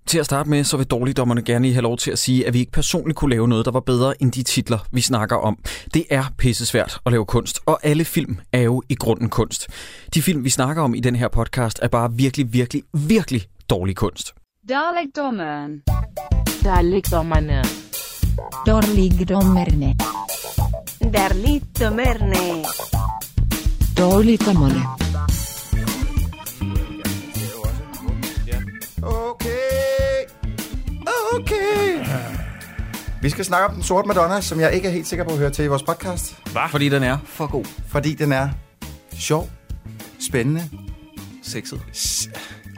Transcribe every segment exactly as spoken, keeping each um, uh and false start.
Til at starte med, så vil dårligdommerne gerne lige have lov til at sige, at vi ikke personligt kunne lave noget, der var bedre end de titler, vi snakker om. Det er pissesvært at lave kunst, og alle film er jo i grunden kunst. De film, vi snakker om i den her podcast, er bare virkelig, virkelig, virkelig dårlig kunst. Dårligdommerne. Dårligdommerne. Dårligdommerne. Dårligdommerne. Dårligdommerne. Okay. Okay. Vi skal snakke om Den Sorte Madonna, som jeg ikke er helt sikker på at høre til i vores podcast. Hvad? Fordi den er for god. Fordi den er sjov, spændende, sexet. S-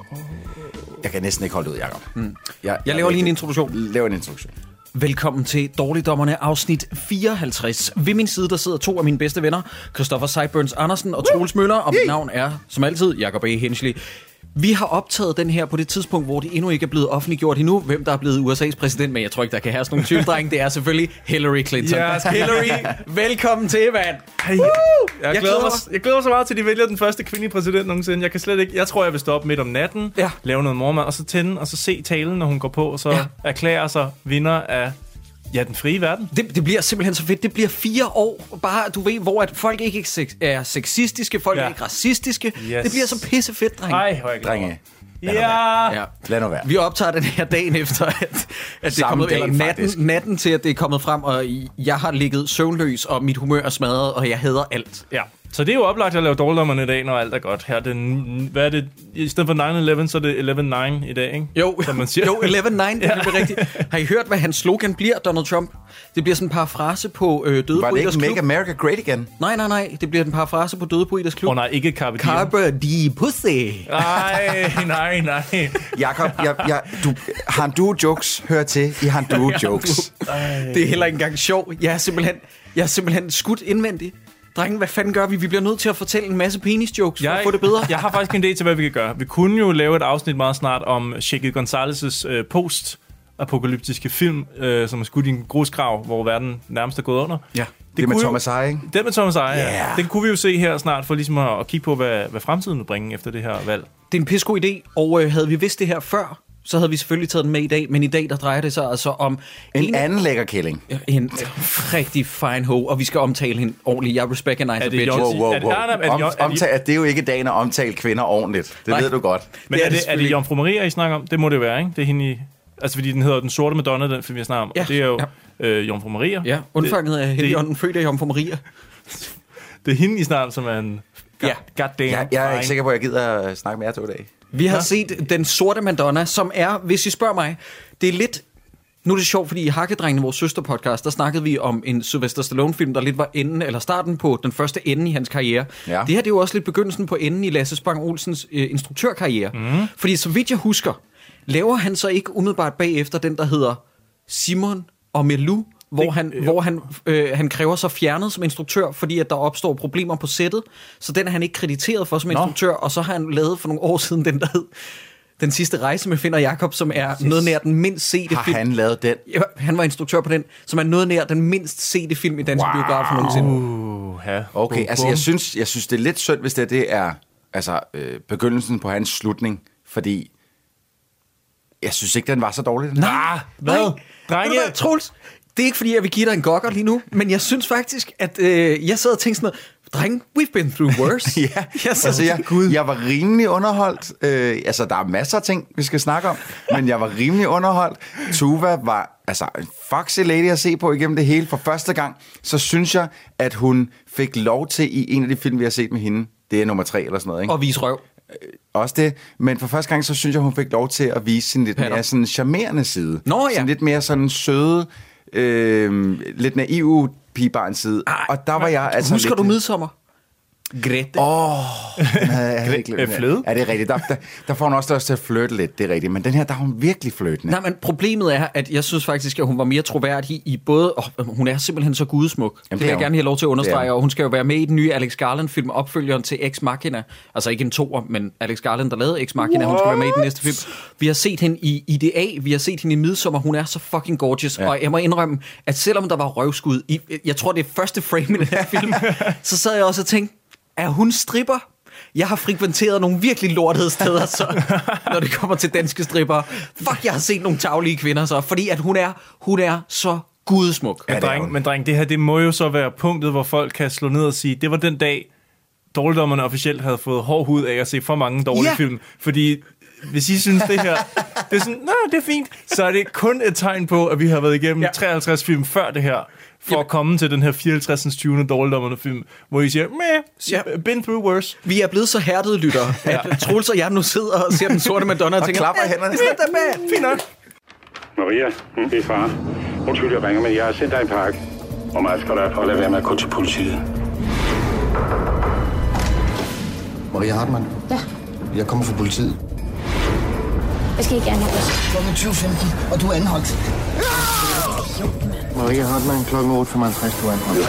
jeg kan næsten ikke holde ud, Jacob. Mm. Jeg, jeg, jeg laver lige en introduktion. Lav en introduktion. Velkommen til Dårligdommerne afsnit fireoghalvtreds. Ved min side, der sidder to af mine bedste venner, Christoffer Sideburns Andersen og Troels Møller, og mit navn er, som altid, Jacob A. Henschel. Vi har optaget den her på det tidspunkt, hvor det endnu ikke er blevet offentliggjort endnu, hvem der er blevet U S A's præsident, men jeg tror ikke, der kan have sådan nogle tvivl, dreng. Det er selvfølgelig Hillary Clinton. Yes. Hillary, velkommen til, mand. Hey, jeg, jeg, glæder mig, jeg glæder mig så meget til, at de vælger den første kvindelige præsident nogensinde. Jeg kan slet ikke. Jeg tror, jeg vil stå op midt om natten, ja. lave noget morgenmad, og så tænde, og så se talen, når hun går på, og så ja. erklærer sig vinder af... Ja, den frie verden. Det, det bliver simpelthen så fedt. Det bliver fire år, bare du ved, hvor at folk ikke er sexistiske, folk ja. er ikke racistiske. Yes. Det bliver så pisse fedt, drenge. Ej, hvor er jeg glad. Drenge. Ja. ja. Lad nu være. Vi optager den her dagen efter, at, at det er kommet, dag, eller natten, natten til, at det er kommet frem, og jeg har ligget søvnløs, og mit humør er smadret, og jeg hader alt. Ja. Så det er jo oplagt at lave dårligdommerne i dag, når alt er godt. Her den, hvad er det? I stedet for nine elleve, så er det eleven nine i dag, ikke? Jo, som man siger. jo eleven nine, det ja. er rigtigt. Har I hørt, hvad hans slogan bliver, Donald Trump? Det bliver sådan en parafrase på øh, Døde Poeters Klub. Var det ikke Make America Great Again? Nej, nej, nej. Det bliver en parafrase på Døde Poeters Klub. Åh oh, nej, ikke Carpe Diem. Carpe Diem Pussy. Nej, nej, nej. Jakob, jeg, jeg, du, Han Du Jokes hører til i Han Du Jokes. Det er heller ikke engang sjov. Jeg er simpelthen, jeg er simpelthen skudt indvendigt. Drenge, hvad fanden gør vi? Vi bliver nødt til at fortælle en masse penis-jokes for jeg, at få det bedre. Jeg har faktisk en idé til, hvad vi kan gøre. Vi kunne jo lave et afsnit meget snart om Cheikh Gonzalez' øh, post-apokalyptiske film, øh, som er skudt i en grusgrav, hvor verden nærmest er gået under. Ja, det, det med Thomas Eje, ikke? Det med Thomas Eje, yeah. ja. Den kunne vi jo se her snart, for ligesom at, at kigge på, hvad, hvad fremtiden vil bringe efter det her valg. Det er en pissegod idé, og øh, havde vi vidst det her før, så havde vi selvfølgelig taget den med i dag, men i dag der drejer det sig altså om... En, en anden lækker kælling. En rigtig fine ho, og vi skal omtale hende ordentligt. Jeg respect and nice bitches. Wow, wow, wow. Om, omtale, det er jo ikke dagen at omtale kvinder ordentligt. Det Nej. ved du godt. Men det er, er det, det, det Jomfru Maria, I snakker om? Det må det være, ikke? Det er hende i... Altså, fordi den hedder Den Sorte Madonna, den film, jeg snakker om. Ja. Og det er jo ja. øh, Jomfru Maria. Ja, undfanget af Helligånden, født af Jomfru Maria. Det er hende, I snakker som er en... God, ja. Jeg, jeg er ikke sikker på, at jeg gider at snakke med jer to i dag. Vi har ja. set Den Sorte Madonna, som er, hvis I spørger mig, det er lidt... Nu er det sjovt, fordi i Hakkedrengene, vores søsterpodcast, der snakkede vi om en Sylvester Stallone-film, der lidt var enden, eller starten på den første ende i hans karriere. Ja. Det her det er jo også lidt begyndelsen på enden i Lasse Spang Olsens øh, instruktørkarriere. Mm. Fordi så vidt jeg husker, laver han så ikke umiddelbart bagefter den, der hedder Simon og Milou, hvor det, han, hvor han, øh, han kræver sig fjernet som instruktør, fordi at der opstår problemer på sættet. Så den er han ikke krediteret for som instruktør, Nå. og så har han lavet for nogle år siden den, der hed Den Sidste Rejse med Finn og Jakob, som er yes. noget nær den mindst sete har film. Har han lavet den? Ja, han var instruktør på den, som er noget nær den mindst sete film i dansk wow. biograf nogensinde. Uh, ja. Okay, altså jeg synes, jeg synes, det er lidt synd, hvis det, det er altså, øh, begyndelsen på hans slutning, fordi jeg synes ikke, den var så dårlig. Den. Nej, hvad? Drenge, Troels, det er ikke fordi, jeg vil give dig en gokker lige nu, men jeg synes faktisk, at øh, jeg sad og tænkte sådan noget, dreng, we've been through worse. ja, jeg, altså, jeg, jeg var rimelig underholdt. Øh, altså, der er masser af ting, vi skal snakke om, men jeg var rimelig underholdt. Tuva var altså en foxy lady at se på igennem det hele. For første gang, så synes jeg, at hun fik lov til i en af de film, vi har set med hende, det er nummer tre eller sådan noget, ikke? Og vise røv. Også det, men for første gang, så synes jeg, hun fik lov til at vise sin lidt Patter. mere sådan charmerende side. Nå ja. Sådan lidt mere sådan søde, øh, lidt naive pigebarns side. Ej, og der var jeg altså husker lidt... du Midsommer? Grete. Åh, oh, Fløde? Ja, det er rigtigt. Der, der, der får hun også også til at flirte lidt, det er rigtigt. Men den her, der er hun virkelig flirtende. Nej, men problemet er, at jeg synes faktisk, at hun var mere troværdig i både... Oh, hun er simpelthen så gudesmuk. Jamen, det vil jeg hun. gerne have lov til at understrege. Og hun skal jo være med i den nye Alex Garland-film, opfølgeren til Ex Machina. Altså ikke en toer, men Alex Garland, der lavede Ex Machina. What? Hun skal være med i den næste film. Vi har set hende i I D A, vi har set hende i Midsommer. Hun er så fucking gorgeous. Ja. Og jeg må indrømme, at selvom der var røvskud i... Jeg tror, det er første frame i den her film. Så sad jeg også og tænkte, er hun stripper? jeg har frekventeret nogle virkelig lortede steder, så, når det kommer til danske stripper. Fuck, jeg har set nogle taglige kvinder så, fordi at hun er, hun er så gudesmuk. Men, Ja, det er dreng, hun. men dreng, det her, det må jo så være punktet, hvor folk kan slå ned og sige, det var den dag, dårligdommerne officielt havde fået hård hud af at se for mange dårlige Ja. film. Fordi hvis I synes, det her, det er sådan, nej, det er fint, så er det kun et tegn på, at vi har været igennem Ja. treoghalvtreds film før det her, for Jamen. at komme til den her fireoghalvtreds tyvende dårligdommerne film, hvor I siger, meh, Ja. been through worse. Vi er blevet så hærdede lyttere, at Troels og jeg nu sidder og ser Den Sorte Madonna og, Og tænker, klapper "Eh, hænderne." det er da med." Fint nok. Maria, det er far. Undskyld, jeg ringer, men jeg har sendt dig en pakke. Hvor meget skal der have for at lade være med at gå til politiet? Maria Hartmann? Ja, Jeg kommer fra politiet. jeg skal ikke anholdes. Klokken tyve femten, og du er anholdt. Maria Hartmann, klokken otte femoghalvtreds, du er anholdt.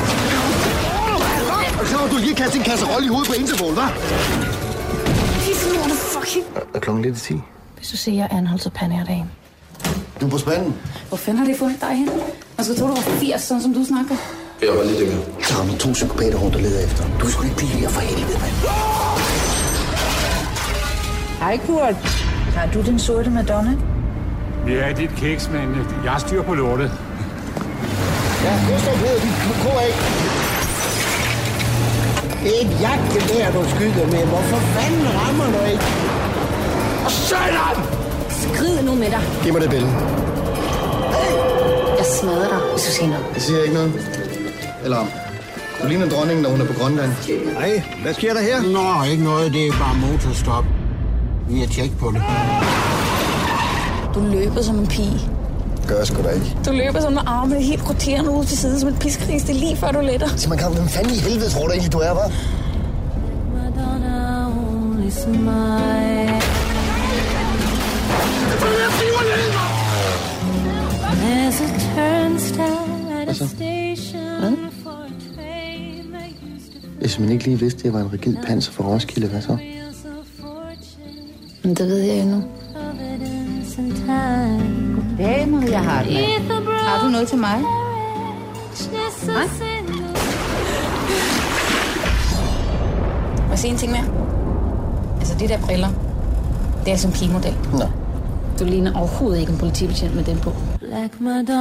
Og så har du lige kastet en kasserolle i hovedet på Interpol, hva'? Fucking. Er klokken lidt i ti? Hvis du siger, jeg er anholdt, så pander jeg dig ind. Du er på spanden. Hvor fanden har det fundet dig hen? Man skulle tro, du var firs, sådan som du snakker. Jeg var lidt yngre. Så har to psykopater rundt og leder efter. Du skal ikke blive her for helvede, mand. Hej, Kurt. Har du Den Sorte Madonna? Vi er dit kiks, men jeg har styr på lortet. Ja, nu står på dit ko af. Et jagtgevær, du skyder med. Hvorfor fanden rammer du ikke? Og sådan! Skrid nu med dig. Giv mig det billede. Jeg smadrer dig, hvis du siger noget. Jeg siger ikke noget. Eller du ligner dronningen, når hun er på Grønland. Nej, hvad sker der her? Nå, ikke noget. Det er bare motorstop. Vi har tjekket på det. Du løber som en pige. Gør jeg sgu da ikke. Du løber som med armene helt roterende ud til siden som en piskris. Det er lige før du letter. Så man kan, hvem fanden i helvede tror du egentlig, du er, hva'? Altså. Hvad? Hvis man ikke lige vidste, at jeg var en rigid panser for Roskilde, hvad så? Men det ved jeg endnu. Hey, Maria Hartmann. Har du noget til mig? Nej. Må jeg sige en ting mere? Altså, de der briller, det er som pigemodel. Nå. Du ligner overhovedet ikke en politibetjent med den på. Ah,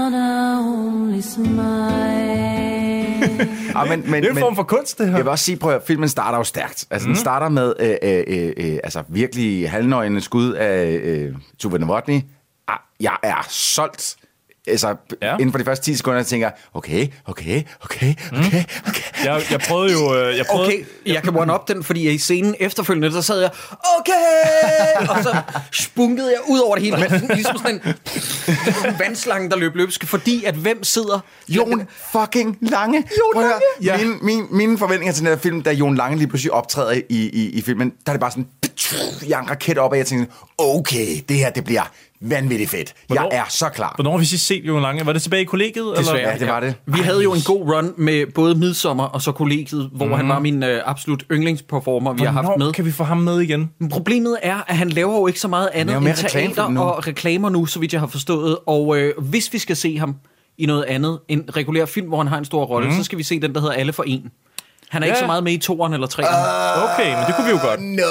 men, men, Det er en men, form for kunst, det her. jeg vil også sige, prøv at filmen starter jo stærkt. Altså, mm. den starter med øh, øh, øh, altså, virkelig halvnøgne skud af øh, Tuva Novotny. Ah, jeg er solgt. Altså, Ja. ja. inden for de første ti sekunder, jeg tænker, okay, okay, okay, okay, okay. Jeg, jeg prøvede jo... øh, Jeg prøvede, Okay, jeg kan one up den, fordi i scenen efterfølgende, så sad jeg, okay, og så spunkede jeg ud over det hele, men ligesom sådan en, en vandslange, der løb løbsk, fordi at hvem sidder... Jon fucking Lange. Jon Lange. Ja. Mine, mine, mine forventninger til den her film, da Jon Lange lige pludselig optræder i, i, i filmen, der er det bare sådan, jeg er en raket op, og jeg tænker, okay, det her, det bliver vanvittigt fedt. Hvornår- Jeg er så klar. Hvornår har vi sidst set Jon Lange? Var det tilbage i kollegiet? Desværre, eller? Ja, det var det. Vi havde jo en god run med både Midsommer og så Kollegiet, hvor mm. han var min øh, absolut yndlingsperformer, vi har haft Hvornår med. kan vi få ham med igen? Men problemet er, at han laver jo ikke så meget andet laver mere end reklame for teater det nu. og reklamer nu, så vidt jeg har forstået. Og øh, hvis vi skal se ham i noget andet end regulær film, hvor han har en stor rolle, mm. så skal vi se den, der hedder Alle for En. Han er Ja. ikke så meget med i toeren eller treeren. Okay, men det kunne vi jo godt. No.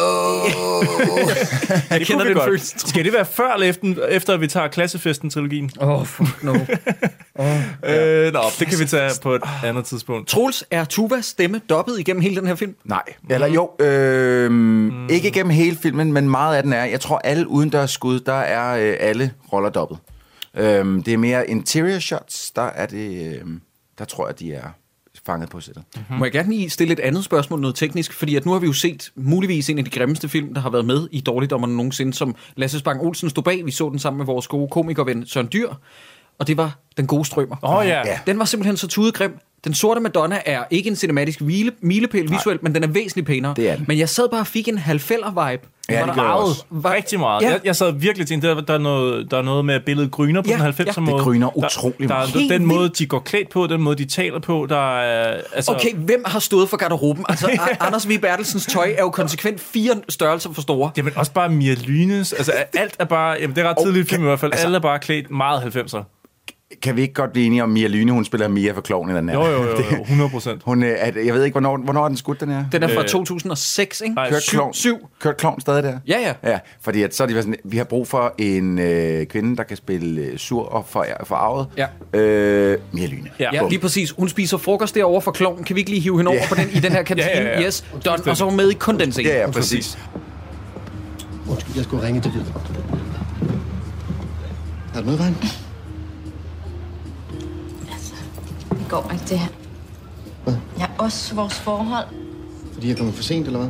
Jeg Det kender kunne vi den godt. følelse. Skal det være før eller efter, efter at vi tager Klassefesten-trilogien? Åh, oh, fuck no. Øh, nå, det kan vi tage på et andet tidspunkt. Troels, er Tuvas stemme dobbet igennem hele den her film? Nej. Eller jo, øh, mm. ikke igennem hele filmen, men meget af den er. Jeg tror, alle udendørs skud, der er øh, alle roller dobbelt. Øh, det er mere interior shots, der er det, øh, der tror jeg, de er fanget på sættet. Hmm. Må jeg gerne lige stille et andet spørgsmål, noget teknisk? Fordi at nu har vi jo set muligvis en af de grimmeste film, der har været med i Dårligdommerne nogensinde, som Lasse Spang Olsen stod bag. Vi så den sammen med vores gode komikerven Søren Dyr, og det var Den Gode Strømmer. Åh oh, ja. Ja. Den var simpelthen så tudegrim. Den Sorte Madonna er ikke en cinematisk hvile, milepæl visuelt, men den er væsentligt pænere. Det er den. Men jeg sad bare og fik en halvfælder-vibe. Ja, Var det der gør jeg meget- også. var- Rigtig meget. Ja. Jeg, jeg sad virkelig og tænkte, der, der, er noget, der er noget med, at billedet gryner på Ja, den halvfemser ja. måde. Det gryner Der- utrolig der, meget. der, Helt Den måde, vildt. de går klædt på, den måde, de taler på, der er... Altså, Okay, hvem har stået for garderoben? Altså, A- Anders V. Bertelsens tøj er jo konsekvent fire størrelser for store. Jamen også bare Mia Lynes. Altså alt er bare... Jamen, det er ret tidligt i filmen i hvert fald. altså- Alle er bare klædt meget halvfemser. Kan vi ikke godt blive enige om Mia Lyne? Hun spiller Mia for Klovn i den her. Jo, jo, jo, jo hundrede procent. Hun, øh, at, jeg ved ikke, hvornår, hvornår er den skudt, den her? Den er fra Øh, to tusind og seks, ikke? nej, Kørt syv. Klovn, syv. Kørt Klovn stadig der? Ja, ja. Ja, fordi at, så er de sådan, vi har brug for en øh, kvinde, der kan spille øh, sur og for, forarvet. Ja. Øh, Mia Lyne. Ja. Ja, lige præcis. Hun spiser frokost derovre for Klovn. Kan vi ikke lige hive hende over Ja. på den, i den her kantine? Ja, ja, ja. Yes, done. Og så er hun med i kun den scene. Ja, ja, præcis. Undskyld, jeg skulle ringe til Videre. Er der noget, vejen? Det går ikke, det her. Hvad? Ja, også vores forhold. Fordi jeg er kommet for sent, eller hvad?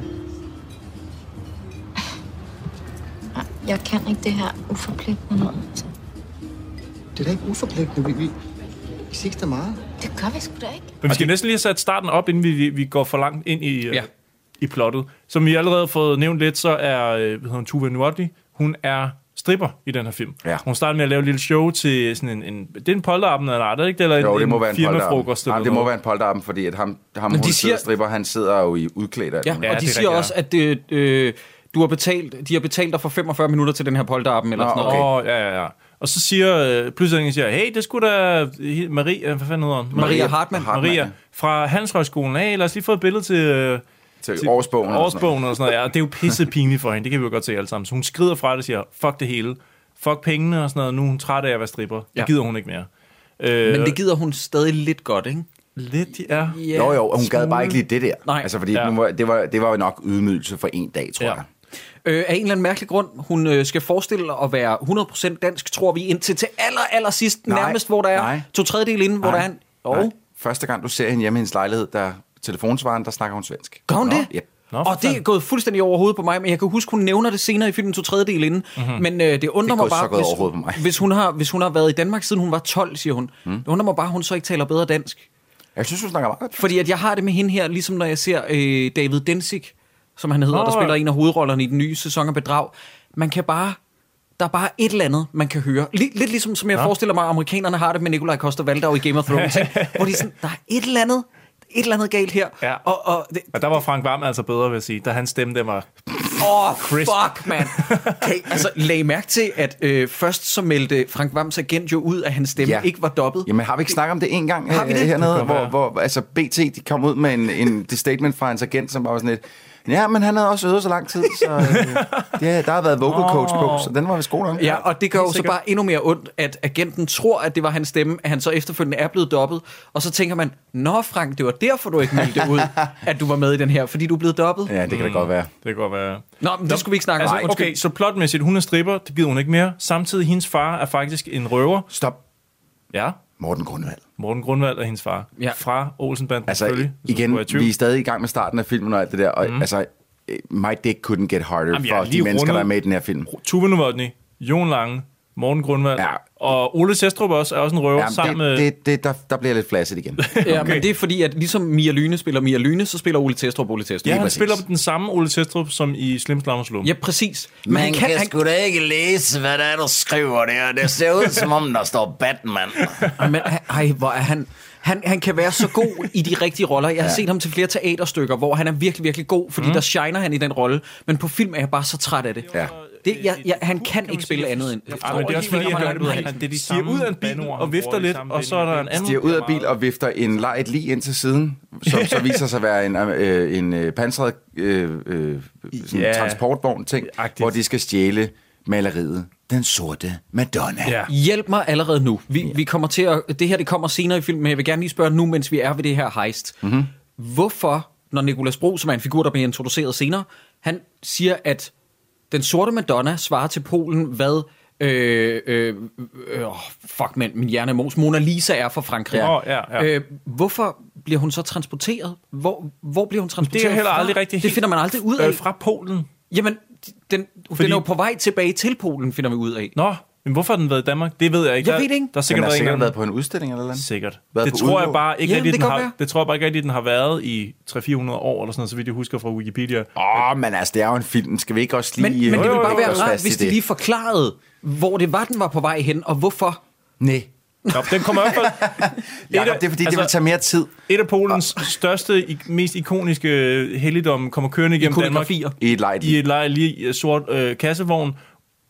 Nej, jeg kan ikke det her uforpligtende noget. Altså. Det er da ikke uforpligtende. Vi, vi, vi ses da meget. Det gør vi sgu da ikke. Men vi skal næsten lige have sat starten op, inden vi, vi går for langt ind i, Ja. ja. i plottet. Som vi allerede har fået nævnt lidt, så er øh, hvad hedder hun, Tuva Novotny, hun er stripper i den her film. Ja. Hun starter med at lave et lille show til sådan en... en det er en polterappen, eller er det ikke? Eller Jo, en, det må være en firmafrokost. polterappen. eller Det må noget. være en polterappen, fordi at ham, ham Men hun de sidder siger- stripper, han sidder jo i udklædt. Ja, Ja, og det de er siger rigtigt, også, at det, øh, du har betalt, de har betalt dig for femogfyrre minutter til den her polterappen, eller Nå, sådan noget. okay. Åh, ja, ja, ja. Og så siger øh, pludselig siger, hey, det skulle da øh, Maria, hvad fanden hedder hun? Maria Hartmann. Hartmann, Maria ja. fra Handelshøjskolen. Hey, lad os lige få et billede til... Øh, Til årsbogen. og sådan Årsbogen og sådan noget. Ja, og det er jo pisse pinligt for hende. Det kan vi jo godt se alle sammen. Så hun skrider fra det og siger, fuck det hele. Fuck pengene og sådan noget. Nu er hun træt af at være stripper. Det Ja. gider hun ikke mere. Øh, Men det gider hun stadig lidt godt, ikke? lidt, ja. Ja, Jo, jo, og hun gad smule. bare ikke lige det der. Nej. Altså, fordi Ja. ja. var, det, var, det var jo nok ydmygelse for en dag, tror Ja. jeg. Øh, af en eller anden mærkelig grund, hun øh, skal forestille at være hundrede procent dansk, tror vi, indtil til aller, aller sidst, Nej, nærmest, hvor der er nej. to tredjedel inden, hvor der er en... Nej. Oh. Første gang, du ser hende hjemme i hendes lejlighed, der telefonsvaren, der snakker hun svensk. Gør hun Nå, det? Ja. Nå, for Og det er fanden. gået fuldstændig over hovedet på mig, men jeg kan huske, hun nævner det senere i filmen to tredjedel inden. Mm-hmm. Men øh, det undrer Det er mig gået bare, så godt over hvis, hovedet på mig. hvis, hun har, hvis hun har været i Danmark, siden hun var tolv, siger hun. Mm. Det undrer mig bare, at hun så ikke taler bedre dansk. Jeg synes, hun snakker meget godt. Fordi at jeg har det med hende her, ligesom når jeg ser øh, David Densig, som han hedder, Nå, der spiller ja. en af hovedrollerne i den nye sæson af Bedrag. Man kan bare... Der er bare et eller andet, man kan høre. Lidt, lidt ligesom, som jeg Nå. forestiller mig, at amerikanerne har det med Nikolaj Coster-Waldau i Game of Thrones. Ikke? Hvor de er sådan, der er et eller andet, et eller andet galt her. Ja. Og, og det, Og der var Frank Hvam altså bedre, vil jeg sige. Da hans stemme, den var... Åh, oh, Crisp. fuck, man. Okay, altså, lag mærke til, at øh, først så meldte Frank Hvams agent jo ud, at hans stemme ja. Ja. ikke var dobbelt. Jamen, har vi ikke snakket om det en gang Har vi øh, det? hernede, Det kan hvor, være. hvor altså B T de kom ud med en, en det statement fra hans agent, som var sådan lidt, ja, men han havde også øvet så lang tid, så øh, ja, der har været vocal coach på, så den var vist god nok. Ja, og det gør jo så sikkert. bare endnu mere ondt, at agenten tror, at det var hans stemme, at han så efterfølgende er blevet dobbelt, og så tænker man, nå Frank, det var derfor, du ikke meldte ud, at du var med i den her, fordi du er blevet dobbelt. Ja, det kan da godt være. Det kan godt være... Nå, men det skulle vi ikke snakke om. Altså, Undskyld. okay, så plotmæssigt, hun er stripper, det gider hun ikke mere. Samtidig, hendes far er faktisk en røver. Stop. Ja, Morten Grundvald. Morten Grundvald er hendes far. Ja. Fra Olsenbanden, Altså, selvfølgelig. hvis du igen, skulle være i tvivl. vi er stadig i gang med starten af filmen og alt det der, og mm. altså, my dick couldn't get harder Jamen, jeg for er de lige mennesker, rundet- der er med i den her film. Tuva Novotny, Jon Lange, Morten Grundvald, Ja. og Ole Sestrup også, er også en røver Jamen, sammen med... det, det, det, der, der bliver jeg lidt flasset igen. Ja, men det er fordi, at ligesom Mia Lyne spiller Mia Lyne, så spiller Ole Testrup Ole Testrup. Ja, han præcis. spiller den samme Ole Sestrup som i Slim Slam og Slum. Ja, præcis. Men Man han kan, kan, han, sgu da ikke læse, hvad der er, der skriver der. Det ser ud, som om der står Batman. men, ej, hvor er han... Han, han kan være så god i de rigtige roller. Jeg har ja. set ham til flere teaterstykker, hvor han er virkelig, virkelig god, fordi mm. der shiner han i den rolle. Men på film er jeg bare så træt af det. Ja. det jeg, jeg, han kan ikke spille andet end... Ja, men det er også fordi, han han, han, han, det de stiger ud af en bil og vifter lidt, og så er der en anden... Stiger ud af bil og vifter en lejet lig ind til siden, som så viser sig at være en, øh, en øh, pansret øh, øh, sådan Ja. transportvogn-ting, Agtigt. hvor de skal stjæle maleriet. Den sorte Madonna. Ja. Hjælp mig allerede nu. Vi, vi kommer til at... Det her, det kommer senere i filmen, men jeg vil gerne lige spørge nu, mens vi er ved det her heist. Mm-hmm. Hvorfor, når Nicolas Bro, som er en figur, der bliver introduceret senere, han siger, at den sorte Madonna svarer til Polen, hvad... Øh, øh, øh, fuck, man, min hjerne er mos. Mona Lisa er fra Frankrig. Ja. Oh, ja, ja. Øh, hvorfor bliver hun så transporteret? Hvor, hvor bliver hun transporteret Det er heller fra? aldrig rigtig Det helt- finder man aldrig ud af. Øh, fra Polen. Jamen, den, Fordi- den er jo på vej tilbage til Polen, finder vi ud af. Nå, men hvorfor har den været i Danmark? Det ved jeg ikke. Jeg Der- ved det ikke. Der er Den sikkert har været en sikkert eller været anden- på en udstilling eller noget. Sikkert. Været Det på tror jeg udlån. bare ikke Jamen, rigtig, det den kan har, være. det tror jeg bare ikke rigtig, den har været i tre hundrede til fire hundrede år, eller sådan noget, så vidt jeg husker fra Wikipedia. Åh, oh, men altså, det er jo en film. Skal vi ikke også lige... Men, men det øh, ville bare holde være os rart, fast i hvis de det? lige forklarede, hvor det var, den var på vej hen, og hvorfor. Nej. Nå, den kommer i hvert fald... Jakob, det er fordi, altså, det vil tage mere tid. Et af Polens største, i- mest ikoniske helligdomme kommer kørende igennem Danmark Ikonografier. I et lejet i et lejligt sort øh, kassevogn.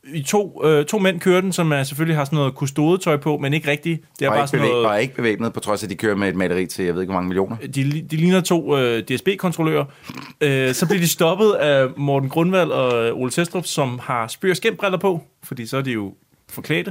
i to, øh, to mænd kører den, som er, selvfølgelig har sådan noget kustodetøj på, men ikke rigtigt. Det er og, bare ikke sådan bevæg, noget, og ikke bevæbnet, på trods af, at de kører med et maleri til, jeg ved ikke, hvor mange millioner. De, de ligner to øh, D S B-kontrollører. Øh, så bliver de stoppet af Morten Grundvald og Ole Testrup, som har spyr- og skæmbriller på, fordi så er de jo forklædte.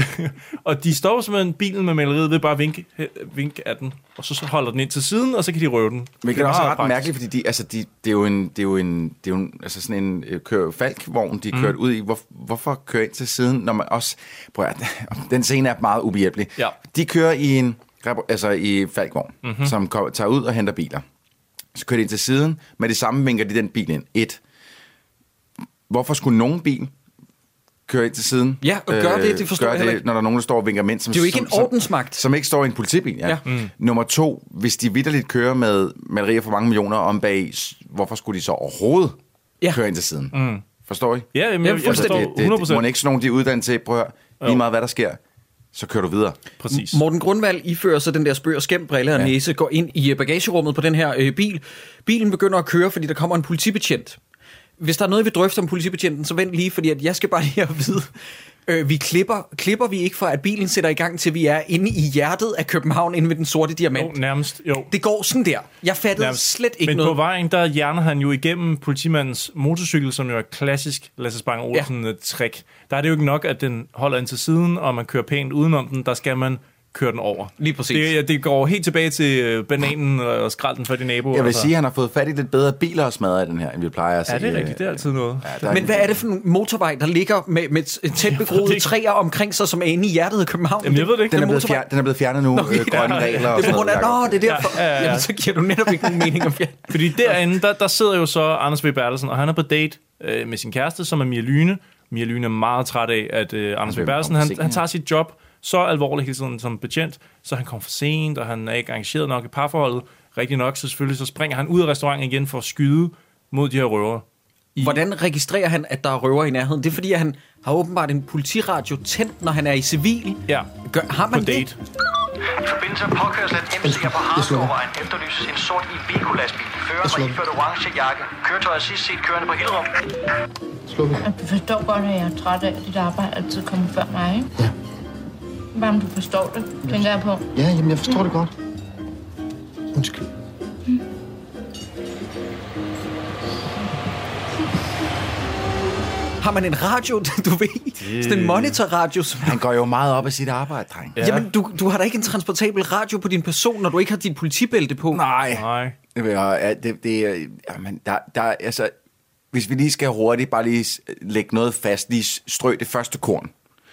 Og de stopper simpelthen bilen med maleriet ved bare at vinke, vinke af den, og så holder den ind til siden, og så kan de røve den. Men det er også ret mærkeligt, fordi de, altså, de, det er jo en, det er jo en, det er jo en, altså sådan en øh, kør, falkvogn, de er kørt mm. ud i. Hvor, hvorfor kører ind til siden, når man også... Prøv at, den scene er meget ubehjælpelig. Ja. De kører i en altså i falkvogn, mm-hmm. som kommer, tager ud og henter biler. Så kører de ind til siden, med det samme vinker de den bil ind. Et. Hvorfor skulle nogen bil køre ind til siden? Ja, og gør det, det forstår gør jeg det, når der er nogen, der står og vinker mænd. Som, det er jo ikke som, en ordensmagt. Som, som ikke står i en politibil, ja. ja. Mm. Nummer to, hvis de vitterligt kører med malerier for mange millioner om bag, hvorfor skulle de så overhovedet ja. køre ind til siden? Mm. Forstår I? Ja, jamen, jeg, jeg forstår det, det, hundrede procent. Må ikke sådan nogen, de er uddannet til, prøv at høre, lige meget hvad der sker, så kører du videre. Præcis. Morten Grundvald ifører sig den der spøg og skæmt brille og ja. næse, går ind i bagagerummet på den her øh, bil. Bilen begynder at køre, fordi der kommer en politibetjent. Hvis der er noget, vi drøfter om politibetjenten, så vent lige, fordi at jeg skal bare lige have at vide. Øh, vi klipper, klipper vi ikke fra, at bilen sætter i gang, til vi er inde i hjertet af København, inde ved den sorte diamant? Jo, nærmest, jo. Det går sådan der. Jeg fattede nærmest. slet ikke Men noget. Men på vejen, der hjerner han jo igennem politimandens motorcykel, som jo er klassisk Lasse Spang Olsen-trick. Ja. Der er det jo ikke nok, at den holder ind til siden, og man kører pænt udenom den. Der skal man køre den over. Lige præcis. Det, det går helt tilbage til bananen og skralden for de naboer. Jeg vil sige, at han har fået fat i lidt bedre biler og smadret i den her, end vi plejer at se. Ja, det er rigtigt. Det er altid noget. Ja, er Men hvad er det for en motorvej, der ligger med, med tæt begroede træer omkring sig, som er inde i hjertet af København? Jamen, jeg ved det ikke. Den er, blevet fjer- den er blevet fjernet nu. Nå, øh, grønne ja, regler og det er på grund af, nå, det er derfor. Ja, ja, ja. Jamen, så giver du netop ikke nogen mening om fjern. Fordi derinde, der, der sidder jo så Anders V. Bertelsen, og han er på date øh, med sin kæreste, som er Mia Lyne. Mia Lyne er meget træt af, at øh, Anders V. Bertelsen, han, han tager sit job så alvorligt hele tiden som betjent, så han kommer for sent, og han er ikke engageret nok i parforholdet. Rigtig nok, så selvfølgelig så springer han ud af restauranten igen for at skyde mod de her røvere. I... Hvordan registrerer han, at der er røvere i nærheden? Det er fordi, at han har åbenbart en politiradio tændt, når han er i civil. Ja, Gør, har man på date. Det? I forbindelse med påkørsel af M C'er på Harskovejen efterlyses en sort I V-Q-lastbil. Føreren var iført orange jakke. Køretøjet sidst set kørende på Hillerød. Du forstår godt, at jeg er træt af, at dit arbejde altid kommer før mig, ikke? Ja. Bare om du forstår det, tænker jeg på. Ja, jamen jeg forstår det godt. Undskyld. Mm. Har man en radio, du ved? Sådan en monitorradio. Som... Han går jo meget op af sit arbejde, dreng. Ja. Jamen, du, du har da ikke en transportabel radio på din person, når du ikke har dit politibælte på. Nej. Nej. Ja, det, det, jamen, der, der, altså, hvis vi lige skal hurtigt bare lige lægge noget fast, lige strø det første korn,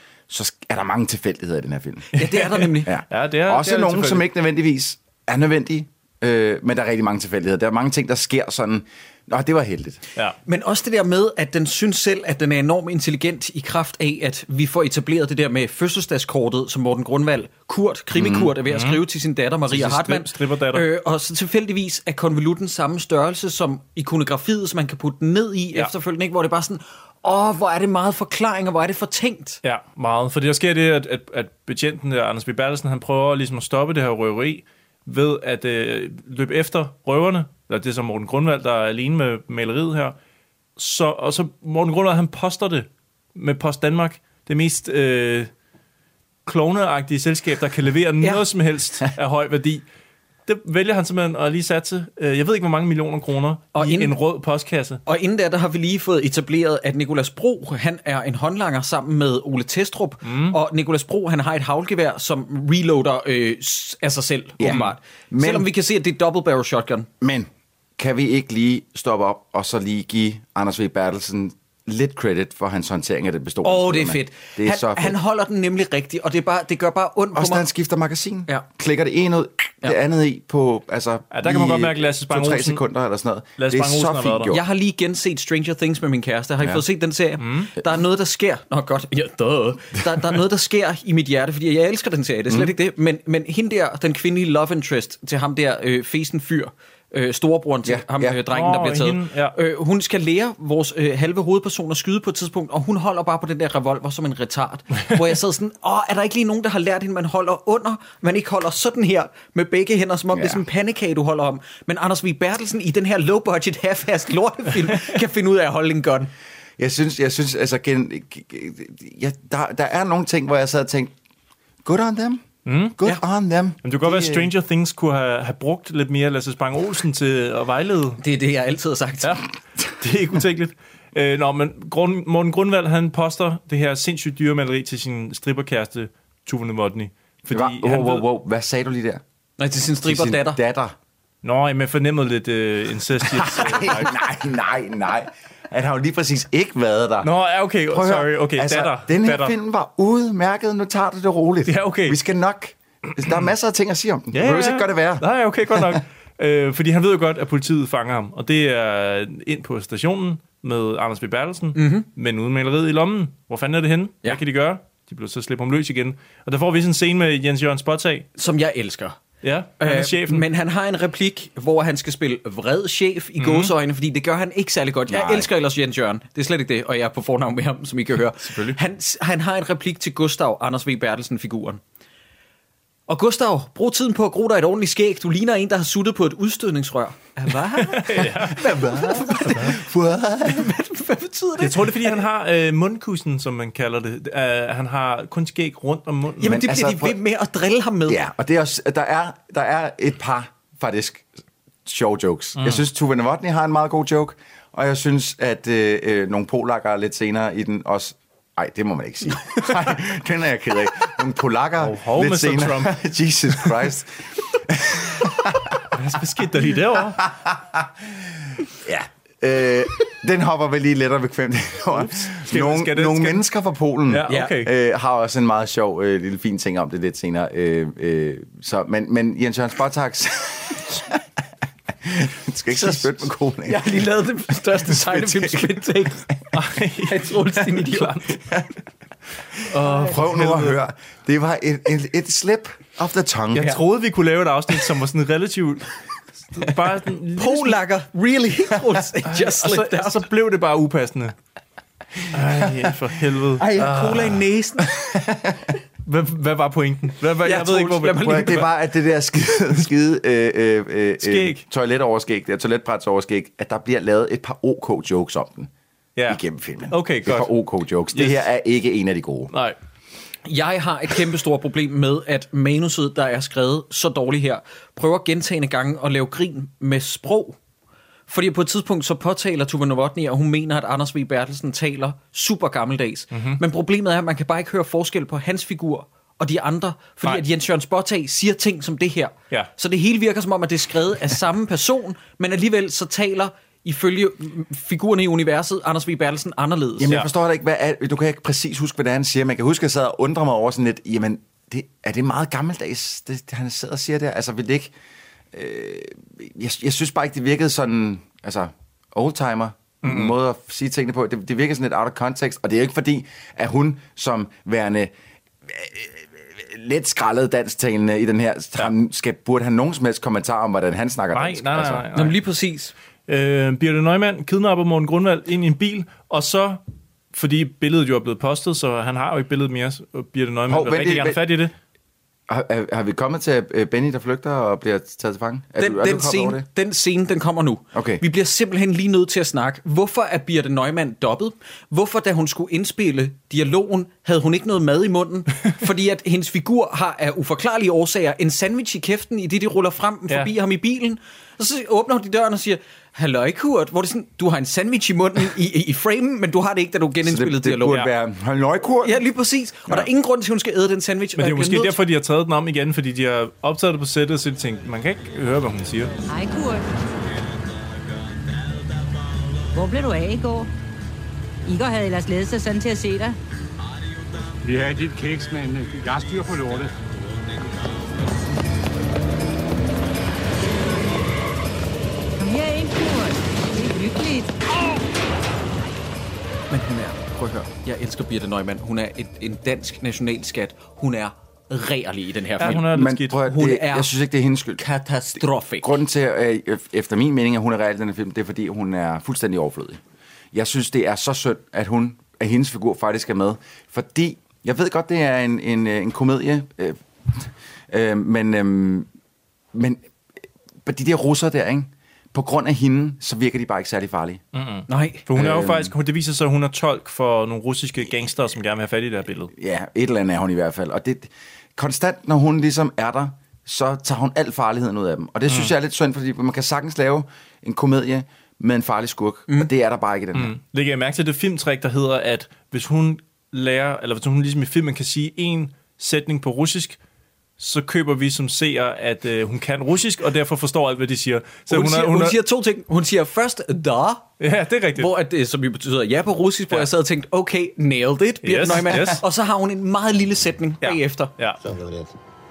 så er der mange tilfældigheder i den her film. Ja, det er der nemlig. Ja. Ja, det er, Også det er nogen, som ikke nødvendigvis er nødvendige, øh, men der er rigtig mange tilfældigheder. Der er mange ting, der sker sådan, nå, det var heldigt. Ja. Men også det der med, at den synes selv, at den er enormt intelligent i kraft af, at vi får etableret det der med fødselsdagskortet, som Morten Grundvald, Kurt, Krimi-Kurt, er ved at skrive til sin datter, Maria Hartmann. Øh, og så tilfældigvis er konvolutten samme størrelse som ikonografiet, som man kan putte den ned i ja. efterfølgende, ikke? Hvor det er bare sådan, åh, hvor er det meget forklaring, og hvor er det fortænkt. Ja, meget. For der sker det, at, at, at betjenten, der, Anders B. Bertelsen, han prøver ligesom at stoppe det her røveri, ved at øh, løbe efter røverne, eller det er så Morten Grundvald, der er alene med maleriet her, så, og så Morten Grundvald, han poster det med Post Danmark, det mest øh, klovneagtige selskab, der kan levere ja. noget som helst af høj værdi. Det vælger han simpelthen at lige satse, øh, jeg ved ikke, hvor mange millioner kroner og i inden, en rød postkasse. Og inden der, der har vi lige fået etableret, at Nicolas Bro, han er en håndlanger sammen med Ole Testrup, mm. og Nicolas Bro, han har et haglgevær, som reloader øh, af sig selv, ja. åbenbart. Men, selvom vi kan se, at det er double barrel shotgun. Men kan vi ikke lige stoppe op, og så lige give Anders V. Bertelsen lidt credit for hans håndtering af det bestående? Åh, oh, det er fedt. Det er han, så fedt. Han holder den nemlig rigtigt, og det, er bare, det gør bare ondt på mig. Også da han skifter magasin. Ja. Klikker det ene ud, ja. det andet i på, altså... Ja, der kan man godt mærke Lasse Spang Olsen. to-tre sekunder eller sådan noget. Lasse det er Spang så fint gjort. Jeg har lige genset Stranger Things med min kæreste. Har I ja. fået set den serie? Mm. Der er noget, der sker... Nå, godt. Ja, der, der er noget, der sker i mit hjerte, fordi jeg elsker den serie. Det er slet mm. ikke det. Men, men hende der, den kvindelige love interest til ham der, øh, fesen fyr, Øh, storebroren til ja, ham, ja. Øh, drengen, der bliver taget. Hende, ja. øh, hun skal lære vores øh, halve hovedperson at skyde på et tidspunkt, og hun holder bare på den der revolver som en retard. Hvor jeg sad sådan, åh, er der ikke lige nogen, der har lært hende, man holder under, man ikke holder sådan her med begge hænder, som om ja. det er sådan en pandekage, du holder om. Men Anders V. Bertelsen i den her low-budget, half-fast lortefilm kan finde ud af at holde en gun. Jeg synes, jeg synes altså, gen, ja, der, der er nogle ting, hvor jeg sad og tænkte, good on them. Mm. Good ja. on them. Men det kunne godt være, at Stranger Things kunne have, have brugt lidt mere Lasse Spang Olsen til at vejlede. Det er det, jeg altid har sagt. Ja, det er ikke utænkeligt. Øh, nå, men Grund, Morten Grundvald, han poster det her sindssygt dyre maleri til sin stripperkæreste, Tove Novotny. Fordi wow, wow, wow, wow. Hvad sagde du lige der? Nej, til sin stripperdatter. datter. Nå, jeg fornemmede lidt uh, incest. nej, nej, nej, nej. Han har jo lige præcis ikke været der. Nå, ja, okay, sorry. Okay, altså, datter. Den her datter. film var udmærket. Nu tager det det roligt. Ja, okay. Vi skal nok... Der er masser af ting at sige om den. Ja, ja, ja. ikke gøre det være. Nej, okay, godt nok. øh, fordi han ved jo godt, at politiet fanger ham. Og det er ind på stationen med Anders B. Bertelsen, mm-hmm. men uden maleriet i lommen. Hvor fanden er det henne? Ja. Hvad kan de gøre? De bliver så slippe ham løs igen. Og der får vi sådan en scene med Jens Jørgen Spottag. Som jeg elsker. Ja, han er øh, chefen. Men han har en replik, hvor han skal spille vred chef i mm. gåseøjne, fordi det gør han ikke særlig godt. Jeg Nej. elsker ellers Jens Jørgen. Det er slet ikke det, og jeg er på fornavn med ham, som I kan høre. Selvfølgelig. Han, han har en replik til Gustav, Anders V. Bertelsen-figuren. Og Gustav, brug tiden på at gro dig et ordentligt skæg. Du ligner en, der har suttet på et udstødningsrør. Hvad? Hvad? Hvad betyder det? Jeg tror, det er, fordi han har øh, mundkussen, som man kalder det. Uh, han har kun skæg rundt om munden. Jamen, det bliver altså, de ved med at drille ham med. Ja, og det er også, der, er, der er et par, faktisk, sjove jokes. Mm. Jeg synes, Tove Novotny har en meget god joke, og jeg synes, at øh, øh, nogle polakker lidt senere i den også... Nej, det må man ikke sige. Nej, den er jeg ked af. Nogle polakker oh, oh, lidt senere. Trump. Jesus Christ. Hvad skete der lige derovre? ja. Øh, den hopper vel lige lettere bekvemt over. Nogle, skal det, nogle skal mennesker fra Polen ja, okay. øh, har også en meget sjov øh, lille fin ting om det lidt senere. Øh, øh, så, men, men Jens Jørgen Spottags... Du skal ikke så spytte med konen. Jeg har lige lavet det største tegnefilm split take. Jeg tror, det er en idiot. Oh, prøv nu at høre. Det var et, et, et slip of the tongue. Jeg troede, vi kunne lave et afsnit, som var sådan relativt... Bare sådan polakker, really? Just og, så, og så blev det bare upassende. Ej, for helvede. Ej, jeg har cola i næsen. Hvad, hvad var pointen? Hvad, hvad, jeg, jeg ved ikke, hvor det, det var, at det der skide, skide øh, øh, øh, toiletoverskæg, det toiletbrætsoverskæg, at der bliver lavet et par OK-jokes om den ja. igennem filmen. Okay, et par OK-jokes. Yes. Det her er ikke en af de gode. Nej. Jeg har et kæmpe stort problem med, at manuset, der er skrevet så dårligt her, prøver gentagende gange at lave grin med sprog. Fordi på et tidspunkt så påtaler Tove Novotny, og hun mener, at Anders V. Bertelsen taler super gammeldags. Mm-hmm. Men problemet er, at man kan bare ikke høre forskel på hans figur og de andre, fordi Nej. at Jens Jørgen Spottag siger ting som det her. Ja. Så det hele virker som om, at det er skrevet af samme person, men alligevel så taler ifølge figurerne i universet Anders V. Bertelsen anderledes. Jamen jeg forstår da ikke, hvad er, du kan ikke præcis huske, hvad det er, han siger. Man kan huske, at jeg sad og undrer mig over sådan lidt, jamen det, er det meget gammeldags, det, det han sidder og siger der? Altså vil det ikke... Øh, jeg, jeg synes bare ikke, det virkede sådan, altså oldtimer mm-hmm. måde at sige tingene på. Det, det virkede sådan lidt out of context, og det er ikke fordi, at hun som værende øh, lidt skrællet dansktalende i den her, ja. han skal, burde have nogen som helst kommentar om, hvordan han snakker nej, dansk. Nej, nej, altså. nej, nej. Jamen lige præcis. Øh, Birthe Neumann kidnapper Morten Grundvald ind i en bil, og så, fordi billedet jo er blevet postet, så han har jo ikke billedet mere, Birthe Neumann Hov, vil rigtig gerne fat i det. Har, har vi kommet til Benny, der flygter og bliver taget til fange? Er den, du, er den, du scene, den scene, den kommer nu. Okay. Vi bliver simpelthen lige nødt til at snakke. Hvorfor er Birthe Neumann dobbelt? Hvorfor, da hun skulle indspille dialogen, havde hun ikke noget mad i munden? Fordi at hendes figur har af uforklarlige årsager en sandwich i kæften, i det de ruller frem forbi ja. ham i bilen. Og så åbner hun de døren og siger, halløj Kurt, hvor det sådan, du har en sandwich i munden i, i, i framen, men du har det ikke, da du genindspillede dialogen. Så det, det burde være, halløj Kurt? Ja, lige præcis. Og ja. der er ingen grund til, at hun skal æde den sandwich. Men det er måske nødt... derfor, de har taget den om igen, fordi de har optaget det på sættet, så de tænkte, man kan ikke høre, hvad hun siger. Hej Kurt. Hvor blev du af i går? Igor havde ellers glædet sig sådan til at se dig. Ja, dit kiks, men jeg har styr på lortet. Herind, Kurt. Det er hyggeligt. Men hun er, prøv at høre, jeg elsker Birthe Neumann. Hun er et, en dansk nationalskat. Hun er rærlig i den her ja, film. Hun er Men skidt. prøv at, hun det, er jeg synes ikke, det er hendes skyld. Katastrofe. Grunden til, at, efter min mening, at hun er rærlig i den her film, det er, fordi hun er fuldstændig overflødig. Jeg synes, det er så synd, at hun, at hendes figur faktisk er med. Fordi, jeg ved godt, det er en, en, en komedie, øh, øh, men, øh, men de der russer der, ikke? på grund af hende, så virker de bare ikke særlig farlige. Mm-hmm. Nej. For hun er jo Øhm. faktisk, det viser sig, at hun er tolk for nogle russiske gangster, som gerne vil have fat i det her billede. Ja, et eller andet er hun i hvert fald. Og det konstant, når hun ligesom er der, så tager hun al farligheden ud af dem. Og det synes mm. jeg er lidt synd, fordi man kan sagtens lave en komedie med en farlig skurk, mm. og det er der bare ikke i den her. Mm. Lægger jeg mærke til det filmtræk, der hedder, at hvis hun lærer, eller hvis hun ligesom i filmen kan sige en sætning på russisk, så køber vi som seer, at øh, hun kan russisk, og derfor forstår alt, hvad de siger. Så hun, hun, siger, er, hun, hun er, siger to ting. Hun siger først da, ja, det er rigtigt. hvor at, som jo betyder ja på russisk, hvor ja. jeg sad og tænkte, okay, nailed it, Birte Yes, Neumann. yes. Og så har hun en meget lille sætning ja. bagefter. Ja. Что говорят?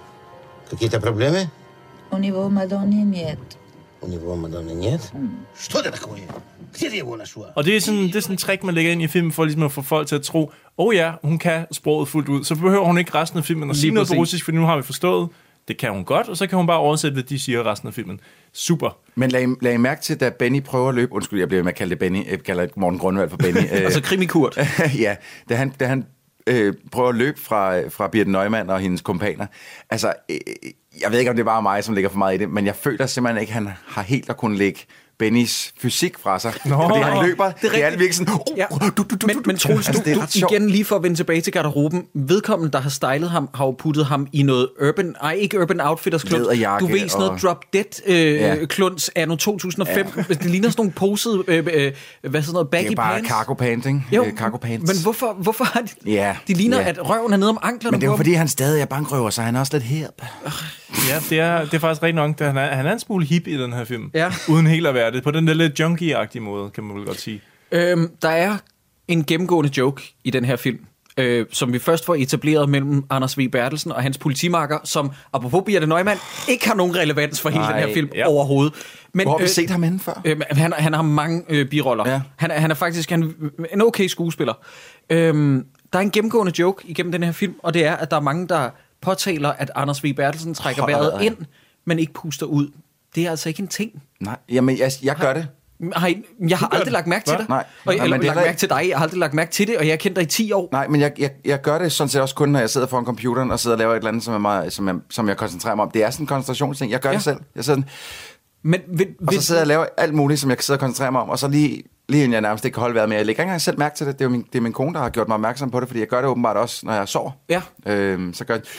Какие-то проблемы? У него Мадонны нет. У него Мадонны нет? Что это такое? Где ты его нашла? Og det er sådan det er sådan en trick, man lægger ind i filmen, for ligesom at få folk til at tro, åh oh ja, hun kan sproget fuldt ud. Så behøver hun ikke resten af filmen at sige noget på russisk, for nu har vi forstået. Det kan hun godt, og så kan hun bare oversætte, hvad de siger resten af filmen. Super. Men lad I, lad I mærke til, da Benny prøver at løbe... Undskyld, jeg bliver med at kalde det Benny. Jeg kalder Morten Grønvald for Benny. Altså Krimi-Kurt. Ja, da han, da han øh, prøver at løbe fra, fra Birte Neumann og hendes kompaner. Altså, øh, jeg ved ikke, om det er bare mig, som ligger for meget i det, men jeg føler simpelthen ikke, at han har helt at kunne lægge Bennys fysik fra sig. Nå, fordi han løber, det er, det er virkelig sådan... Oh, ja. du, du, du, men, men Troels, altså, du, du igen lige for at vende tilbage til garderoben. Vedkommende, der har stylet ham, har jo puttet ham i noget urban... Ej, ikke Urban Outfitters kluns. Du ved, sådan noget og... Drop Dead øh, ja. kluns anno to tusind og fem. Ja. Det ligner sådan nogle posede... Øh, øh, hvad sådan noget? Baggy pants. Det er bare pants. Cargo pants, ikke? Jo, cargo pants. Men hvorfor, hvorfor har de... Ja. De ligner, ja. at røven er nede om anklerne. Men det er jo fordi, han stadig er bankrøver, så han er også lidt herp. Ja, det er, det er faktisk rigtig nok. Han er, han er en smule hip i den her film. Ja. Uden helt at være det. På den der lidt junkie-agtige måde, kan man vel godt sige. Øhm, der er en gennemgående joke i den her film, øh, som vi først får etableret mellem Anders W. Bertelsen og hans politimakker, som, apropos Birte Neumann, ikke har nogen relevans for hele Nej, den her film ja. overhovedet. Men, Hvor har vi øh, set ham inden før? Øh, han, han har mange øh, biroller. Ja. Han, han er faktisk han, en okay skuespiller. Øhm, der er en gennemgående joke igennem den her film, og det er, at der er mange, der påtaler, at Anders W. Bertelsen trækker Hold vejret ej. ind, men ikke puster ud. Det er altså ikke en ting. Nej, jamen jeg, jeg gør det. Hej, jeg har aldrig lagt mærke til det. Nej. Og jeg Nej, har men det er lagt mærke til dig. Jeg har aldrig lagt mærke til det, og jeg har kendt dig i ti år. Nej, men jeg, jeg, jeg gør det sådan set også kun, når jeg sidder foran computeren og sidder og laver et eller andet, som, er meget, som, jeg, som jeg koncentrerer mig om. Det er sådan en koncentrationsting. Jeg gør ja. det selv. Jeg sidder sådan, men, ved, og så sidder jeg og laver alt muligt, som jeg sidder og koncentrerer mig om, og så lige, lige inden jeg nærmest ikke kan holde vejret med. Jeg lægger ikke engang selv mærke til det. Det er jo min, det er min kone, der har gjort mig opmærksom på det, fordi jeg gør det åbenbart også, når jeg sover. Ja. Øhm, så gør jeg...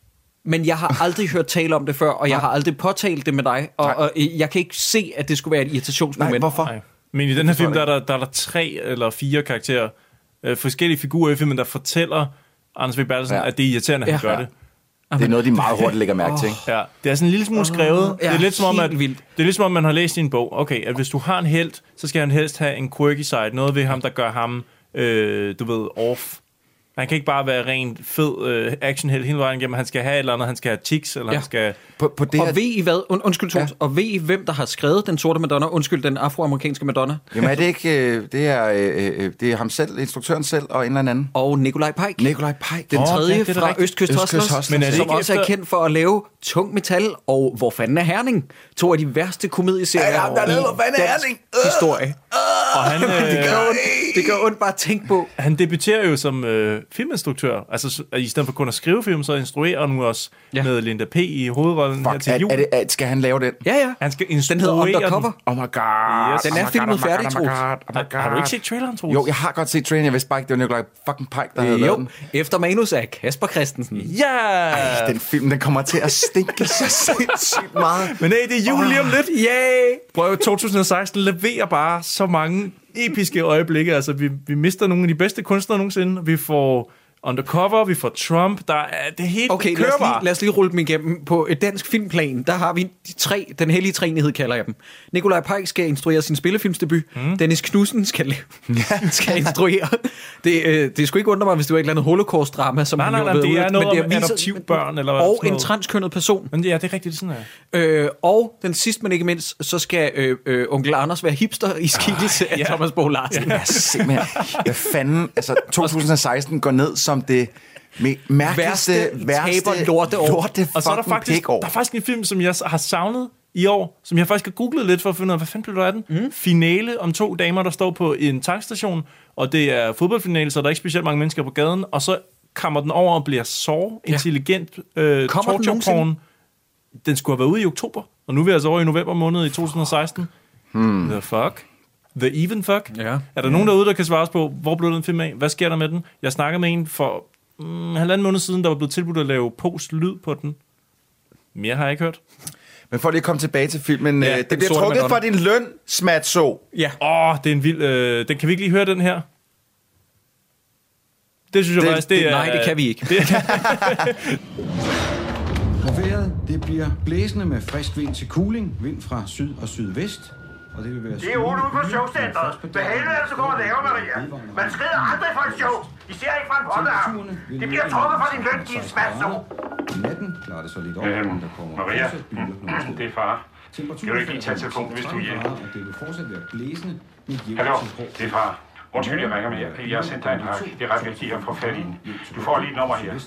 Men jeg har aldrig hørt tale om det før, og jeg har aldrig påtalt det med dig, og, og jeg kan ikke se, at det skulle være et irritationsmoment. Nej, hvorfor? Nej. Men i den her film, der er der, der er der tre eller fire karakterer, øh, forskellige figurer i filmen, der fortæller Anders W. Bertelsen, ja. at det er irriterende, at han Ja. gør det. Det er noget, de meget hurtigt lægger mærke til. Ja, det er sådan en lille smule skrevet. Oh, det er lidt som om, at helt vildt. det er lidt som om, man har læst i en bog. Okay, at hvis du har en helt, så skal han helst have en quirky side. Noget ved ham, der gør ham, øh, du ved, off. Han kan ikke bare være rent fed øh, actionheld hele vejen igennem. Han skal have et eller andet. Han skal have tics, eller Ja. han skal... På, på det Og her... ved I hvad? Und, undskyld, Troels. Ja. Og ved I, hvem der har skrevet Den Sorte Madonna? Undskyld, den afroamerikanske Madonna. Jamen er det ikke... Øh, det, er, øh, øh, det er ham selv, instruktøren selv, og en eller anden. Og Nikolaj Pike. Nikolaj Pike. Den Åh, tredje ja, det er da fra rigtigt. Østkyst Østkyst Hustlers, Hustlers. Men er det som ikke også efter- er kendt for at lave tung metal og Hvor fanden er Herning? To af de værste komedieserier Ja, der er lavet, i Hvor fanden er dansk Herning? historie. Og han, øh, Det gør ondt, det gør ondt bare at tænke på. han debuterer jo som øh, filminstruktør. Altså s- i stedet for kun at skrive film, så instruerer han nu også Ja. med Linda P. i hovedrollen her Fuck, til er, jul. er det, er, skal han lave den? Ja, ja. Han skal Den instruere hedder Undercover. den. Oh my god. Yes. Den er Oh my filmet god, oh my færdig, god, oh my Troels. god, oh my Har, har du god. ikke set traileren, Troels? Jo, jeg har godt set traileren. Jeg vidste bare ikke, det var Nikolaj fucking Pike, der havde lavet Jo, den. efter manus af Kasper Christensen. Ja! Ej, den film, den kommer til at stinke så sindssygt meget. Men hey, det er jul lige om lidt. Yay! Prøv, to tusind og seksten leverer bare så mange episke øjeblikke. Altså, vi, vi mister nogle af de bedste kunstnere nogensinde. Vi får Undercover, vi får Trump. Der er det hele Okay, lad kører os, lige, bare. lad os lige rulle dem igennem. På et dansk filmplan, der har vi de tre, den hellige træenighed kalder jeg dem. Nikolaj Pike skal instruere sin spillefilmsdebut. Mm. Dennis Knudsen skal, skal instruere. Det, øh, det skulle ikke undre mig, hvis det var et eller andet holocaust-drama, som Nej, han nej, jo nej, ved det ude, er noget men om viser- adoptivbørn, eller hvad? Og sådan en noget. transkønnet person. Men ja, det er rigtigt, det er sådan her. Øh, og den sidste, men ikke mindst, så skal øh, øh, onkel Anders være hipster i skikkelse af ja. Thomas Bo Larsen. Ja, simpelthen. Hvad fanden? Altså, to tusind og seksten går ned som det me- mærkeligste, Værste værste taber lorteår. lorte Og så er der fucking faktisk, pikår. der er faktisk en film, som jeg har savnet i år, som jeg faktisk har googlet lidt for at finde ud af, hvad fanden blev der af den? Mm. Finale om to damer, der står på en tankstation, og det er fodboldfinale, så der er ikke specielt mange mennesker på gaden, og så kommer den over og bliver så intelligent øh, Kommer den torture porn. Den skulle have været ude i oktober, og nu er vi altså over i november måned i to tusind og seksten. Hmm. The fuck? The even fuck? Ja. Er der nogen derude, der kan svare os på, hvor blev den film af? Hvad sker der med den? Jeg snakkede med en for mm, halvanden måned siden, der var blevet tilbudt at lave post-lyd på den. Mere har jeg ikke hørt. Men for lige at komme tilbage til filmen, Ja, øh, den det bliver sorte trukket Madonna. for din løn, Smatso. Ja. Åh, oh, det er en vild... Øh, den kan vi ikke lige høre, den her? Det synes jeg Det- faktisk, det, det- er... nej, det kan vi ikke. Det, Og vejret, det bliver blæsende med frisk vind til kuling, vind fra syd og sydvest. Og det vil være Det er Ole ude på showcenteret. Hvad helvede er det, så går og laver, Maria? Man skrider aldrig fra et show. Især ikke fra en polterarm. Det bliver trukket fra din løn, din smatso. I natten klarer det så lidt op, Øhm, men der kommer Maria, fortsat byer nogle steder. det er far. Temperaturen Kan du ikke lige tage telefonen, hvis du er hjemme? og det vil fortsat være blæsende med jævn Hallo, til hård. det er far. Undskyld, jeg ringer med jer. Jeg har sendt dig en pakke. Det er ret vigtigt at få fat i den. Du får lige et nummer her.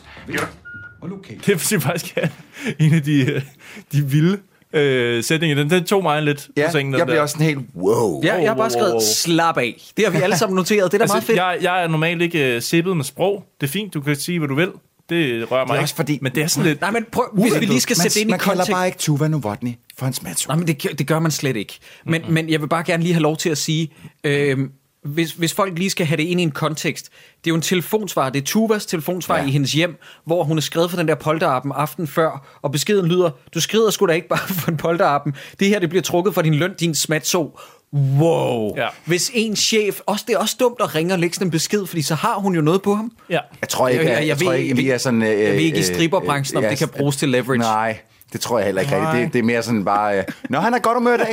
det er faktisk en af de, øh, de vilde øh, sætninger. Den, den tog mig lidt Ja, på sengen. jeg bliver også sådan helt, wow. Ja, jeg har bare skrevet, slap af. Det har vi alle sammen noteret. Det er da altså, meget fedt. Jeg, jeg er normalt ikke uh, sippet med sprog. Det er fint, du kan sige, hvad du vil. Det rører mig Det er ikke. også fordi- Men det er sådan lidt... Nej, men prøv, hvis vi lige skal man, sætte det ind i man kalder kontekst. bare ikke Tuva Novotny for en Smatso. Nej, men det, det gør man slet ikke. Men, mm-hmm. men jeg vil bare gerne lige have lov til at sige, øh, hvis, hvis folk lige skal have det ind i en kontekst, det er jo en telefonsvar, det er Tuvas telefonsvar ja. i hendes hjem, hvor hun er skrevet for den der polterappen aften før, og beskeden lyder, du skrider sgu da ikke bare for en polterappen, det her det bliver trukket for din løn, din smatso. Wow. Ja. Hvis en chef, også, det er også dumt at ringe og lægge sådan en besked, fordi så har hun jo noget på ham. Ja. Jeg tror ikke, jeg, jeg, jeg, jeg tror ved, ikke, vi er sådan... Øh, jeg ved ikke i øh, stripperbranchen, om øh, det kan bruges til leverage. Nej, det tror jeg heller ikke rigtigt. Det, det er mere sådan bare... Øh, Nå, han er godt humør i dag.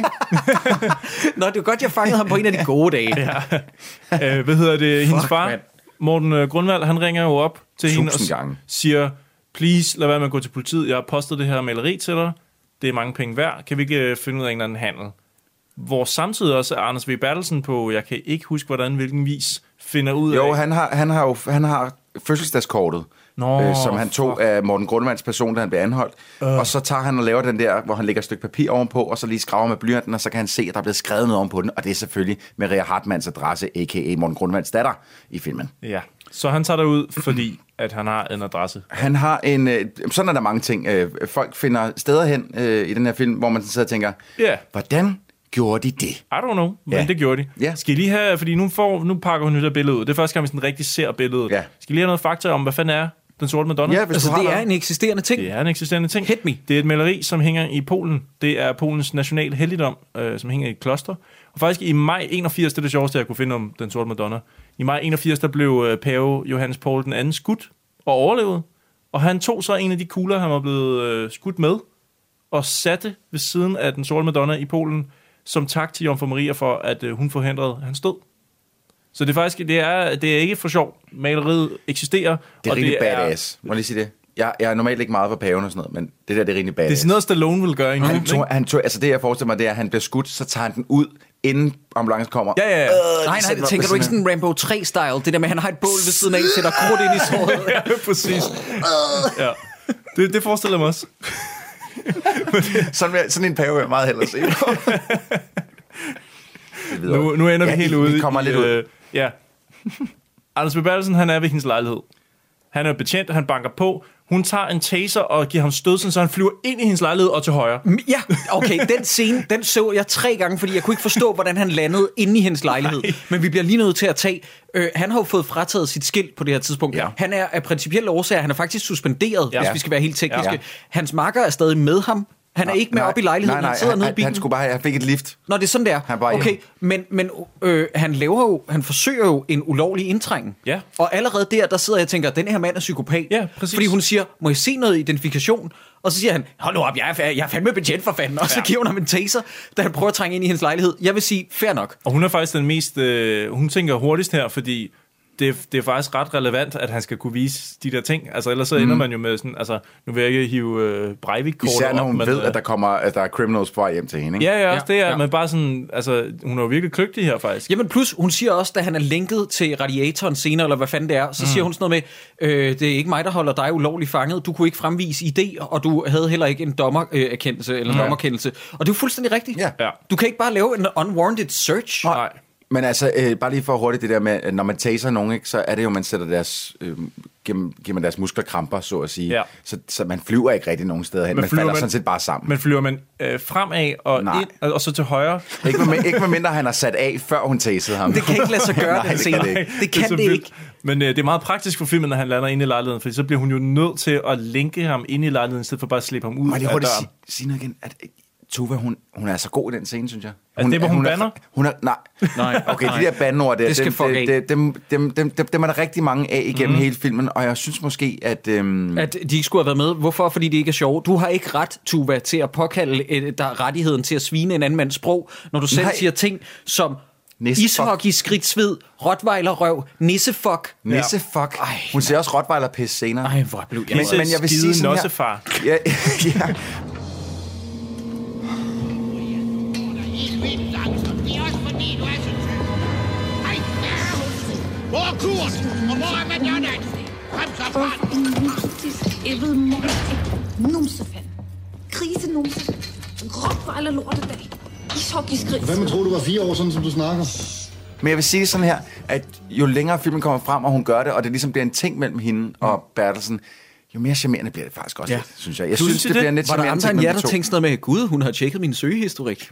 Nå, det er godt, jeg fangede ham på en af de gode dage. Ja. øh, hvad hedder det? Hendes Fuck, far, man. Morten øh, Grundvald, han ringer jo op til hende og Tusind s- gange. siger, please, lad være med at gå til politiet. Jeg har postet det her maleri til dig. Det er mange penge værd. Kan vi ikke øh, finde ud af en eller anden handel? Hvor samtidig også er Anders V. Bertelsen på, jeg kan ikke huske, hvordan, hvilken vis, finder ud Jo, af... han har, han har jo han har fødselsdagskortet, Nå, øh, som han tog fuck. af Morten Grundvands person, da han blev anholdt. Uh. Og så tager han og laver den der, hvor han lægger et stykke papir ovenpå, og så lige skraver med blyanten, og så kan han se, at der er blevet skrevet noget ovenpå den. Og det er selvfølgelig Maria Hartmanns adresse, a k a. Morten Grundvands datter, i filmen. Ja, så han tager derud, fordi at han har en adresse. Han har en... Øh, sådan er der mange ting. Øh, folk finder steder hen øh, i den her film, hvor man sidder og tænker, Ja. hvordan gjorde de det? I don't know, men Ja. det gjorde de. Ja. Skal I lige have, fordi nu, får, nu pakker hun nyt af billedet ud. Det er første gang, vi sådan rigtig ser billedet. Ja. Skal I lige have noget fakta om, hvad fanden er den sorte Madonna? Ja, hvis Altså, du har det er noget. en eksisterende ting. Det er en eksisterende ting. Hit me. Det er et maleri, som hænger i Polen. Det er Polens national helligdom, øh, som hænger i et kloster. Og faktisk i maj enogfirs, det er det sjoveste, jeg kunne finde om den sorte Madonna. I maj enogfirs, der blev øh, pave Johannes Paul den anden skudt og overlevede. Og han tog så en af de kugler, han var blevet øh, skudt med, og satte ved siden af den sorte Madonna i Polen, som tak til Jomfru Maria for, at øh, hun forhindrede hans død. Så det er faktisk, det er, det er ikke for sjov. Maleriet eksisterer. Det er og rigtig det badass. Må jeg lige sige det? Jeg, jeg er normalt ikke meget for paven og sådan noget, men det der, det er rigtig Det er badass. sådan noget, Stallone vil gøre i en Han film, tog, ikke? han tog, altså det, jeg forestiller mig, det er, at han bliver skudt, så tager han den ud, inden ambulancen kommer. Ja, ja, ja. Øh, Nej, nej, tænker du ikke sådan Rambo tre-style? Det der med, at han har et bål ved siden af, sætter krudt ind i såret. Ja, præcis. Ja. Det, det forestiller jeg mig også. sådan, vil- sådan en pave vil jeg meget hellere se. Nu, nu ender vi Ja, helt I- ude vi kommer i... lidt ud. Øh, ja. Anders B. Bertelsen, han er ved hendes lejlighed. Han er betjent, han banker på. Hun tager en taser og giver ham stød, så han flyver ind i hendes lejlighed og til højre. Ja, okay, den scene, den så jeg tre gange, fordi jeg kunne ikke forstå, hvordan han landede inde i hendes lejlighed. Nej. Men vi bliver lige nødt til at tage... Øh, han har jo fået frataget sit skilt på det her tidspunkt. Ja. Han er af principielle årsager, han er faktisk suspenderet, ja. hvis vi skal være helt tekniske. Ja. Hans makker er stadig med ham. Han er ikke med nej, op i lejligheden, nej, nej, han sidder han, nede i bilen. Han skulle bare have, jeg fik et lift. Nå, det er sådan der. Han bare, okay, men, men øh, han laver jo, han forsøger jo en ulovlig indtrængen. Ja. Og allerede der, der sidder jeg og tænker, den her mand er psykopat. Ja, præcis. Fordi hun siger, må jeg se noget identifikation? Og så siger han, hold nu op, jeg er, jeg er fandme betjent for fanden. Og så Ja. giver hun ham en taser, da han prøver at trænge ind i hendes lejlighed. Jeg vil sige, fair nok. Og hun er faktisk den mest... Øh, hun tænker hurtigst her, fordi... Det, det er faktisk ret relevant, at han skal kunne vise de der ting. Altså, ellers så ender Mm. man jo med sådan... Altså, nu vil jeg ikke hive øh, Breivik-kortet Især når op, hun men, ved, øh, at der kommer, at der er criminals på vej hjem til hende, ikke? Ja, ja, også Ja, det er, ja. men bare sådan... Altså, hun er jo virkelig kløgtig her, faktisk. Jamen plus, hun siger også, da han er lænket til radiatoren senere, eller hvad fanden det er, så mm. siger hun sådan noget med, øh, det er ikke mig, der holder dig ulovligt fanget, du kunne ikke fremvise idéer, og du havde heller ikke en dommererkendelse, eller en Ja. dommerkendelse. Og det er jo fuldstændig rigtigt. Ja. Ja. Du kan ikke bare lave en unwarranted search. Nej. Men altså, øh, bare lige for hurtigt det der med, at når man taser nogen, ikke, så er det jo, man sætter deres, øh, giver, giver man deres muskler kramper, så at sige. Ja. Så, så man flyver ikke rigtig nogen steder hen. Man, man falder man, sådan set bare sammen. Men flyver man øh, fremad og Nej. ind, og, og så til højre? Ikke med, ikke med mindre, han har sat af, før hun tasede ham. Det kan ikke lade sig gøre, Nej, den scene. Det, det, det kan det, det ikke. Men øh, det er meget praktisk for filmen, når han lander inde i lejligheden, for så bliver hun jo nødt til at linke ham ind i lejligheden, i stedet for bare at slippe ham ud af døren. Må det hurtigt sige noget igen? At, Tuva, hun, hun er så god i den scene, synes jeg. Hun, altså det, hvor hun, hun bander? Er, hun er, nej. nej. Okay, de der bandeord der, det skal dem, dem, dem, dem, dem, dem, dem er der rigtig mange af igennem mm. hele filmen, og jeg synes måske, at... Øhm... At de ikke skulle have været med. Hvorfor? Fordi de ikke er sjove. Du har ikke ret, Tuva, til at påkalde øh, der rettigheden til at svine en anden mands sprog, når du selv nej. siger ting som... Ishockey, skridtsved, rottweiler-røv, nissefuck. Nissefuck. Ja. Hun siger også rottweiler-pis senere. Ej, hvor blev jeg. Men, men jeg vil sige sådan nossefar. Her... Ja, ja. Hvor er kurs? Og hvor er Madonna? Kom så fra! Åh, en mystisk, ævlet mor. Numsefald. Krisenumse. Rottweiler lortedag. Ishockey-skridt. Hvad man tror du var fire år sådan, som du snakker? Men jeg vil sige sådan her, at jo længere filmen kommer frem, og hun gør det, og det ligesom bliver en ting mellem hende og Bertelsen, jo mere charmerende bliver det faktisk også, ja. lidt, synes jeg. Jeg synes, det, det bliver en lidt charmerende ting. Var der andre end jer, der tænkte sådan noget med, gud, hun har tjekket min søgehistorik?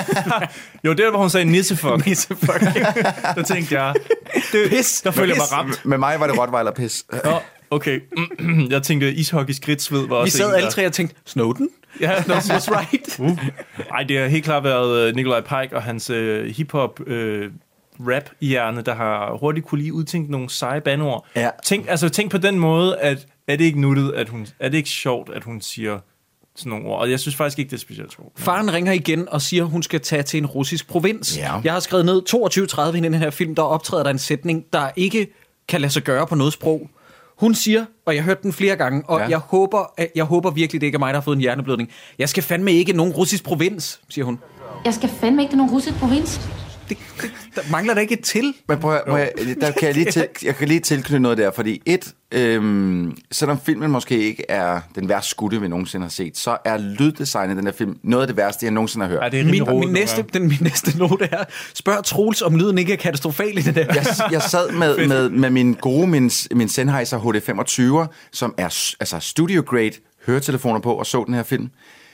Jo, det var, hvor hun sagde nissefuck. Nissefuck. Der tænkte jeg, det, pis. Der følte jeg mig ramt. Med mig var det rottweiler-pis. Nå, okay. Jeg tænkte, ishockey-skridtsved var også... Vi sad alle tre og tænkte, Snowden? Ja, no, that's right. uh. Ej, det har helt klart været Nikolaj Pike og hans uh, hip-hop... Uh, rap i hjernen, der har hurtigt kunne lige udtænke nogle seje bandeord. Ja. Tænk, altså, tænk på den måde, at er det ikke nuttet, at hun, er det ikke sjovt, at hun siger sådan nogle ord? Og jeg synes faktisk ikke, det er specielt sjovt. Faren ringer igen og siger, at hun skal tage til en russisk provins. Ja. Jeg har skrevet ned toogtyve tredive i den her film, der optræder der en sætning, der ikke kan lade sig gøre på noget sprog. Hun siger, og jeg har hørt den flere gange, og ja. jeg, håber, jeg håber virkelig, det ikke er mig, der har fået en hjerneblødning. Jeg skal fandme ikke nogen russisk provins, siger hun. Jeg skal fandme ikke nogen russisk provins. Det, det, der mangler der ikke et til. Men prøv at, må jeg, der kan jeg, lige til, jeg kan lige tilknytte noget der, fordi et, øhm, selvom filmen måske ikke er den værste skudte, vi nogensinde har set, så er lyddesignet i den her film noget af det værste, jeg nogensinde har hørt. Ja, det er min, rodet, min, næste, den, min næste note er, spørg Troels, om lyden ikke er katastrofal i det der. Jeg, jeg sad med, med, med min gode, min, min Sennheiser H D femogtyve, som er altså studio grade høretelefoner på, og så den her film.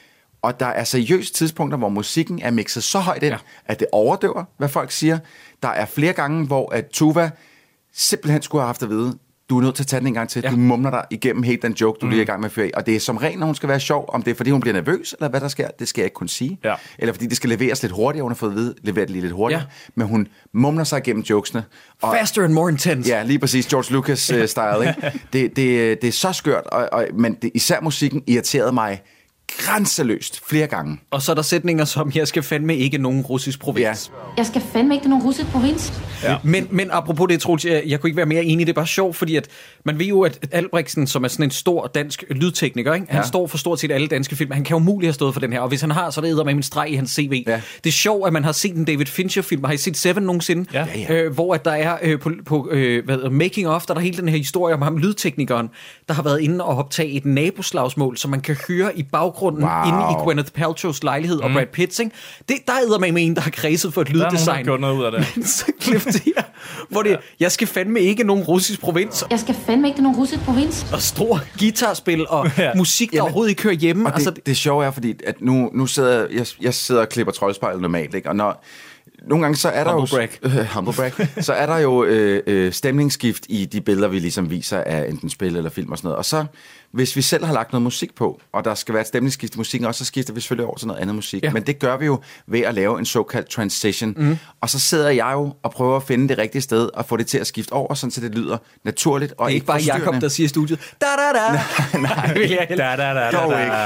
Og der er seriøst tidspunkter, hvor musikken er mixet så højt ind, ja. at det overdøver, hvad folk siger. Der er flere gange, hvor at Tuva simpelthen skulle have haft at vide, du er nødt til at tage den en gang til. Ja. Du mumler dig igennem helt den joke, du mm. lige er i gang med at føre i. Og det er som regel, når hun skal være sjov. Om det er, fordi hun bliver nervøs, eller hvad der sker, det skal jeg ikke kunne sige. Ja. Eller fordi det skal leveres lidt hurtigere. Hun har fået at vide, leveret lige lidt hurtigere. Ja. Men hun mumler sig igennem jokesene. Og, faster and more intense. Ja, lige præcis. George Lucas-style. Uh, ikke? det, det, det er så skørt. Og, og, men det, især musikken irriterede mig grænseløst flere gange. Og så er der sætninger som, jeg skal fandme ikke nogen russisk provins. Ja. Jeg skal fandme ikke nogen russisk provins. Ja. Men, men apropos det, Troels, jeg, jeg kunne ikke være mere enig. Det er bare sjovt, fordi at man ved jo, at Albrechtsen, som er sådan en stor dansk lydtekniker, ikke? Han ja. står for stort set alle danske film. Han kan jo muligt have stået for den her, og hvis han har, så er det eddermame en streg i hans C V. Ja. Det er sjovt, at man har set en David Fincher-film. Har I set Seven nogensinde? Ja. Ja, ja. Øh, hvor at der er øh, på, på øh, hvad, making of, der er der hele den her historie om ham, lydteknikeren, der har været inde og optage et naboslagsmål, som man kan høre i baggrunden. Wow. Inde i Gwyneth Paltrow's lejlighed mm. og Brad Pitt, ikke? Det, der er eddermame en, der har kredset for et lyddesign. Der har gjort noget ud af det. Men så klip det her, hvor det, jeg skal fandme ikke nogen russisk provins. Jeg skal fandme ikke nogen russisk provins. Og stor guitarspil og ja. musik, der Jamen, overhovedet ikke kører hjemme. Og det, altså, det, det sjove er, fordi at nu, nu sidder jeg, jeg sidder og klipper Troldspejlet normalt, ikke? Og når nogle gange så er der humble jo øh, humble brag, så er der jo øh, øh, stemningsskift i de billeder, vi ligesom viser af enten spil eller film og sådan noget. Og så hvis vi selv har lagt noget musik på, og der skal være et stemningsskift i musikken også, så skifter vi selvfølgelig over til noget andet musik. Ja. Men det gør vi jo ved at lave en såkaldt transition. Mm. Og så sidder jeg jo og prøver at finde det rigtige sted og få det til at skifte over, sådan så det lyder naturligt og ikke forstyrrende. Det er ikke bare Jakob, der siger i studiet, da da da. Nej, nej. da da da da. Dog ikke.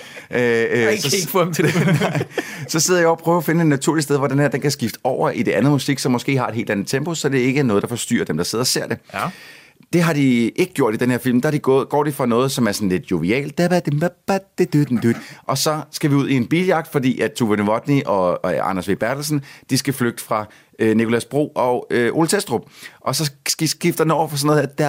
Øh, øh, jeg kan ikke få ham til det. Så sidder jeg og prøver at finde et naturligt sted, hvor den her den kan skifte over i det andet musik, som måske har et helt andet tempo, så det ikke er noget, der forstyrrer dem, der sidder og ser det. Ja. Det har de ikke gjort i den her film. Der er de gået, går de for noget, som er sådan lidt jovialt. Og så skal vi ud i en biljagt, fordi at Tuva Novotny og, og Anders V. Bertelsen, de skal flygte fra øh, Nicolas Bro og øh, Ole Testrup. Og så skifter den over for sådan noget her.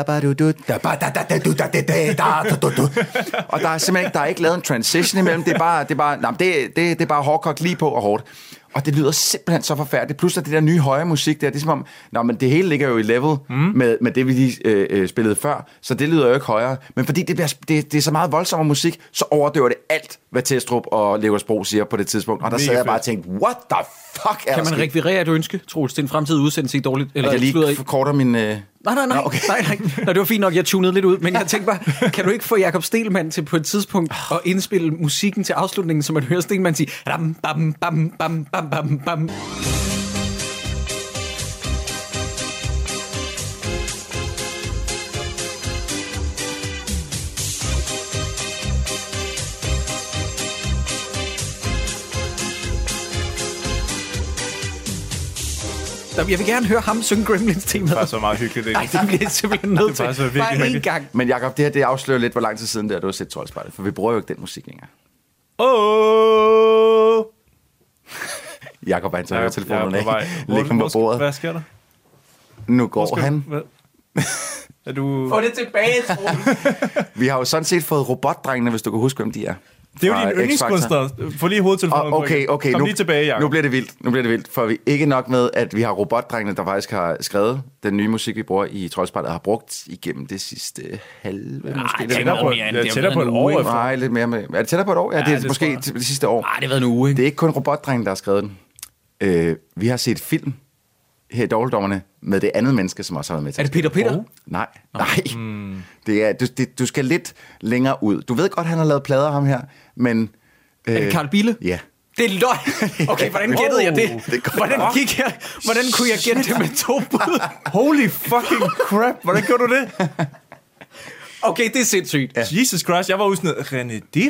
Og der er simpelthen ikke, der er ikke lavet en transition imellem. Det er bare, det er bare, nej, det, det, det er bare hårdkogt lige på og hårdt. Og det lyder simpelthen så forfærdeligt. Plus at det der nye høje musik der, det er som om, nå, men det hele ligger jo i level mm. med, med det, vi lige øh, spillede før, så det lyder jo ikke højere. Men fordi det, bliver, det, det er så meget voldsommere musik, så overdøver det alt, hvad Testrup og Leversbro siger på det tidspunkt. Og der sad jeg bare og tænkte, what the fuck er Kan man rekvirere et ønske, Troels, til en fremtidig udsendelse ikke dårligt? Eller jeg lige forkorter min... Øh... Nej, nej, nej, okay. nej, nej. Nå, det var fint nok, jeg tunede lidt ud, men jeg tænkte bare, kan du ikke få Jakob Stegelmann til på et tidspunkt at indspille musikken til afslutningen, så man hører Stegelmann sige bam, bam, bam, bam, bam, bam, bam. Jeg vil gerne høre ham synge Gremlins-temaet. Det var så meget hyggeligt, ikke? Nej, det bliver simpelthen nødt til. Bare én gang. Men Jakob, det her det afslører lidt, hvor lang tid siden det er, du har set Troldspejlet. For vi bruger jo ikke den musik længere. Åh! Oh! Jakob, han tager ja, telefonen af. Læg ham på bordet. Hvad sker der? Nu går han. Er du... Få det tilbage, Vi har jo sådan set fået robotdrengene, hvis du kan huske, hvem de er. Det er jo din yndlingskunstner. Få lige hovedtelefonen på. Okay, okay. Kom nu, lige tilbage, Jacob. Nu bliver det vildt. Nu bliver det vildt. For vi ikke nok med, at vi har robotdrengene, der faktisk har skrevet den nye musik, vi bruger i Troldspejlet, har brugt igennem det sidste halve. Nej, måske. det er tættere på, det er tættere på et år. Nej, lidt mere med. Er det tættere på et år? Ja, det er ja, det måske det, det sidste år. Nej, det har været en uge, ikke? Det er ikke kun robotdrengene, der har skrevet den. Øh, vi har set film her i Dårligdommerne med det andet menneske, som også har været med til. Er det Peter Peter? Oh. Nej, nej. Mm. Det er, du, det, du skal lidt længere ud. Du ved godt, han har lavet plader ham her, men... Er det Carl Bille? Ja. Det er løgn. Okay, hvordan gættede jeg det? Hvordan gik jeg? Hvordan kunne jeg gætte det med to bud? Holy fucking crap. Hvordan gjorde du det? Okay, det er sindssygt. Ja. Jesus Christ, jeg var ude sådan noget. René Diff.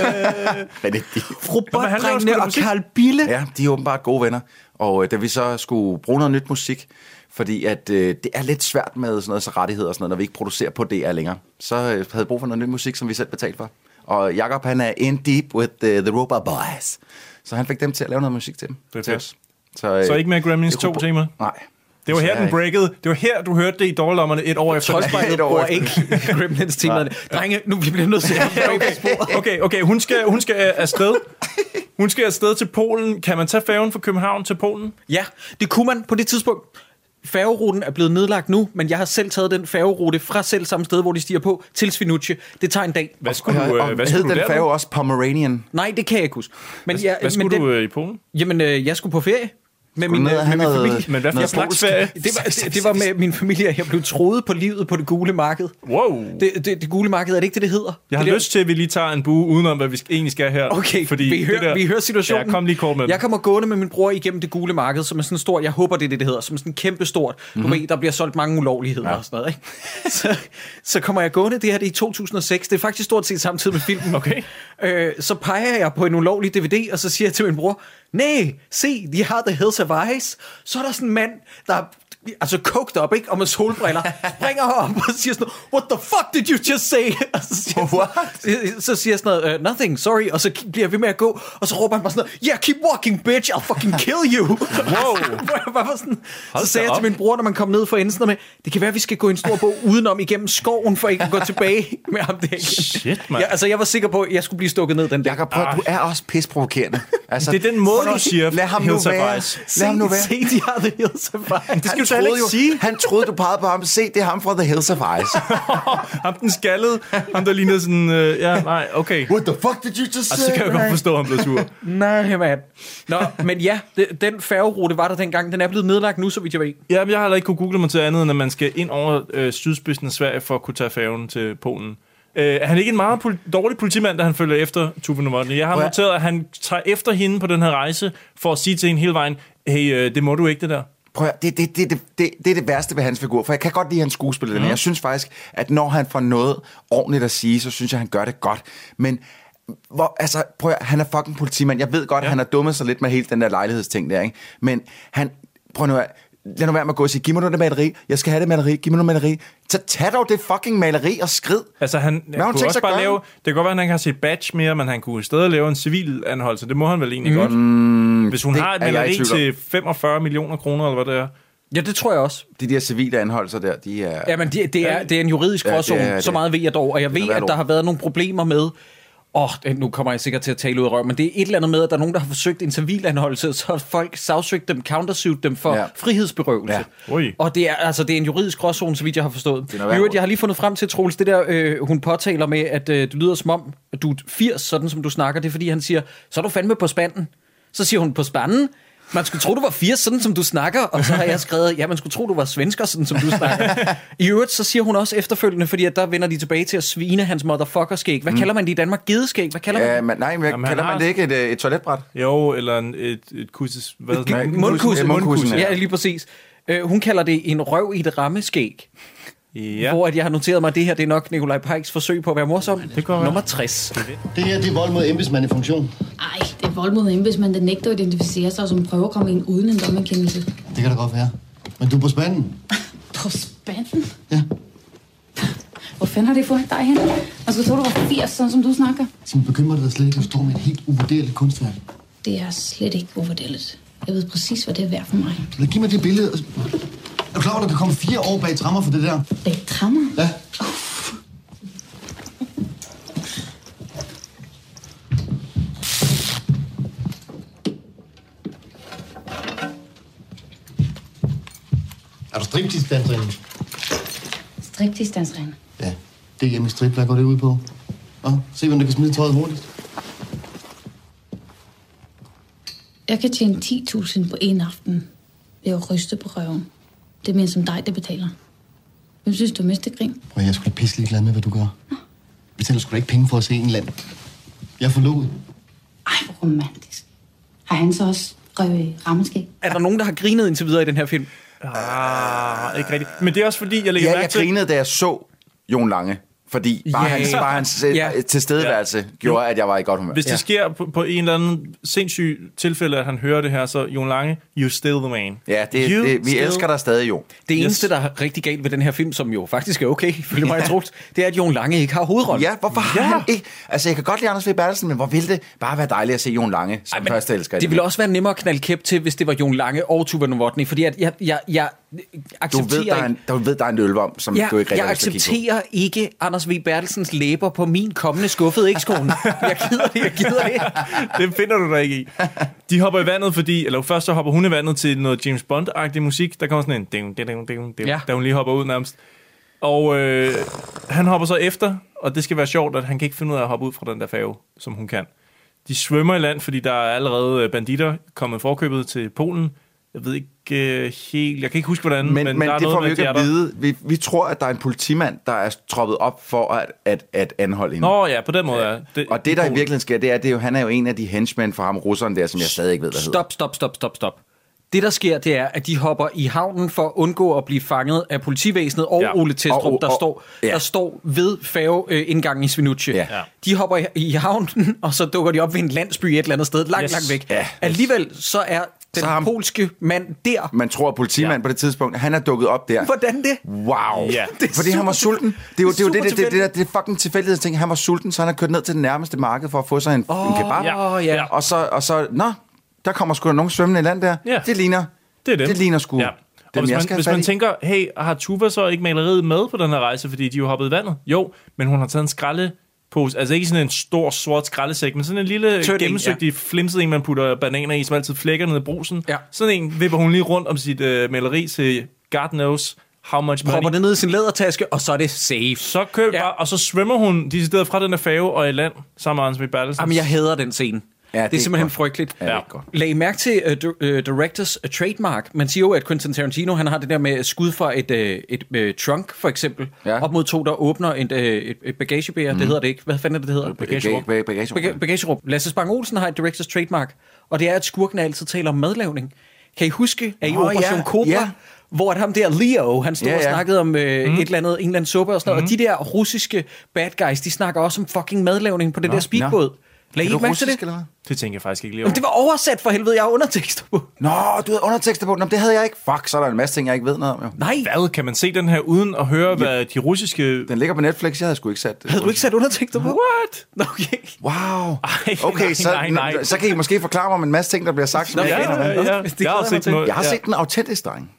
René Diff. Robotdrengene og Carl Bille. Ja, de er åbenbart gode venner. Og øh, da vi så skulle bruge noget nyt musik, fordi at øh, det er lidt svært med sådan noget så rettigheder og sådan noget, når vi ikke producerer på D R længere, så øh, havde jeg brug for noget nyt musik, som vi selv betalte for. Og Jakob, han er in deep with the, the Robot Boys. Så han fik dem til at lave noget musik til dem. Det er fedt. Så, øh, så ikke med Gremlins to tema? Nej. Det var her, den breakede. Det var her, du hørte det i Dårligdommerne et år efter. Troldspejlet bruger ikke Gremlins temaerne. Drenge, nu bliver vi nødt til at okay, okay, okay. Hun skal, hun skal afsted. Hun skal afsted til Polen. Kan man tage færgen fra København til Polen? Ja, det kunne man på det tidspunkt. Færgeruten er blevet nedlagt nu, men jeg har selv taget den færgerute fra selv samme sted, hvor de stiger på, til Svinucci. Det tager en dag. Hvad skulle du, og, hvad skulle hed du den færge også Pomeranian? Nej, det kan jeg ikke huske. Men hvad, jeg, hvad skulle men du den, i Polen? Jamen, øh, jeg skulle på ferie. Med min, med min noget, familie. Men hvad for slags ferie? Det var, det, det var med min familie, at jeg blev troet på livet på det gule marked. Wow. Det, det, det gule marked, er det ikke det, det hedder? Jeg har det lyst til, at vi lige tager en bue udenom, hvad vi egentlig skal her. Okay, fordi vi, hører, der, vi hører situationen. Ja, kom lige kort med Jeg kommer gående med min bror igennem det gule marked, som er sådan stort, jeg håber, det er det, det hedder, som er sådan kæmpe stort. Mm-hmm. Du ved, der bliver solgt mange ulovligheder ja. og sådan noget, ikke? Så, så kommer jeg gående, det her det er i to tusind og seks, det er faktisk stort set samtidig med filmen. Okay. Øh, så peger jeg på en ulovlig D V D, og så siger jeg til min bror, nej, se, de har The Hills of Ice. Så er der sådan en mand, der er altså coked op, ikke? Og med solbriller, springer op og siger sådan noget, what the fuck did you just say? Og så siger, What? Så, så siger jeg sådan noget, uh, nothing, sorry. Og så bliver jeg ved med at gå, og så råber han bare sådan noget, yeah, keep walking, bitch, I'll fucking kill you. Wow. jeg bare sådan, så sagde jeg til min bror, når man kom ned for enden, med, det kan være, at vi skal gå en stor bog udenom igennem skoven, for ikke at gå tilbage med ham der igen. Shit, man. Ja, altså, jeg var sikker på, at jeg skulle blive stukket ned den dag. Jakob, prøv, du er også pisprovokerende. Altså, det er den måde, du siger, lad ham nu være. Lad ham nu være. Se, de har The Hills of Ice. Det skal du så ikke sige. Han troede, du pegede på ham. Se, det er ham fra The Hills of Ice. Ham den skaldede. Ham der lignede sådan, uh, ja, nej, okay. What the fuck did you just say? Altså, så kan jeg godt forstå, at han blev sur. Nej, mand. Nå, men ja, det, den færgerute var der dengang. Den er blevet nedlagt nu, så vidt jeg ved. Ja, jeg har heller ikke kunne google mig til andet, end at man skal ind over øh, sydspidsen af Sverige for at kunne tage færgen til Polen. Øh, er han ikke en meget pol- dårlig politimand, da han følger efter Tove Novotny? Jeg har Hvor noteret, at han tager efter hende på den her rejse for at sige til hende hele vejen, hey, øh, det må du ikke, det der. Prøv at, det, det, det, det, det, det er det værste ved hans figur, for jeg kan godt lide hans skuespil, mm. men jeg synes faktisk, at når han får noget ordentligt at sige, så synes jeg, han gør det godt. Men hvor, altså, prøv at, han er fucking politimand. Jeg ved godt, ja. han har dummet sig lidt med hele den der lejlighedsting der, ikke? Men han, prøv nu at, lad nu være med at gå og sige, giv mig noget maleri, jeg skal have det maleri, giv mig noget maleri. Så tag dog det fucking maleri og skrid. Altså han kunne også bare lave, det kan godt være, at han kan se badge mere, men han kunne i stedet lave en civil anholdelse. Det må han vel egentlig mm. godt. Mm, Hvis hun har et maleri til femogfyrre millioner kroner, eller hvad det er. Ja, det tror jeg også. De der civile anholdelser der, de er... Ja, men det, det, er, det er en juridisk gråzone, ja, så meget ved jeg dog. Og jeg ved, at der har været nogle problemer med Åh, oh, nu kommer jeg sikkert til at tale ud af røv, men det er et eller andet med, at der er nogen, der har forsøgt en civilanholdelse, så har folk sagsøgt dem, countersuit dem for ja. frihedsberøvelse. Ja. Og det er, altså, det er en juridisk gråzone, så vidt jeg har forstået. I øvrigt, jeg har lige fundet frem til, Troels, det der, øh, hun påtaler med, at øh, det lyder som om, at du er firs, sådan som du snakker. Det er fordi, han siger, så er du fandme på spanden. Så siger hun, på spanden? Man skulle tro, du var firs, sådan som du snakker, og så har jeg skrevet, ja, man skulle tro, du var svensker, sådan som du snakker. I øvrigt, så siger hun også efterfølgende, fordi at der vender de tilbage til at svine hans motherfucker-skæg. Hvad mm. kalder man det i Danmark? Gedeskæg? Hvad kalder ja, man men, nej, men Jamen, kalder man det ikke et, et toiletbræt? Jo, eller en, et, et kusses... Hvad et, et, mundkusse. Mundkusse, ja, lige præcis. Uh, hun kalder det en røv i et rammeskæg. Ja. Hvor at jeg har noteret mig, at det her det er nok Nikolaj Pikes forsøg på at være morsom. Det går nummer tres. Det her det er vold mod embedsmand i funktion. Ej, det er vold mod embedsmand, der nægter at identificere sig, som prøver at komme ind uden en dommerkendelse. Det kan da godt være. Men du er på spanden. På spanden? Ja. Hvor fanden har det fundet dig hen? Man skulle tro, du var firs, sådan som du snakker. Sim, bekymrer dig slet ikke, at du står med et helt uvurderligt kunstværk. Det er slet ikke uvurderligt. Jeg ved præcis, hvad det er værd for mig. Lad giv mig det billede. Er du klar, at der kan komme fire år bag trammer for det der? Bag trammer? Ja. Uff. Er du striptease-danserinde? Striptease-danserinde? Ja. Det er hjemme i strip. Hvad går det ud på? Nå, se, hvem der kan smide tøjet hurtigt. Jeg kan tjene ti tusind på en aften ved at ryste på røven. Det er mere som dig, der betaler. Hvem synes du er mest grin? Prøv, jeg er sgu da pisselig glad med, hvad du gør. Nå. Betaler sgu da ikke penge for at se en land. Jeg er forlovet. Ej, hvor romantisk. Har han så også røvet rammeskæg? Er der nogen, der har grinet indtil videre i den her film? Ah, ikke rigtigt. Men det er også fordi, jeg lægger ja, mærke jeg til... jeg grinede, da jeg så Jon Lange. Fordi bare yeah. hans, bare hans yeah. tilstedeværelse yeah. gjorde, at jeg var i godt humør. Hvis det ja. sker på, på en eller anden sindssyg tilfælde, at han hører det her, så Jon Lange, you're still the man. Ja, det, det, vi still... elsker dig stadig, jo. Det yes. eneste, der er rigtig galt ved den her film, som jo faktisk er okay, følger mig ja. Troels, det er, at Jon Lange ikke har hovedrollen. Ja, hvorfor har ja. han ikke? Altså, jeg kan godt lide Anders W. Bertelsen, men hvor ville det bare være dejligt at se Jon Lange som Ej, første elsker. Det ville også være nemmere at knalde kæp til, hvis det var Jon Lange og Tuva Novotny, fordi at jeg, jeg, jeg accepterer... Du ved, der er en, du ved, der er en ølvom, som ja, du ikke rigtig jeg accepterer ikke Anders W. Bertelsens læber på min kommende skuffede ekskone. Jeg gider det, jeg gider det. Det finder du da ikke i. De hopper i vandet, fordi... Eller først så hopper hun i vandet til noget James Bond-agtig musik. Der kommer sådan en... Ding, ding, ding, ding, ding, ja. Da hun lige hopper ud nærmest. Og øh, han hopper så efter, og det skal være sjovt, at han kan ikke finde ud af at hoppe ud fra den der færge, som hun kan. De svømmer i land, fordi der er allerede banditter kommet forkøbet til Polen. Jeg ved ikke uh, helt... Jeg kan ikke huske, hvordan... Men, men, men der er det noget får vi med, ikke at vide. Vi, vi tror, at der er en politimand, der er troppet op for at, at, at anholde hende. Nå ja, på den måde, ja. Det, og det, der i virkeligheden sker, det er, det er jo, han er jo en af de henchmen for ham, russeren der, som jeg stadig ikke ved, hvad hedder. Stop, stop, stop, stop, stop. Det, der sker, det er, at de hopper i havnen for at undgå at blive fanget af politivæsenet og ja. Ole Testrup, der, og, står, ja. der står ved færgeindgangen i Svinutje. Ja. De hopper i, i havnen, og så dukker de op ved en landsby et eller andet sted, langt, yes. langt væk. Ja. Alligevel så er den ham, polske mand der. Man tror, at politimand ja. på det tidspunkt, han er dukket op der. Hvordan det? Wow. Ja. Det Fordi han var sulten. Det er jo det, er jo det, det, det, det, det, det fucking tilfældighedsting. Han var sulten, så han har kørt ned til det nærmeste marked for at få sig en, oh, en kebab. Ja. Ja. Og så, og så, nå, der kommer sgu da nogen svømmende i land der. Ja. Det ligner, det, det. det ligner sgu. Ja. Og hvis man, hvis man tænker, hey, har Tuva så ikke maleriet med på den her rejse, fordi de jo hoppet i vandet? Jo, men hun har taget en skralde pose, altså ikke sådan en stor sort skraldesæk, men sådan en lille gennemsøgtig ja. flimset en, man putter bananer i, som altid flækker ned i brusen. Ja. Sådan en vipper hun lige rundt om sit øh, maleri til God knows how much money. Propper det ned i sin lædertaske, og så er det safe. Så køber ja. og så svømmer hun de steder fra den her færge og i land sammen med Anders W. Bertelsen. Jamen, jeg hader den scene. Ja, det, det er simpelthen godt. Frygteligt. Ja, lag I mærke til uh, du, uh, directors uh, trademark. Man siger jo, at Quentin Tarantino han har det der med skud fra et, uh, et uh, trunk, for eksempel. Ja. Op mod to, der åbner et, uh, et, et bagagebæger. Mm. Det hedder det ikke. Hvad fanden er det, det hedder? Bagagerum. Bagagerum. Bagagerum. Bagagerum. Lasse Spang Olsen har et directors trademark. Og det er, at skurken altid taler om madlavning. Kan I huske, at i oh, Operation ja. Cobra... Ja. Hvor at ham der Leo, han stod ja, ja. og snakkede om øh, mm. et eller andet, en eller anden suppe og sådan noget. Mm. Og de der russiske bad guys, de snakker også om fucking madlavning på det Nå. der speedbåd. Nå. Lad I ikke mærke til det? Eller hvad? Det tænker jeg faktisk ikke lige over. Men det var oversat for helvede, jeg har undertekster på. Nå, du havde undertekster på. Nå, det havde jeg ikke. Fuck, så er der en masse ting, jeg ikke ved noget om. Jo. Nej. Hvad? Kan man se den her uden at høre, hvad ja. de russiske... Den ligger på Netflix, jeg havde sgu ikke sat... Havde du ikke sat undertekster på? What? Okay. Wow. Ej, okay, nej, så, nej, nej. så kan I måske forklare mig om en masse ting, der bliver sagt. Som ja, jeg, ja, ja, ja. Jeg har set, noget, jeg har ja. set den autentiske dreng.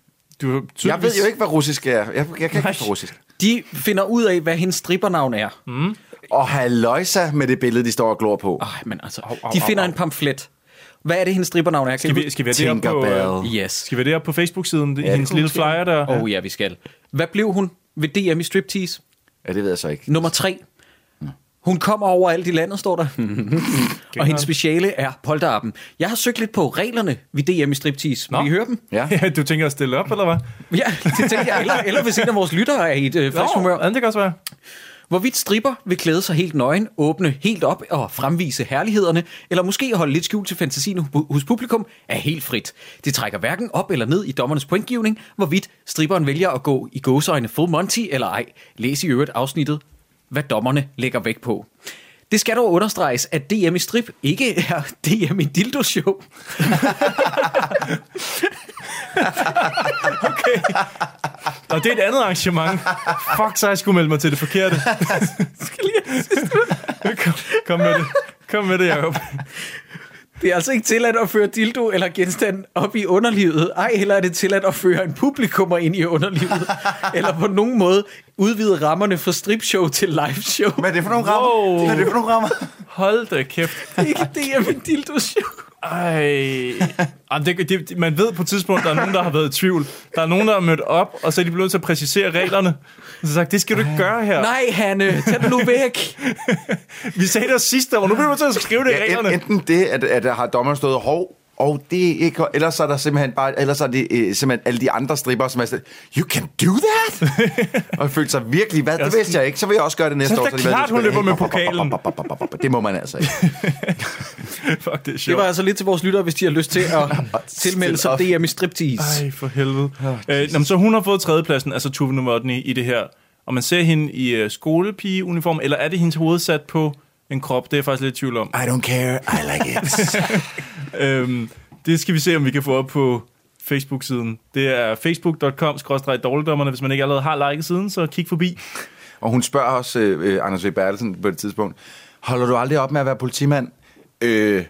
Du, jeg ved jo ikke, hvad russisk er. Jeg, jeg kan ikke forstå russisk. De finder ud af, hvad hendes strippernavn er. Mm. Og halløjsa med det billede, de står og glor på. Ej, men altså, au, au, de finder au, au. en pamflet. Hvad er det, hendes strippernavn er? Skal vi, skal vi have det op på, yes. Skal vi have det op på Facebook-siden? Ja, hendes lille flyer der? Åh oh, ja, vi skal. Hvad blev hun ved D M i striptease? Ja, det ved jeg så ikke. Nummer tre. Hun kommer overalt i landet, står der. Og hendes speciale er polterappen. Jeg har søgt lidt på reglerne ved D M i striptease. Vil I høre dem? Ja. ja. Du tænker at stille op, eller hvad? Ja, det tænker jeg. Eller, eller hvis en af vores lyttere er i et øh, frisk humør. Ja, det kan også være. Hvorvidt stripper vil klæde sig helt nøgen, åbne helt op og fremvise herlighederne, eller måske holde lidt skjult til fantasien hos publikum, er helt frit. Det trækker hverken op eller ned i dommernes pointgivning, hvorvidt stripperen vælger at gå i gåseøjne full Monty eller ej. Læs i øvrigt afsnittet, hvad dommerne lægger vægt på. Det skal dog understreges, at D M i strip ikke er D M i dildo-show. Okay. Og det er et andet arrangement. Fuck, så jeg skulle melde mig til det forkerte. Skal lige kom, kom med det. Kom med det, Jacob. Det er altså ikke tilladt at føre dildo eller genstand op i underlivet. Ej, heller er det tilladt at føre en publikummer ind i underlivet. Eller på nogen måde udvide rammerne for stripshow til liveshow. Hvad er det for nogle rammer? Wow. Hvad er det for nogle rammer? Hold da kæft. Det er ikke det, er min dildo-show. Ej. Det, det, man ved på et tidspunkt, der er nogen, der har været i tvivl. Der er nogen, der har mødt op, og så er de blevet til at præcisere reglerne. Så har sagt, det skal du ikke gøre her. Nej, Hanne, tag det nu væk. Vi sagde det sidste år, nu bliver du til at skrive det i reglerne. Ja, enten det, at, at der har dommeren stået hov, og det er ikke, ellers så er der simpelthen bare, ellers er det øh, simpelthen alle de andre stripper, som er sådan, you can do that? Og jeg følte sig virkelig, hvad, det vidste jeg ikke, så vil jeg også gøre det næste så år. Så det er klart, hun løber med pokalen. Det må man altså ikke. Fuck, det er sjovt. Det var altså lidt til vores lyttere, hvis de har lyst til at tilmelde sig D M i striptease. Ej, for helvede. Oh, øh, jamen, så hun har fået tredjepladsen, altså Tuve Novotny i det her. Og man ser hende i uh, skolepigeuniform, eller er det hendes hoved sat på en krop? Det er jeg faktisk lidt i tvivl om. I don't care, I like it. øhm, det skal vi se, om vi kan få op på Facebook-siden. Det er facebook punktum com skråstreg dårligdommerne. Hvis man ikke allerede har liket siden, så kig forbi. Og hun spørger også øh, Anders V. Bertelsen på et tidspunkt, holder du aldrig op med at være politimand? Øh,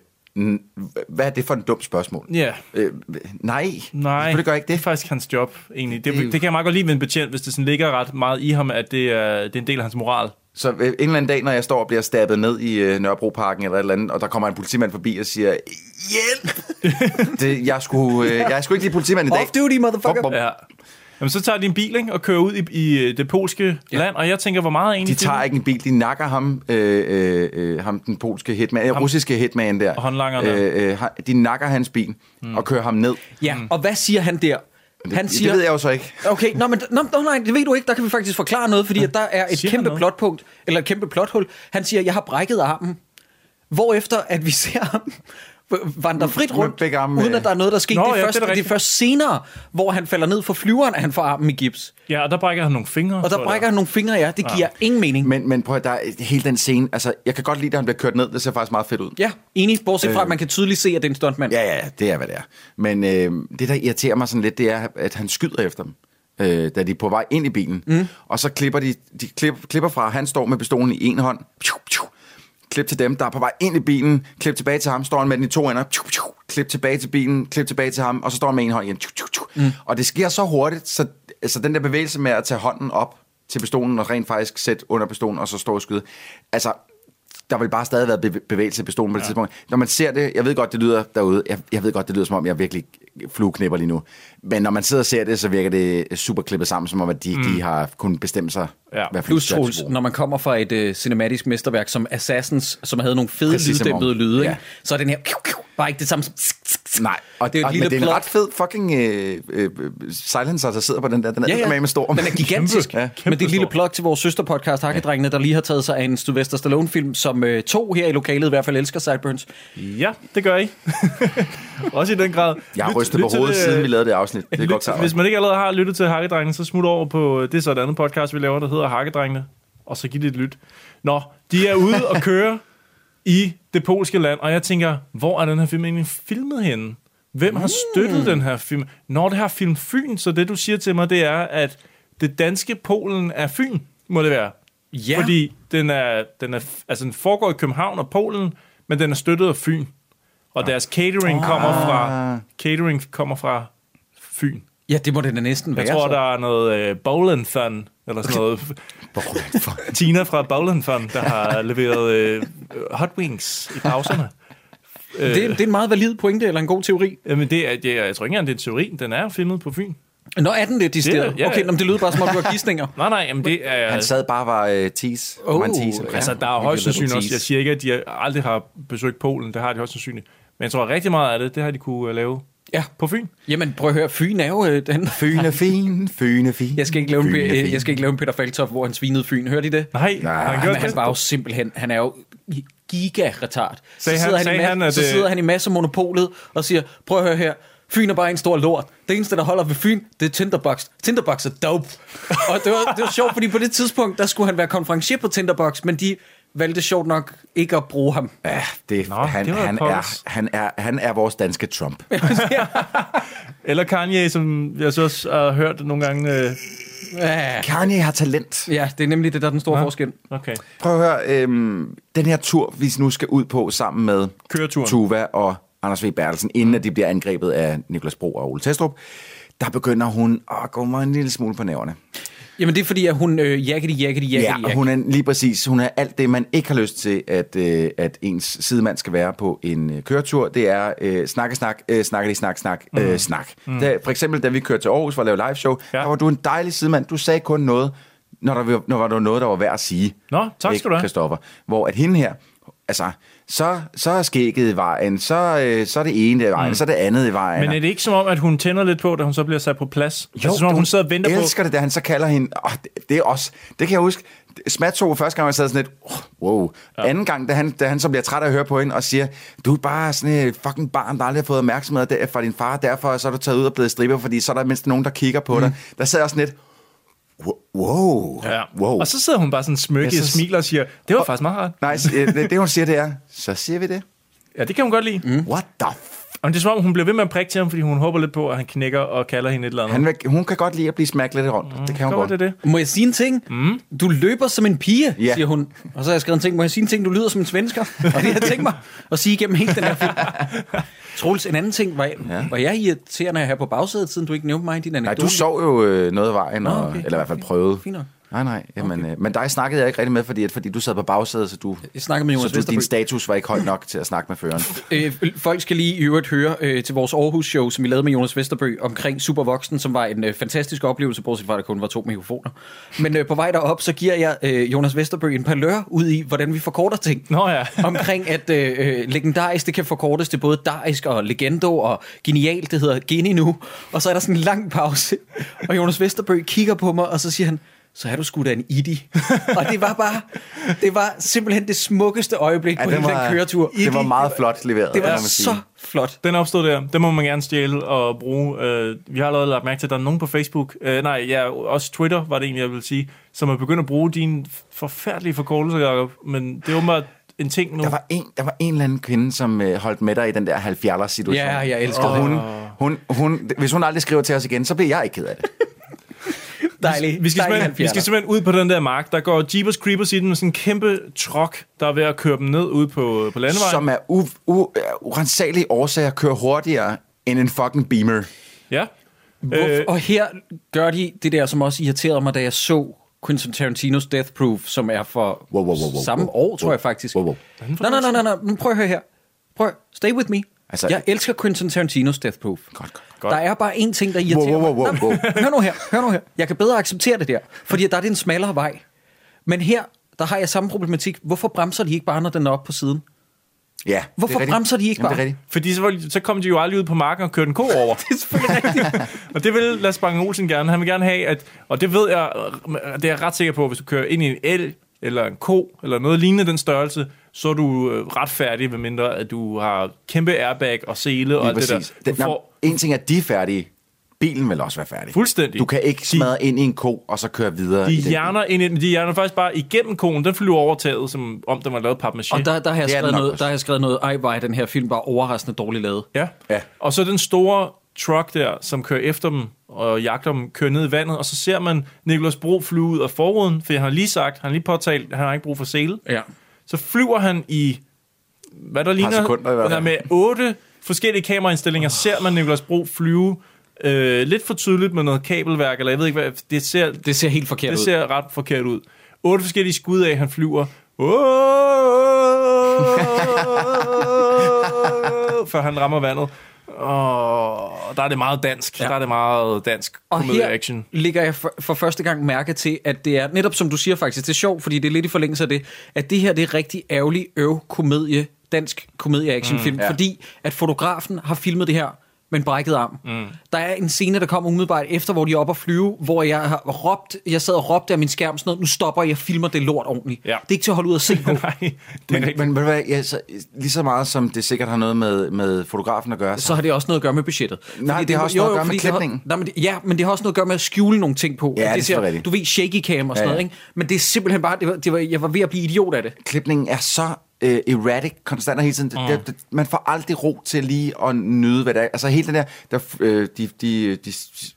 hvad er det for en dum spørgsmål? Ja. Yeah. Øh, nej, nej, det gør ikke det. Det er faktisk hans job, egentlig. Det, det kan jeg meget godt lide ved en betjent, hvis det sådan ligger ret meget i ham, at det er, det er en del af hans moral. Så en eller anden dag, når jeg står og bliver stabbet ned i øh, Nørrebroparken eller et eller andet, og der kommer en politimand forbi og siger, hjælp! det, jeg, skulle, øh, jeg er sgu ikke lige politimand i dag. Off duty, motherfucker! Bum, bum. Ja. Jamen, så tager de en bil, ikke, og kører ud i, i det polske ja. land, og jeg tænker, hvor meget egentlig... De tager ikke en bil, de nakker ham, øh, øh, ham den polske hitman, ham, russiske hitman der. Og håndlangeren der. Øh, øh, de nakker hans bil mm. og kører ham ned. Ja, og hvad siger han der? Han det, siger, det ved jeg jo så ikke. Okay, nå, men, nå, nej, det ved du ikke. Der kan vi faktisk forklare noget, fordi at der er et siger kæmpe plotpunkt, eller et kæmpe plothul. Han siger, jeg har brækket armen. Hvorefter at vi ser ham vandrer frit rundt, arme, uden at der er noget, der sker. Det er, ja, først, det, er det er først senere, hvor han falder ned for flyveren, at han får armen i gips. Ja, og der brækker han nogle fingre. Og der brækker han nogle fingre, ja. Det giver ja. ingen mening. Men, men prøv at der er hele den scene. Altså, jeg kan godt lide, at han bliver kørt ned. Det ser faktisk meget fedt ud. Ja, enig. Bortset fra, øh, at man kan tydeligt se, at det er en stuntmand. Ja, ja, det er, hvad det er. Men øh, det, der irriterer mig sådan lidt, det er, at han skyder efter dem. Øh, da de er på vej ind i bilen. Mm. Og så klipper de, de klipper, klipper fra, han står med pistolen i en hånd. Pju, pju. Klip til dem, der er på vej ind i bilen. Klip tilbage til ham, står han med den i to ender. Pju, pju. Klip tilbage til bilen, klip tilbage til ham, og så står han med en hånd igen. Tju, tju, tju. Mm. Og det sker så hurtigt, så altså, den der bevægelse med at tage hånden op til pistolen, og rent faktisk sætte under pistolen, og så stå og skyde. Altså, der vil bare stadig være bevægelse i pistolen på det ja. tidspunkt. Når man ser det, jeg ved godt, det lyder derude, jeg, jeg ved godt, det lyder som om, jeg virkelig flueknipper lige nu. Men når man sidder og ser det, så virker det super klippet sammen, som om, at de, mm. de har kunnet bestemme sig. Ja. Plus, Troels, når man kommer fra et uh, cinematisk mesterværk som Assassins, som havde nogle fede lyddæmpede lyde, ja. så er den her bare ikke det samme som... Nej, og det er, og, men det er en ret fed fucking øh, øh, silencer, der sidder på den der. Den er, ja, ja. med stor. Den er gigantisk. Ja. Men det er et lille plug til vores søsterpodcast, Hakkedrengene, der lige har taget sig af en Sylvester Stallone-film, som øh, to her i lokalet i hvert fald elsker Sideburns. Ja, det gør I. Også i den grad. Jeg har rystet på hovedet, det, siden vi lavede det afsnit. Det er lyt, godt klar, hvis man ikke allerede har lyttet til Hakkedrengene, så smut over på det så et andet podcast, vi laver, der hedder Hakkedrengene, og så giv det et lyt. Nå, de er ude og køre i det polske land, og jeg tænker, hvor er den her film egentlig filmet henne? Hvem har støttet mm. den her film? Når det her film Fyn, så det du siger til mig, det er, at det danske Polen er Fyn, må det være. Ja. Fordi den er, den er, altså den foregår i København og Polen, men den er støttet af Fyn. Og deres catering kommer fra catering kommer fra Fyn. Ja, det må det da næsten være. Jeg tror, så. der er noget uh, Bowlen Fun, eller sådan noget. Tina fra Bowlen Fun, der har leveret uh, hot wings i pauserne. Det, er, det er en meget valid pointe, eller en god teori. Jamen, det er, det er, jeg tror ikke engang, det er en teori. Den er filmet på Fyn. Nå, er den det, de steder? Ja, okay, ja. Det lyder bare som om, du har gidsninger. nej, nej, jamen det er... Han sad bare var uh, tease. Oh, man tease. ja. Altså, der er højst sandsynligt også. Jeg siger ikke, at de aldrig har besøgt Polen. Det har de højst sandsynligt. Men jeg tror rigtig meget af det, det har de kunne lave ja. På Fyn. Jamen, prøv at høre. Fyn er jo øh, den... Fyn er fin, Fyn er fin. Jeg skal ikke lave, en, øh, jeg skal ikke lave en Peter Falktoft, hvor han svinede Fyn. Hørte I det? Nej, Nej han, han, han var jo simpelthen... Han er jo giga-retard. Så sidder, han, han, i han, ma- så sidder han i masser af monopolet og siger, prøv at høre her, Fyn er bare en stor lort. Det eneste, der holder ved Fyn, det er Tinderbox. Tinderbox er dope. Og det var, det var sjovt, fordi på det tidspunkt, der skulle han være konferencier på Tinderbox, men de valgte sjovt nok ikke at bruge ham. Ja, det, Nå, han, det han, er, han, er, han er vores danske Trump. Eller Kanye, som jeg så også har hørt nogle gange... Øh... Ja. Kanye har talent. Ja, det er nemlig det, der er den store ja. forskel. Okay. Prøv at høre, øhm, den her tur, vi nu skal ud på sammen med Køreturen. Tuva og Anders V. Bertelsen, inden at de bliver angrebet af Nicolas Bro og Ole Testrup, der begynder hun at gå mig en lille smule på næverne. Jamen det er fordi, at hun øh, jakkedi, jakkedi, jakkedi, ja, og hun er lige præcis, hun er alt det, man ikke har lyst til, at, øh, at ens sidemand skal være på en øh, køretur. Det er øh, snakke, snak, øh, snakkedi, snak, snak, mm. øh, snak. Mm. Da, for eksempel, da vi kørte til Aarhus for at lave live show, ja. Der var du en dejlig sidemand. Du sagde kun noget, når der, var, når der var noget, der var værd at sige. Nå, tak skal du have. Christoffer. Hvor at hende her, altså... Så, så er skægget i vejen, så, øh, så er det ene i vejen, mm. så er det andet i vejen. Men er det ikke som om, at hun tænder lidt på, da hun så bliver sat på plads? Jo, altså, som om hun sidder og venter elsker på... elsker det, da han så kalder hende... Oh, det, det er også... Det kan jeg huske. Smat tog første gang, jeg sad sådan lidt... Oh, wow. Ja. Anden gang, da han, da han så bliver træt af at høre på hende og siger, du er bare sådan et fucking barn, der aldrig har fået opmærksomhed fra din far, derfor så er du taget ud og blevet stripper, fordi så er der mindst nogen, der kigger på mm. dig. Der sad jeg sådan lidt... Wow. Ja. wow. Og så sidder hun bare sådan smykket og smiler og siger, det var faktisk meget rart. Nej, det, det hun siger, det er, så siger vi det. Ja, det kan hun godt lide. Mm. What the f... Og det er som om, hun bliver ved med at prikke til ham, fordi hun håber lidt på, at han knækker og kalder hende et eller andet. Han vil, hun kan godt lide at blive smagt lidt rundt. Mm, det kan hun godt. Det, det. Må jeg sige en ting? Mm. Du løber som en pige, ja. siger hun. Og så har jeg skrevet en ting. Må jeg sige en ting? Du lyder som en svensker. Og det har jeg tænkt mig at sige igennem hele den her film. Troels, en anden ting. Var jeg, ja. var jeg irriterende her på bagsædet, siden du ikke nævnte mig i din anekdote? Nej, du sov jo øh, noget af vejen, og, okay. eller i hvert fald prøvede. Fint nok. Nej, nej. Jamen, okay. øh, men dig snakkede jeg ikke rigtig med, fordi, fordi du sad på bagsædet, så, du, jeg snakkede med Jonas så du, din status var ikke høj nok til at snakke med føreren. Øh, folk skal lige i øvrigt høre øh, til vores Aarhus-show, som vi lavede med Jonas Vesterbø omkring Supervoksen, som var en øh, fantastisk oplevelse, bortset fra, at der kun var to mikrofoner. Men øh, på vej derop, så giver jeg øh, Jonas Vesterbø en parlør ud i, hvordan vi forkorter ting. Nå ja. Omkring, at øh, legendarisk, det kan forkortes til både darisk og legendo, og genialt, det hedder geni nu. Og så er der sådan en lang pause, og Jonas Vesterbø kigger på mig, og så siger han, så er du sgu da en idi. Og det var bare, det var simpelthen det smukkeste øjeblik ja, på hele den køretur. Det var meget flot leveret. Det var så flot. Den opstod der. Den må man gerne stjæle og bruge. Uh, vi har allerede lagt mærke til, at der er nogen på Facebook, uh, nej, ja, også Twitter var det egentlig, jeg vil sige, som er begyndt at bruge dine forfærdelige forkortelser, Jacob. Men det var bare en ting nu. Der var en, der var en eller anden kvinde, som uh, holdt med dig i den der halvfjerders situation. Ja, jeg elsker og det. Hun, hun, hun, hvis hun aldrig skriver til os igen, så bliver jeg ikke ked af det. Dejlig, vi, skal dejlig vi skal simpelthen ud på den der mark. Der går Jeepers Creepers i den med sådan en kæmpe truck, der er ved at køre dem ned ude på, på landevejen. Som er u- u- urensagelige årsager kører hurtigere end en fucking Beamer. Ja. Øh, og her gør de det der, som også irriterede mig, da jeg så Quentin Tarantinos Death Proof, som er for wow, wow, wow, wow, samme wow, år, wow, tror jeg faktisk. Wow, wow. Nej, nej, nej, nej, nej, prøv at høre her. Prøv, stay with me. Altså, jeg elsker Quentin Tarantinos Death Proof. Godt, godt. Der er bare en ting, der irriterer wow, wow, wow, wow. mig. Hør nu her, hør nu her. Jeg kan bedre acceptere det der, fordi der er det en smallere vej. Men her, der har jeg samme problematik. Hvorfor bremser de ikke bare, når den er oppe på siden? Ja, hvorfor det er bremser de ikke Jamen, bare? Det er fordi så, så kom de jo aldrig ud på marken og kørte en ko over. Det er selvfølgelig rigtigt. Og det vil Lars Bang Olsen gerne. Han vil gerne have, at, og det ved jeg, det er jeg ret sikker på, hvis du kører ind i en el eller en ko, eller noget lignende den størrelse, så er du ret færdig, medmindre at du har kæmpe airbag og sele og ja, alt præcis. det der. Det, får... En ting er, at de er færdige. Bilen vil også være færdig. Fuldstændig. Du kan ikke smadre de, ind i en ko, og så køre videre. De i hjerner, ind i, de hjerner faktisk bare igennem koen. Den flyver over taget, som om den var lavet papmaché. Og der, der, har jeg skrevet noget, der har jeg skrevet noget, ej, var den her film bare overraskende dårligt lavet. Ja. ja. Og så den store truck der, som kører efter dem og jagter dem, kører ned i vandet, og så ser man Nicolas Bro flyve ud af forruden, for jeg har lige sagt, han har lige påtalt, at han har ikke brug for sele. Ja. Så flyver han i, hvad der ligner, sekunder, der med otte forskellige kameraindstillinger, oh. ser man Nicolas Bro flyve Øh, lidt for tydeligt med noget kabelværk, eller jeg ved ikke hvad. Det ser, det ser helt forkert det ud. Det ser ret forkert ud. Otte forskellige skud af, han flyver. Før han rammer vandet. Og der er det meget dansk. Ja. Der er det meget dansk komedie-action. Og her ligger jeg for, for første gang mærke til, at det er, netop som du siger faktisk, det er sjovt, fordi det er lidt i forlængelse af det, at det her det er rigtig ærgerlig øv-komedie, dansk komedie-actionfilm, mm, ja. Fordi at fotografen har filmet det her med en brækket arm. Mm. Der er en scene, der kommer umiddelbart efter, hvor de er oppe at flyve, hvor jeg har råbt, jeg sad og råbte af min skærm sådan noget, nu stopper jeg, filmer det lort ordentligt. Ja. Det er ikke til at holde ud og se på. Nej, det men, men, men hvad, ja, så, lige så meget som det sikkert har noget med, med fotografen at gøre. Så, så har det også noget at gøre med budgettet. Nej, det, det har også jo, noget at gøre med klipningen. Har, nej, men det, ja, men det har også noget at gøre med at skjule nogle ting på. Ja, det, det ser, rigtigt. Du ved, shaky cam og sådan ja, ja. noget, ikke? Men det er simpelthen bare, det var, det var, jeg var ved at blive idiot af det. Klipningen er så Uh, erratic, konstant og hele tiden. Mm. Det, det, man får aldrig ro til lige at nyde, hvad det er. Altså hele den der, der uh, de, de, de, de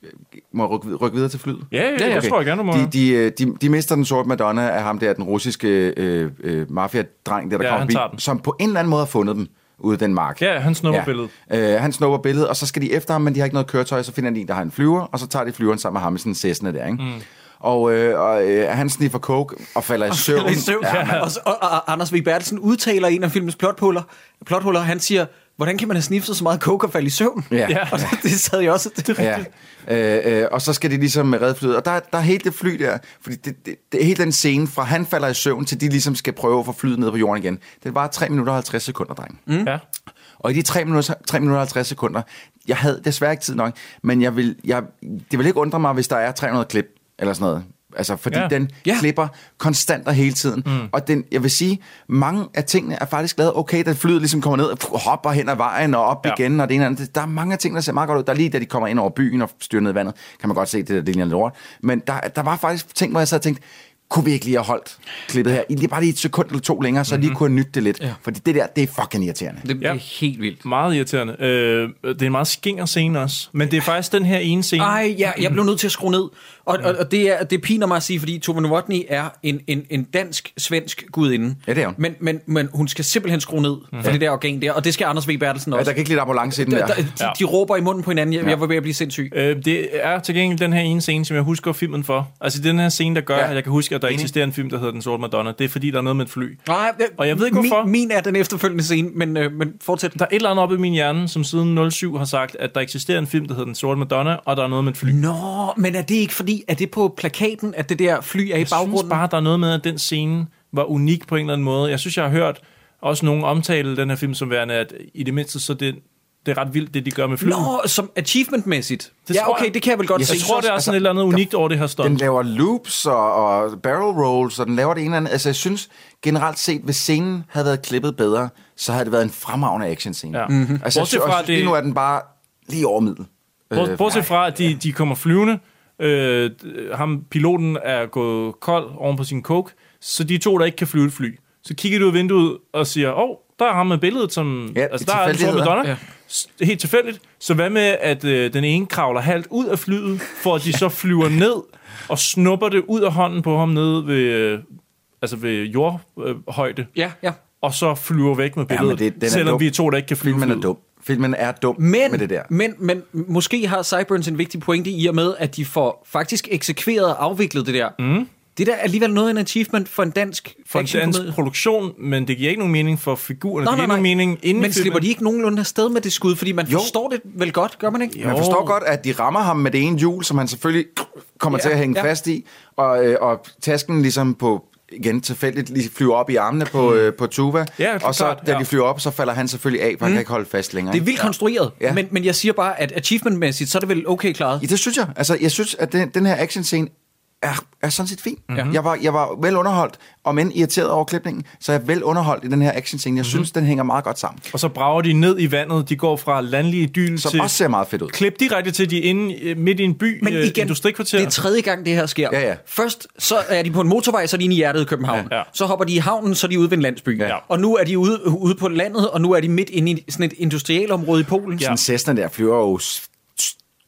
må rykke, rykke videre til flyet. Ja, ja, ja, okay. Jeg tror jeg gerne, du må. De, de, de, de mister den sorte Madonna af ham der, den russiske uh, uh, mafia-dreng, der, der ja, kommer forbi, som på en eller anden måde har fundet dem ude af den mark. Ja, han snupper ja. billedet. Uh, han snupper billedet, og så skal de efter ham, men de har ikke noget køretøj, så finder de en, der har en flyver, og så tager de flyveren sammen med ham i sådan en Cessna der, ikke? Mm. Og, øh, og øh, han sniffer coke og falder i søvn. I søvn. Ja, og, og, og Anders V. Bertelsen udtaler en af filmens plothuller, plothuller, han siger, hvordan kan man have sniffet så meget coke og falde i søvn? Ja. Ja. Og det sad jeg også. Det ja. øh, øh, og så skal de ligesom redde flyet. Og der, der er helt det fly der, fordi det, det, det er helt den scene, fra han falder i søvn, til de ligesom skal prøve at få flyet ned på jorden igen. Det var tre minutter og halvtreds sekunder, dreng. Mm. Ja. Og i de tre minutter, tre minutter og halvtreds sekunder, jeg havde desværre ikke tid nok, men jeg vil, jeg, det vil ikke undre mig, hvis der er tre hundrede klip, eller sådan noget. Altså, fordi ja. den ja. klipper konstant og hele tiden. Mm. Og den, jeg vil sige, mange af tingene er faktisk lavet okay, da flyet ligesom kommer ned og hopper hen ad vejen og op ja. igen, og det ene andet. Der er mange af ting, der ser meget godt ud. Der er lige, da de kommer ind over byen og styrer ned i vandet, kan man godt se, det der ligner lidt lort. Men der, der var faktisk ting, hvor jeg så havde tænkt, kunne vi ikke lige have holdt klippet her? Lige bare lige et sekund eller to længere, så mm-hmm. lige kunne have nyttet det lidt. Ja. Fordi det der, det er fucking irriterende. Det, det er ja. helt vildt. Meget irriterende. Øh, det er en meget skinger scene også. Men det er faktisk den her ene scene. Ej, ja, jeg blev nødt til at skrue ned. Og, og, og det, er, det piner mig at sige, fordi Tove Novotny er en, en, en dansk-svensk gudinde. Ja, det er hun. Men, men, men hun skal simpelthen skrue ned mm-hmm. for det der organ der. Og det skal Anders V. Bertelsen også. Ja, der kan ikke lidt ambulance i den der. der de, ja. de råber i munden på hinanden. Jeg, ja. jeg var ved at blive sindssyg. Øh, det er til gengæld den her ene scene, som jeg husker filmen for. Altså den her scene, der gør, ja. at jeg kan huske, at der eksisterer en film, der hedder Den Sorte Madonna. Det er fordi, der er noget med et fly. Nej, det, og jeg ved ikke, hvorfor. Min, min er den efterfølgende scene, men, øh, men fortsæt. Der er et eller andet oppe i min hjerne, som siden nul syv har sagt, at der eksisterer en film, der hedder Den Sorte Madonna, og der er noget med et fly. Nå, men er det ikke fordi, er det på plakaten, at det der fly er i jeg baggrunden? Jeg synes bare, der er noget med, at den scene var unik på en eller anden måde. Jeg synes, jeg har hørt også nogen omtale den her film som værende, at i det mindste, så det, det er ret vildt, det de gør med flyet. Nå, som achievement-mæssigt. Det ja, okay, jeg, det kan jeg vel godt jeg se. Jeg tror, det er sådan et eller andet unikt over det her stunt. Den laver loops og, og barrel rolls, og den laver det ene eller andet. Altså, jeg synes generelt set, hvis scenen havde været klippet bedre, så havde det været en fremragende action-scene. Ja. Mm-hmm. Altså, jeg synes, det... lige nu er den bare lige over middel. Bortset fra, at de, de kommer flyvende. Øh, ham, piloten er gået kold oven på sin coke, så de to, der ikke kan flyve et fly. Så kigger du ud af vinduet og siger, åh, oh, der er ham med billedet, som... Ja, altså, der er en stor Madonna. Ja. Helt tilfældigt. Så hvad med, at øh, den ene kravler halvt ud af flyet, for at de så flyver ned og snupper det ud af hånden på ham nede ved, øh, altså ved jordhøjde. Øh, ja, ja. Og så flyver væk med billedet, ja, det, selvom vi er to, der ikke kan flyve Filmen er dum. Filmen er dum men, med det der. Men, men måske har Sideburns en vigtig pointe i og med, at de får faktisk eksekveret og afviklet det der. Mm. Det der er alligevel noget af en achievement for en dansk For en dansk produktion, men det giver ikke nogen mening for figurerne. Nej, det giver nej, nej. ikke nogen mening inden Men i slipper de ikke nogenlunde afsted med det skud? Fordi man jo. forstår det vel godt, gør man ikke? Jo. Man forstår godt, at de rammer ham med det ene hjul, som han selvfølgelig kommer ja, til at hænge ja. fast i, og, øh, og tasken ligesom på... igen tilfældigt lige flyver op i armene på, mm. øh, på Tuva, ja, og så da ja. de flyver op, så falder han selvfølgelig af, for mm. han kan ikke holde fast længere. Det er vildt konstrueret, ja. men, men jeg siger bare, at achievement-mæssigt, så er det vel okay klaret? Ja, det synes jeg. Altså, jeg synes, at den, den her action-scene er, er sådan set fint. Mm-hmm. Jeg, var, jeg var vel underholdt, og men irriteret over klipningen, så jeg er vel underholdt i den her action-scene. Jeg mm-hmm. synes, den hænger meget godt sammen. Og så brager de ned i vandet, de går fra landlig idyl som til... også ser meget fedt ud. Klip direkte til, de er inde midt i en by, men igen, industrikvarter. Det er tredje gang, det her sker. Ja, ja. Først så er de på en motorvej, så er de inde i hjertet i København. Ja, ja. Så hopper de i havnen, så er de ude ved en landsby. Ja. Og nu er de ude, ude på landet, og nu er de midt inde i sådan et industrielt område i Polen. Ja. Sådan Cessna der flyver jo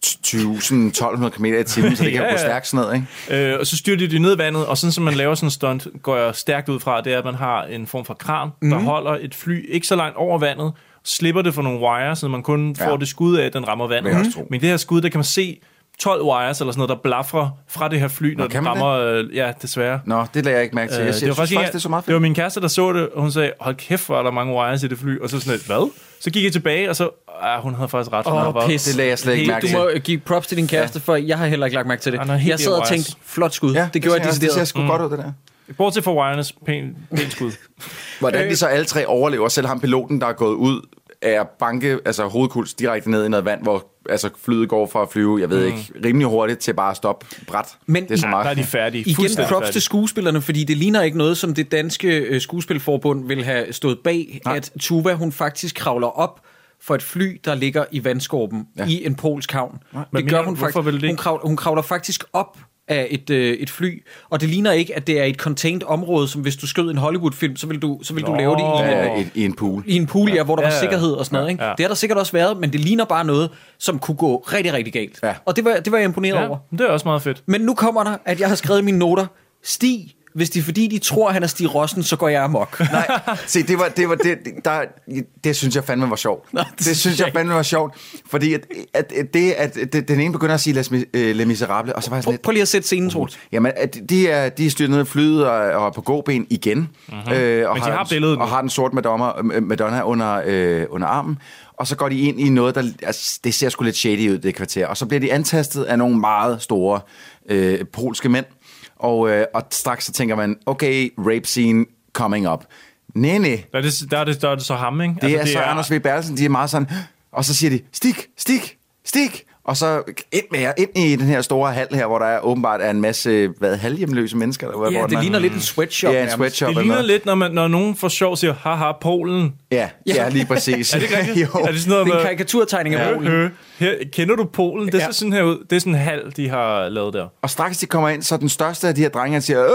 tyve, tolv hundrede kilometer i timen, så det kan jo Ja, gå ja. stærkt sådan noget, ikke? Øh, og så styrter de ned i vandet, og sådan som man laver sådan en stunt, går jeg stærkt ud fra, det er, at man har en form for kran, mm. der holder et fly ikke så langt over vandet, slipper det for nogle wires, så man kun får Ja. det skud af, at den rammer vandet. Vil jeg også tro. Men det her skud, der kan man se tolv wires eller sådan noget, der blafrer fra det her fly, når Nå, kan den man rammer... Øh, ja, desværre. Nå, det lader jeg ikke mærke til. Jeg, Øh, jeg det var synes faktisk, faktisk, ikke, det er så meget det var fedt. min kæreste, der så det, og hun sagde, hold kæft, hvor er der mange wires i det fly. Og så sådan lidt, hvad? Så gik jeg tilbage, og så... Ah, hun havde faktisk ret. Åh, Hun var- pis. Det lagde jeg slet ikke Helt- mærke Du må give props til din kæreste, for jeg har heller ikke lagt mærke til det. Han er helt Jeg sad og wires. tænkte, flot skud. Ja, Det gjorde jeg ser- Det ser decideret. sgu godt ud, det der. Bortset fra wireless, pæn, pæn skud. Hvordan de så alle tre overlever, selv ham piloten, der er gået ud af at banke altså, hovedkuls direkte ned i noget vand, hvor altså, flyet går fra at flyve, jeg ved mm. ikke, rimelig hurtigt til bare at stoppe bræt. Men det er så Ja, meget. der er de færdige. Igen Fuldstændig props færdige. til skuespillerne, fordi det ligner ikke noget, som det danske øh, skuespilforbund vil have stået bag, Nej. at Tuva, hun faktisk kravler op for et fly, der ligger i vandskorben Ja. i en polsk havn. Men Det mener gør du, hun hvorfor faktisk. vil det Hun ikke? kravler, hun kravler faktisk op af et, øh, et fly, og det ligner ikke, at det er et contained område, som hvis du skød en Hollywood-film, så vil du, så vil du Nå. lave det i, Ja, øh, i, i en pool. i en pool, ja, hvor der Ja, var ja. sikkerhed og sådan noget. Ikke? Ja. Det har der sikkert også været, men det ligner bare noget, som kunne gå rigtig, rigtig galt. Ja. Og det var, det var jeg imponeret Ja, over. det er også meget fedt. Men nu kommer der, at jeg har skrevet i mine noter, Stig, hvis det er fordi, de tror, han er Stig Rossen, så går jeg amok. Nej, se, det var, det var det, der, det synes jeg fandme var sjovt. Nå, det det synes jeg fandme var sjovt, fordi at, at, at det, at det, den ene begynder at sige Les, Mi- øh, Les Miserables, og så var jeg sådan Prøv, lidt, prøv lige at sætte scenen, Troels. jamen, at de er, de er styrt ned i flyet og, og er på gåben igen, mm-hmm. øh, og, Men de har billedet nu. og har den sorte Madonna, Madonna under, øh, under armen, og så går de ind i noget, der altså, det ser sgu lidt shady ud, det kvarter, og så bliver de antastet af nogle meget store øh, polske mænd, og, øh, og straks så tænker man, okay, rape scene coming up. Nej, nej. Der er det, der er det, der er det så ham, ikke? Det altså, er det så er... Anders V. Bertelsen, de er meget sådan, og så siger de, stik, stik, stik, og så ind med jer, ind i den her store hal her, hvor der er åbenbart er en masse, hvad, halvhjemløse mennesker. Der, Ja, hvor det er. ligner lidt en sweatshop. Ja, en nærmest. sweatshop. Det eller ligner noget. lidt, når, man, når nogen for sjov siger, haha, Polen. Ja, ja, lige præcis. Er det ikke rigtigt? Jo. Er det sådan noget Det er en med... karikaturtegning af Polen. Øh, her, kender du Polen? Det Ja. ser sådan her ud. Det er sådan en hal, de har lavet der. Og straks de kommer ind, så den største af de her drenge, han siger,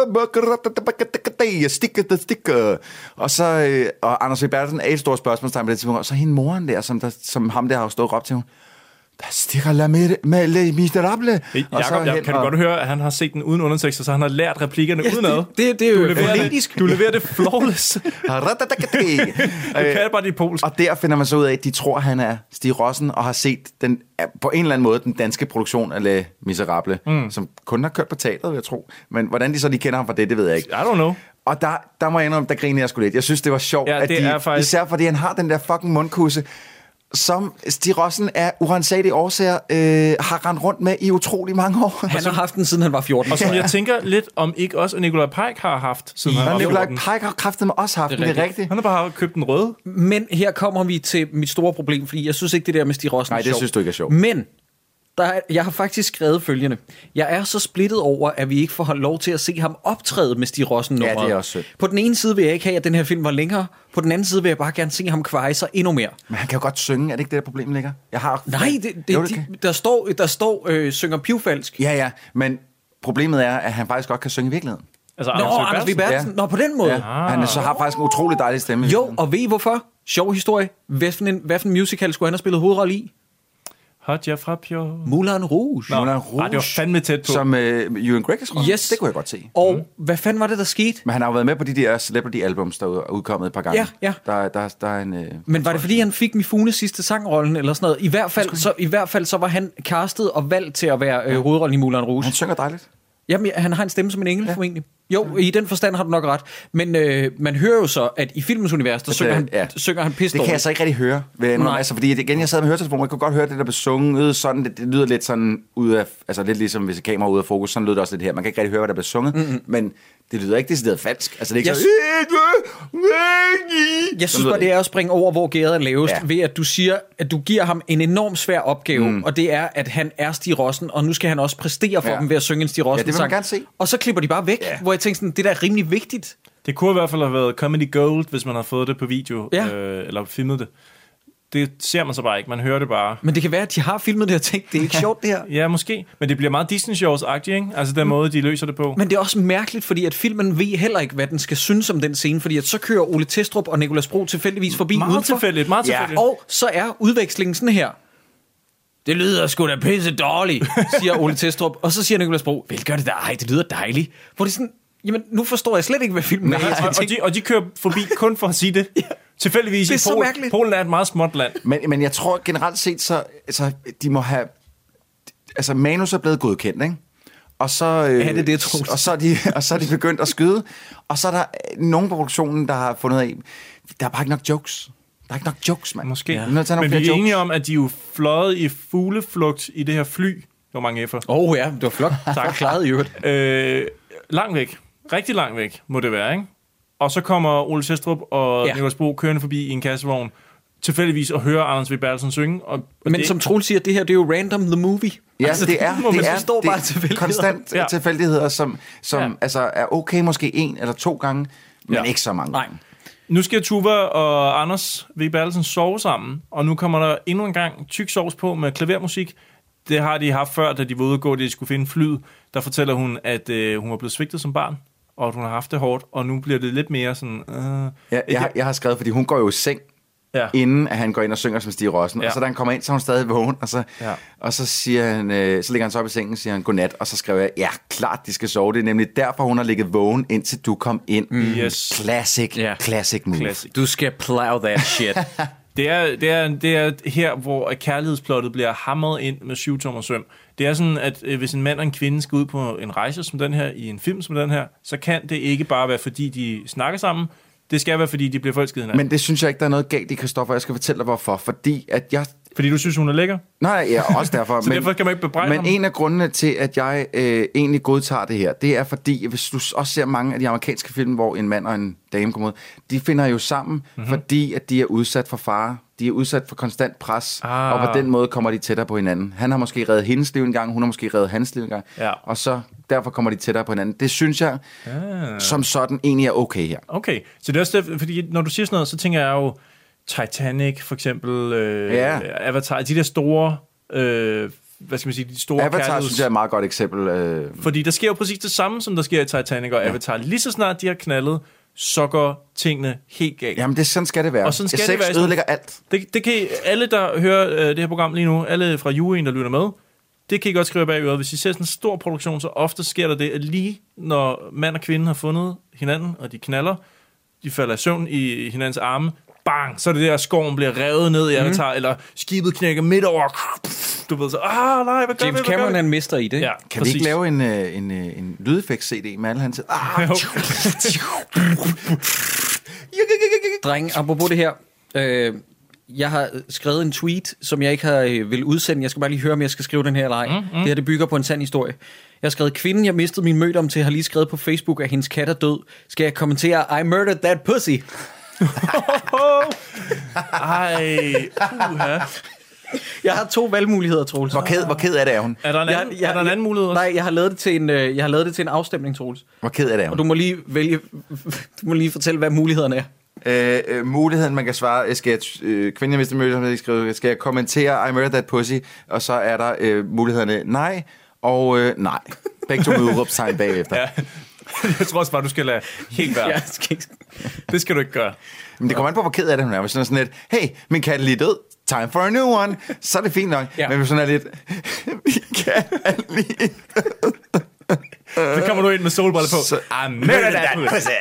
jeg stikker, der stikker. Og så, øh, og Anders V. Bertelsen er et stort spørgsmålstegn på det tidspunkt, og så hende moren der, som, der, som ham der har stået op til hende. Der stikker la med, med Les Miserables. Og så Jakob, jeg, hen kan du og- godt høre, at han har set den uden undertekster, så han har lært replikkerne Ja, udenad. det, det, det er Du jo leverer politisk. det, du leverer det flawless. Du Øh, kan bare de polsk. Og der finder man så ud af, at de tror, at han er Stig Rossen, og har set den, på en eller anden måde den danske produktion af Les Miserables, mm. som kun har kørt på teateret, vil jeg tro. Men hvordan de så lige kender ham fra det, det ved jeg ikke. I don't know. Og der, der må jeg indrømme, der griner jeg sgu lidt. Jeg synes, det var sjovt, Ja, at det de, er faktisk- især fordi han har den der fucking mundkusse, som Stig Rossen af urensagelige årsager øh, har rendt rundt med i utrolig mange år. Han har haft den, siden han var fjorten. Og som jeg tænker lidt om ikke også, at Nikolaj Pajk har haft, siden han Og var Nikolaj fjorten. Pajk har kraftedeme også haft Det det, er det er rigtigt. Han har bare købt en røde. Men her kommer vi til mit store problem, fordi jeg synes ikke, det der med Stig Rossen Nej, er det sjovt. synes du ikke er sjovt. Men der er, jeg har faktisk skrevet følgende. Jeg er så splittet over, at vi ikke får lov til at se ham optræde med Stig Rossen nummeret. Ja, det er også sødt. På den ene side vil jeg ikke have, at den her film var længere. På den anden side vil jeg bare gerne se ham kveje sig endnu mere. Men han kan jo godt synge, er det ikke det, der problem ligger? Jeg har... Nej, det, det, Jo, de, kan. der står, der står øh, synger pivfalsk. Ja, ja, men problemet er, at han faktisk godt kan synge i virkeligheden. Altså, Nå, Anders Anders V. Bertelsen. Ja. Nå, på den måde. Ja. Han så har faktisk en utrolig dejlig stemme. i Jo, virkeligheden. og ved I hvorfor? Sjov historie. Hvad for en, hvad for en musical skulle han have spillet hovedrolle i? Hodja fra Pjør. Moulin Rouge. Moulin Ej, Rouge, det var fandme tæt på. som øh, Ewan Gregors rolle. Yes. Det kunne jeg godt se. Og mm. hvad fanden var det, der skete? Men han har jo været med på de der Celebrity-albums, der er udkommet et par gange. Ja, ja. Der, der, der er en... Øh, Men var det fordi, han fik Mifunes sidste sangrollen eller sådan noget? I hvert fald, så, i hvert fald så var han castet og valgt til at være øh, hovedrollen i Moulin Rouge. han synger dejligt. Jamen, han har en stemme som en engel, ja. formentlig. Jo, i den forstand har du nok ret. Men øh, man hører jo så, at i filmens univers, der synger han, ja. synger han pisse Det kan jeg så ikke rigtig høre. Ved Nej. altså, fordi igen, jeg sad med høretelefonen, jeg kunne godt høre det, der blev sunget sådan, det, det lyder lidt sådan ud af, altså lidt ligesom hvis et kamera er ude af fokus, sådan lyder det også lidt her. Man kan ikke rigtig høre, hvad der bliver sunget, mm-hmm. men det lyder ikke decideret falsk. Altså, det er ikke Jeg, så... jeg synes bare, det er at springe over, hvor gæret er lavest, ja. ved at du siger, at du giver ham en enorm svær opgave, mm. og det er, at han er Stig Rossen, og nu skal han også præstere for Ja. dem ved at synge en Stig Rossen-sang. Ja, det vil man gerne se. Og så klipper de bare væk, ja. hvor jeg tænker sådan, det der er rimelig vigtigt. Det kunne i hvert fald have været Comedy Gold, hvis man havde fået det på video, Ja. øh, eller filmet det. Det ser man så bare ikke, man hører det bare. Men det kan være, at de har filmet det og tænkt, det er ikke sjovt det her. Ja, måske. Men det bliver meget Disney-shows-agtigt, ikke? Altså den måde, de løser det på. Men det er også mærkeligt, fordi at filmen ved heller ikke, hvad den skal synes om den scene, fordi at så kører Ole Testrup og Nicolas Bro tilfældigvis forbi Meget udenfor. tilfældigt, meget tilfældigt. Og så er udvekslingen sådan her. Det lyder sgu da pisse dårligt, siger Ole Testrup. Og så siger Nicolas Bro, vel gør det da, ej, det lyder dejligt. Hvor det sådan, jamen nu forstår jeg slet ikke, hvad filmen er. Og, og, de, og de kører forbi kun for at sige det. Ja. Tilfældigvis det er i Polen. Polen er et meget småt land. Men, men jeg tror generelt set, så altså, de må have... Altså, manus er blevet godkendt, ikke? Og så, øh, ja, det det, og, så er de, og så er de begyndt at skyde. Og så er der nogen på produktionen, der har fundet af, der er bare ikke nok jokes. Der er ikke nok jokes, mand. Måske. Ja. Men vi er jokes. enige om, at de er jo fløjet i fugleflugt i det her fly. Hvor mange F'er. Åh oh, ja, det var flot. Tak. Klaret i øvrigt. Øh, langt væk. Rigtig langt væk, må det være, ikke? Og så kommer Ole Testrup og ja. Nicolas Bro kørende forbi i en kassevogn. Tilfældigvis at høre Anders W. Bertelsen synge. Og Men det... som Troels siger, det her, det er jo random the movie. Ja, altså, det er, det er, det det er tilfældigheder. Konstant ja. tilfældigheder, som, som ja. altså, er okay måske en eller to gange, men ja. ikke så mange. Nej. Nu skal Tuva og Anders W. Bertelsen sove sammen, og nu kommer der endnu en gang tyk sovs på med klavermusik. Det har de haft før, da de var ude og gå, da de skulle finde flyet. Der fortæller hun, at øh, hun var blevet svigtet som barn, og at hun har haft det hårdt, og nu bliver det lidt mere sådan... Øh, ja, jeg, har, jeg har skrevet, fordi hun går jo i seng, ja. inden at han går ind og synger som Stig Rossen. Ja. Og så da han kommer ind, så er hun stadig vågen, og så, ja. og så, siger han, øh, så ligger han så op i sengen og siger han godnat, og så skriver jeg, ja, klart, de skal sove. Det er nemlig derfor, hun har ligget vågen, indtil du kom ind. Mm. Yes. Classic, yeah. classic move. Classic. Du skal plow that shit. Det er, det, er, det er her, hvor kærlighedsplottet bliver hamret ind med syv tommer søm. Det er sådan, at øh, hvis en mand og en kvinde skal ud på en rejse som den her, i en film som den her, så kan det ikke bare være, fordi de snakker sammen. Det skal være, fordi de bliver forelsket hinanden. Men det synes jeg ikke, der er noget galt i, Christoffer. Jeg skal fortælle dig, hvorfor. Fordi at jeg... Fordi du synes, hun er lækker? Nej, ja, også derfor. Så men, derfor kan man ikke bebrejde Men ham. en af grundene til, at jeg øh, egentlig godtager det her, det er fordi, hvis du også ser mange af de amerikanske film, hvor en mand og en dame kommer ud, de finder jo sammen, mm-hmm. fordi at de er udsat for fare. De er udsat for konstant pres, ah. og på den måde kommer de tættere på hinanden. Han har måske reddet hendes liv en gang, hun har måske reddet hans liv en gang, ja. og så derfor kommer de tættere på hinanden. Det synes jeg, ah. som sådan, egentlig er okay her. Okay, så det er også det, fordi når du siger sådan noget, så tænker jeg jo, Titanic for eksempel, øh, ja. Avatar, de der store, øh, hvad skal man sige, de store Avatar kærligheds... synes jeg er et meget godt eksempel. Øh... Fordi der sker jo præcis det samme, som der sker i Titanic og ja. Avatar. Lige så snart de har knaldet, så går tingene helt galt. Jamen, det, sådan skal det være. Og sådan skal Sex det være. ødelægger alt. Det, det kan I, alle, der hører øh, det her program lige nu, alle fra juryen, der lytter med, det kan I godt skrive bag øret. Hvis I ser sådan en stor produktion, så ofte sker der det, at lige når mand og kvinde har fundet hinanden, og de knaller, de falder i søvn i hinandens arme, bang, så er det der, at skoven bliver revet ned i Avatar, mm. eller skibet knækker midt over. Du ved så, ah nej, hvad gør James vi, Cameron er en mester i det. Ja, kan præcis. Vi ikke lave en, en, en, en lydeffekt-C D med alle hans... Ah. Dreng, apropos det her, øh, jeg har skrevet en tweet, som jeg ikke har øh, vil udsende. Jeg skal bare lige høre, om jeg skal skrive den her eller ej. Mm, mm. Det her, det bygger på en sand historie. Jeg har skrevet, kvinden, jeg mistede min mødom til, har lige skrevet på Facebook, at hendes kat er død. Skal jeg kommentere, I murdered that pussy? Ej, uha. Jeg har to valgmuligheder, Troels. Hvor ked, hvor ked er det af hun? Er der en anden, jeg, jeg, er der en anden mulighed også? Nej, jeg har lavet det til en, jeg har lavet det til en afstemning, Troels. Hvor ked er det af hun? Og du må lige vælge, du må lige fortælle, hvad mulighederne er. Øh, øh, muligheden, man kan svare, skal jeg, øh, kvinden, jeg vidste møde, skal jeg kommentere, I murdered that pussy, og så er der øh, mulighederne nej og øh, nej. Begge to med udråbstegn bagefter. Ja. Jeg tror også bare, du skal lade helt være. Ja, skal ikke... Det skal du ikke gøre. Men det kommer an på, hvor ked af det hun er. Hvis sådan er sådan lidt, hey, min kat er lige død, time for a new one, så er det fint nok. Ja. Men hvis sådan er lidt, min kat er lige død. Så kommer du ind med solbriller på. Så, I murdered that pussy.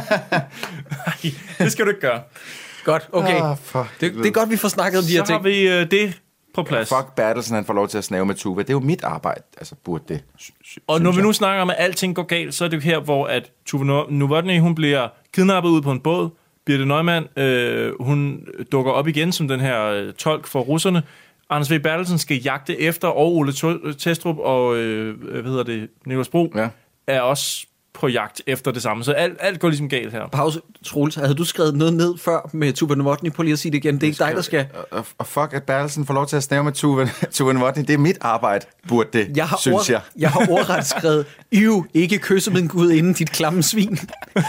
Det skal du ikke gøre. Godt, okay. Oh, det, det er godt, vi får snakket om de her ting. Så har vi uh, det på plads. Fuck Bertelsen, han får lov til at snave med Tuva. Det er jo mit arbejde, altså burde det. Og når vi nu snakker om, at alting går galt, så er det jo her, hvor at Tuva Novotny, hun bliver kidnappet ud på en båd. Birthe Neumann, øh, hun dukker op igen som den her øh, tolk for russerne. Anders W. Bertelsen skal jagte efter, og Ole Testrup og øh, hvad hedder det, Nicolas Bro, ja. Er også på jagt efter det samme. Så alt, alt går ligesom galt her. Pause, Troels. Havde du skrevet noget ned før med Tuva Novotny? På lige at sige det igen. Det er ikke dig, der skal... Og, og fuck, at Bertelsen får lov til at snæve med Tuva, Tuva Novotny. Det er mit arbejde, burde det, jeg synes ord, jeg. Jeg har ordret skrevet, Iv, ikke kysse med en gud inden dit klamme svin.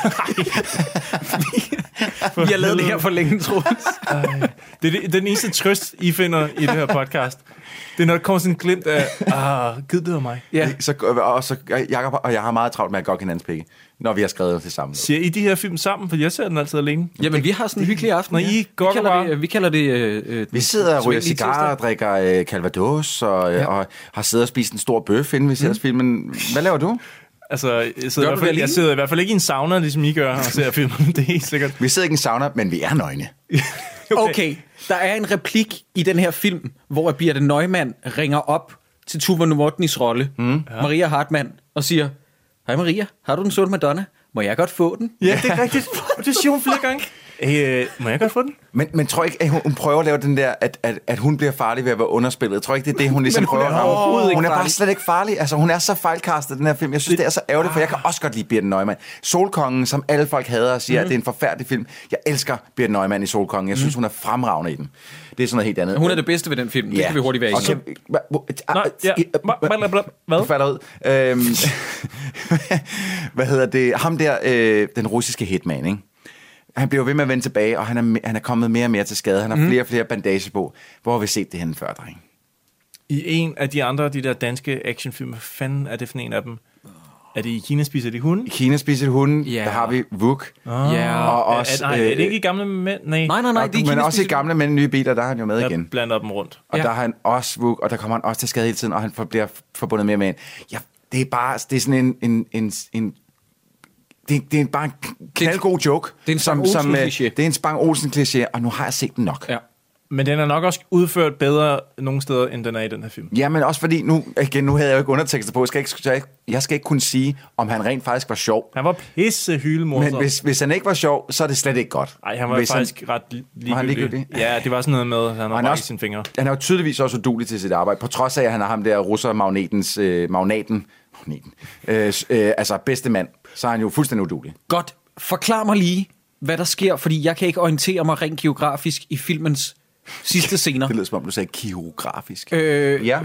Vi har lavet det her for længe, Troels. Det er den eneste trøst, I finder i det her podcast. Det er, når der kommer sådan en glimt af, ah, gid det var mig. Ja. Så, og, så, Jacob og jeg har meget travlt med at gå hinandens pække. når vi har skrevet det sammen. Ser I de her film sammen? For jeg ser den altid alene. Jamen, vi har sådan en hyggelig aften. Når I går vi, kalder det, vi kalder det... Øh, vi sidder og ryger cigarer og drikker øh, Calvados, og, ja. og har siddet og spist en stor bøf, inden vi ser mm. filmen. Hvad laver du? Altså, jeg sidder, i hvert fald, jeg sidder i hvert fald ikke i en sauna, ligesom I gør, og ser filmen. Det er helt sikkert. Vi sidder ikke i en sauna, men vi er nøgne. okay. okay, der er en replik i den her film, hvor Birthe Neumann ringer op til Tuva Novotnys rolle, mm. ja. Maria Hartmann, og siger, hej Maria, har du den sorte Madonna? Må jeg godt få den? Ja, det er rigtigt. Det siger hun flere gange. Hey, øh, må jeg godt få den? Men, men tror ikke, at hun, hun prøver at lave den der, at, at, at hun bliver farlig ved at være underspillet? Jeg tror ikke, det er det, hun ligesom prøver at ramme. Hun er bare slet ikke farlig. Altså, hun er så fejlkastet, den her film. Jeg synes, det er så ærgerligt, for jeg kan også godt lide Birthe Neumann. Solkongen, som alle folk hader og siger, mm. at det er en forfærdelig film. Jeg elsker Birthe Neumann i Solkongen. Jeg synes, mm. hun er fremragende i den. Det er sådan noget helt andet. Hun er det bedste ved den film. Det ja. kan vi hurtigt være i. Hvad? Falder ud. Hvad hedder det? Ham der, øh, den russiske hitman, ikke? Han bliver ved med at vende tilbage, og han er, han er kommet mere og mere til skade. Han har mm. flere og flere bandager på. Hvor har vi set det henne før, dreng? I en af de andre, de der danske actionfilm, hvad fanden er det for en af dem? Er det i Kina spiser de hunde? I Kina spiser de hunde, yeah. der har vi Vuk. Oh. Yeah. Og også, er, er, nej, er det ikke i gamle mænd? Nej, nej, nej. nej og, men også i gamle mænd nye biler, der er han jo med jeg igen. Jeg blander dem rundt. Og ja. der har han også Vuk, og der kommer han også til skade hele tiden, og han bliver forbundet mere med en. Ja, det er bare, det er sådan en, en, en, en Det, det er bare en knaldgod joke. Det er en Spang Olsen-kliché. Det er en Spang Olsen-kliché, og nu har jeg set den nok. Ja. Men den er nok også udført bedre nogle steder, end den er i den her film. Ja, men også fordi, nu, igen, nu havde jeg jo ikke undertekster på. Jeg skal ikke, jeg skal ikke kunne sige, om han rent faktisk var sjov. Han var pisse hylemorsom. Men hvis, hvis han ikke var sjov, så er det slet ikke godt. Nej, han var hvis faktisk han, ret ligegyldig. Han ligegyldig. Ja, det var sådan noget med, at han har brækket sine fingre. Han er jo tydeligvis også udulig til sit arbejde, på trods af, at han har ham der russer-magnetens øh, magnaten. magneten. Øh, øh, altså bedste mand. Så er han jo fuldstændig udulig. Godt. Forklar mig lige, hvad der sker, fordi jeg kan ikke orientere mig rent geografisk i filmens sidste scener. Det lyder som om, du sagde geografisk. Øh, ja.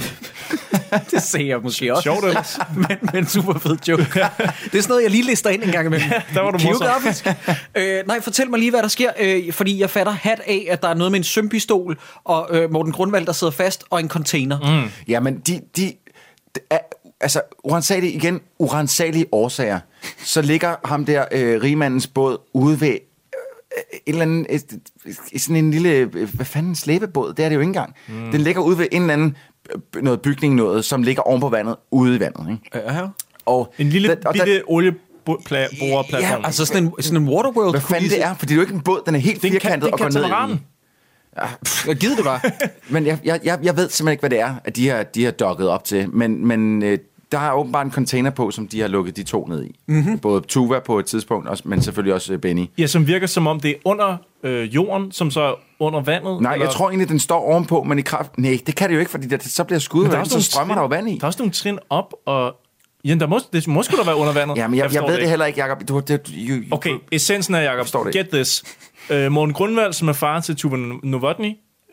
Det sagde jeg måske også. Sjovt ellers. men, men super fed joke. Det er sådan noget, jeg lige lister ind en gang imellem. Ja, der var du geografisk. øh, nej, fortæl mig lige, hvad der sker. Øh, fordi jeg fatter hat af, at der er noget med en sømpistol, og øh, Morten Grundvald, der sidder fast, og en container. Mm. Jamen, de... de, de er, altså, urensagelige, igen, urensagelige årsager, så ligger ham der, øh, rigmandens båd, ude ved øh, et eller andet, et, et, sådan en lille, øh, hvad fanden, slæbebåd, det er det jo ikke engang. Mm. Den ligger ude ved en eller anden, øh, noget bygning, noget, som ligger oven på vandet, ude i vandet, ikke? Ja. Og en lille, den, og bitte der, olieboreplatform. Ja, altså sådan en, sådan en Waterworld. Hvad fanden det er, for det er jo ikke en båd, den er helt firkantet og går ned i. Ja, jeg gider det bare. Men jeg, jeg, jeg ved simpelthen ikke, hvad det er, at de har, de har dokket op til. Men, men øh, der er åbenbart en container på, som de har lukket de to ned i. Mm-hmm. Både Tuva på et tidspunkt, også, men selvfølgelig også øh, Benny. Ja, som virker som om det er under øh, jorden, som så er under vandet. Nej, eller? Jeg tror egentlig, den står ovenpå, men i kraft... Nej, det kan det jo ikke, fordi der, så bliver skuddet, så strømmer trin, der jo vand i. Der er også nogle trin op, og... Ja, der må, det må sgu da være under vandet. Ja, men jeg, jeg, jeg ved det, det heller ikke, Jacob. Du, det, you, okay, essensen er, Jacob, get this. Uh, Morten Grundvald, som er far til Tuva Novotny,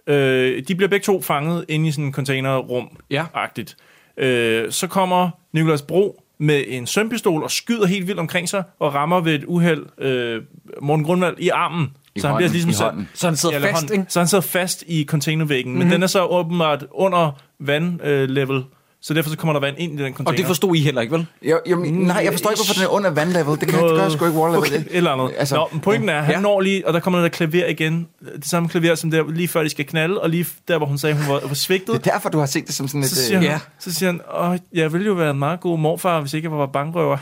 Øh, de bliver begge to fanget inde i sådan en containerrum-agtigt. Ja. Øh, så kommer Nicolas Bro med en sømpistol og skyder helt vildt omkring sig og rammer ved et uheld øh, Morten Grundvald i armen. I så hånden, han bliver ligesom så, så han sidder fast, hånd, så han sidder fast i containervæggen. Mm-hmm. Men den er så åbenbart under vandlevel. Øh, Så derfor så kommer der vand ind i den container. Og det forstod I heller ikke, vel? Jo, jo, nej, jeg forstår ikke, hvorfor den er under vandlevel. Det kan jeg gøre sgu ikke waterlevel. Okay, et eller andet. Altså, Nå, men pointen er, han ja. når lige, og der kommer der klaver igen. Det samme klaver, som der lige før de skal knalde, og lige der, hvor hun sagde, hun var, var svigtet. Det er derfor, du har set det som sådan et... Så siger han, ja. så siger han åh, jeg ville jo være en meget god morfar, hvis ikke jeg var bankrøver.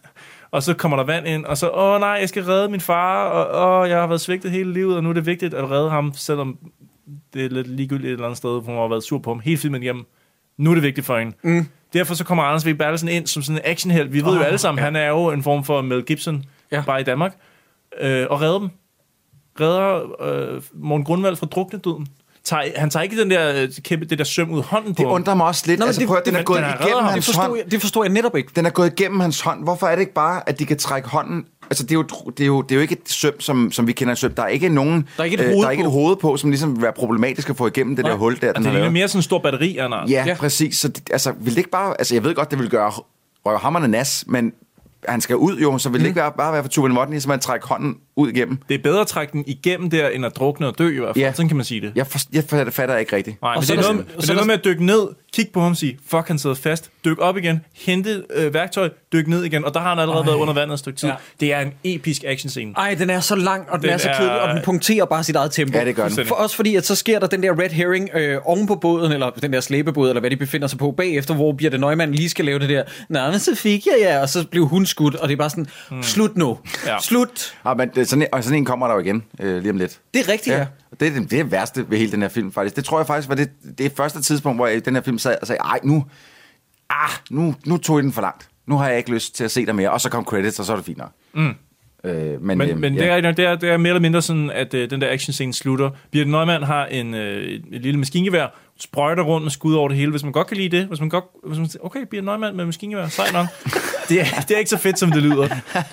Og så kommer der vand ind, og så, åh nej, jeg skal redde min far, og åh, jeg har været svigtet hele livet, og nu er det vigtigt at redde ham, selvom det er lidt ligegyldigt et eller andet sted, hvor hun har været sur på ham hele filmen igennem. Nu er det vigtigt for hende. Mm. Derfor så kommer Anders W. Bertelsen ind som sådan en actionhelt. Vi ved oh, jo alle sammen, ja. han er jo en form for Mel Gibson, ja. bare i Danmark. Øh, og redder dem. Redder øh, Morten Grundvald fra druknedøden. Tager, han tager ikke den der, kæmpe, det der søm ud hånden på. Det undrer mig også lidt. Nå, altså, det, prøv, den, den er gået den igennem ham. hans det forstod, hånd. Jeg, det forstår jeg netop ikke. Den er gået igennem hans hånd. Hvorfor er det ikke bare, at de kan trække hånden... Altså, det er, jo, det, er jo, det er jo ikke et søm, som, som vi kender et søm. Der er ikke nogen... Der er ikke et, øh, hoved, der er ikke et hoved på, som ligesom vil være problematisk at få igennem det ja. der hul der. Altså, det er mere sådan en stor batteri, Anders. Ja, ja, præcis. Så det, altså, vil det ikke bare... Altså, jeg ved godt, det vil gøre røvhammerne nas, men han skal ud jo, så vil det mm. ikke være, bare være for Tuva Novotny, så man trækker hånden ud igennem. Det er bedre at trække den igennem der, end at drukne og dø i hvert fald. Ja. Sådan kan man sige det. Jeg, for, jeg fatter ikke rigtigt. Nej, men det er noget, men det er noget med at dykke ned, kigge på ham og sige, fuck, han sidder fast, dyk op igen, hente øh, værktøj, dyk ned igen, og der har han allerede Ej. været under vandet et stykke tid. Ja. Det er en episk actionscene. Ej, den er så lang, og den, den er så kedelig, og den punkterer bare sit eget tempo. Ja, det gør den. For også fordi, at så sker der den der red herring øh, oven på båden, eller den der slæbebåd, eller hvad de befinder sig på bagefter, hvor Birthe Neumann lige skal lave det der, nej, men så fik jeg, ja, og så blev hun skudt, og det er bare sådan, hmm. slut nu, ja. slut. Ja, men det, sådan, en, og sådan en kommer der jo igen, øh, lige om lidt. Det er rigtigt, ja. ja. Det er det, det er værste ved hele den her film, faktisk. Det tror jeg faktisk var det, det første tidspunkt, hvor jeg, den her film sad og sagde, ej, nu, ah, nu, nu tog jeg den for langt. Nu har jeg ikke lyst til at se dig mere. Og så kom credits, og så er det fint nok. Mm. Øh, men men, øh, men ja. det, er, det, er, det er mere eller mindre sådan, at øh, den der actionscene slutter. Birthe Neumann har en, øh, et lille maskingevær, sprøjter rundt med skud over det hele. Hvis man godt kan lide det, hvis man godt, hvis man siger, okay, Birthe Neumann med maskingevær, sej nok. det, er, det er ikke så fedt, som det lyder.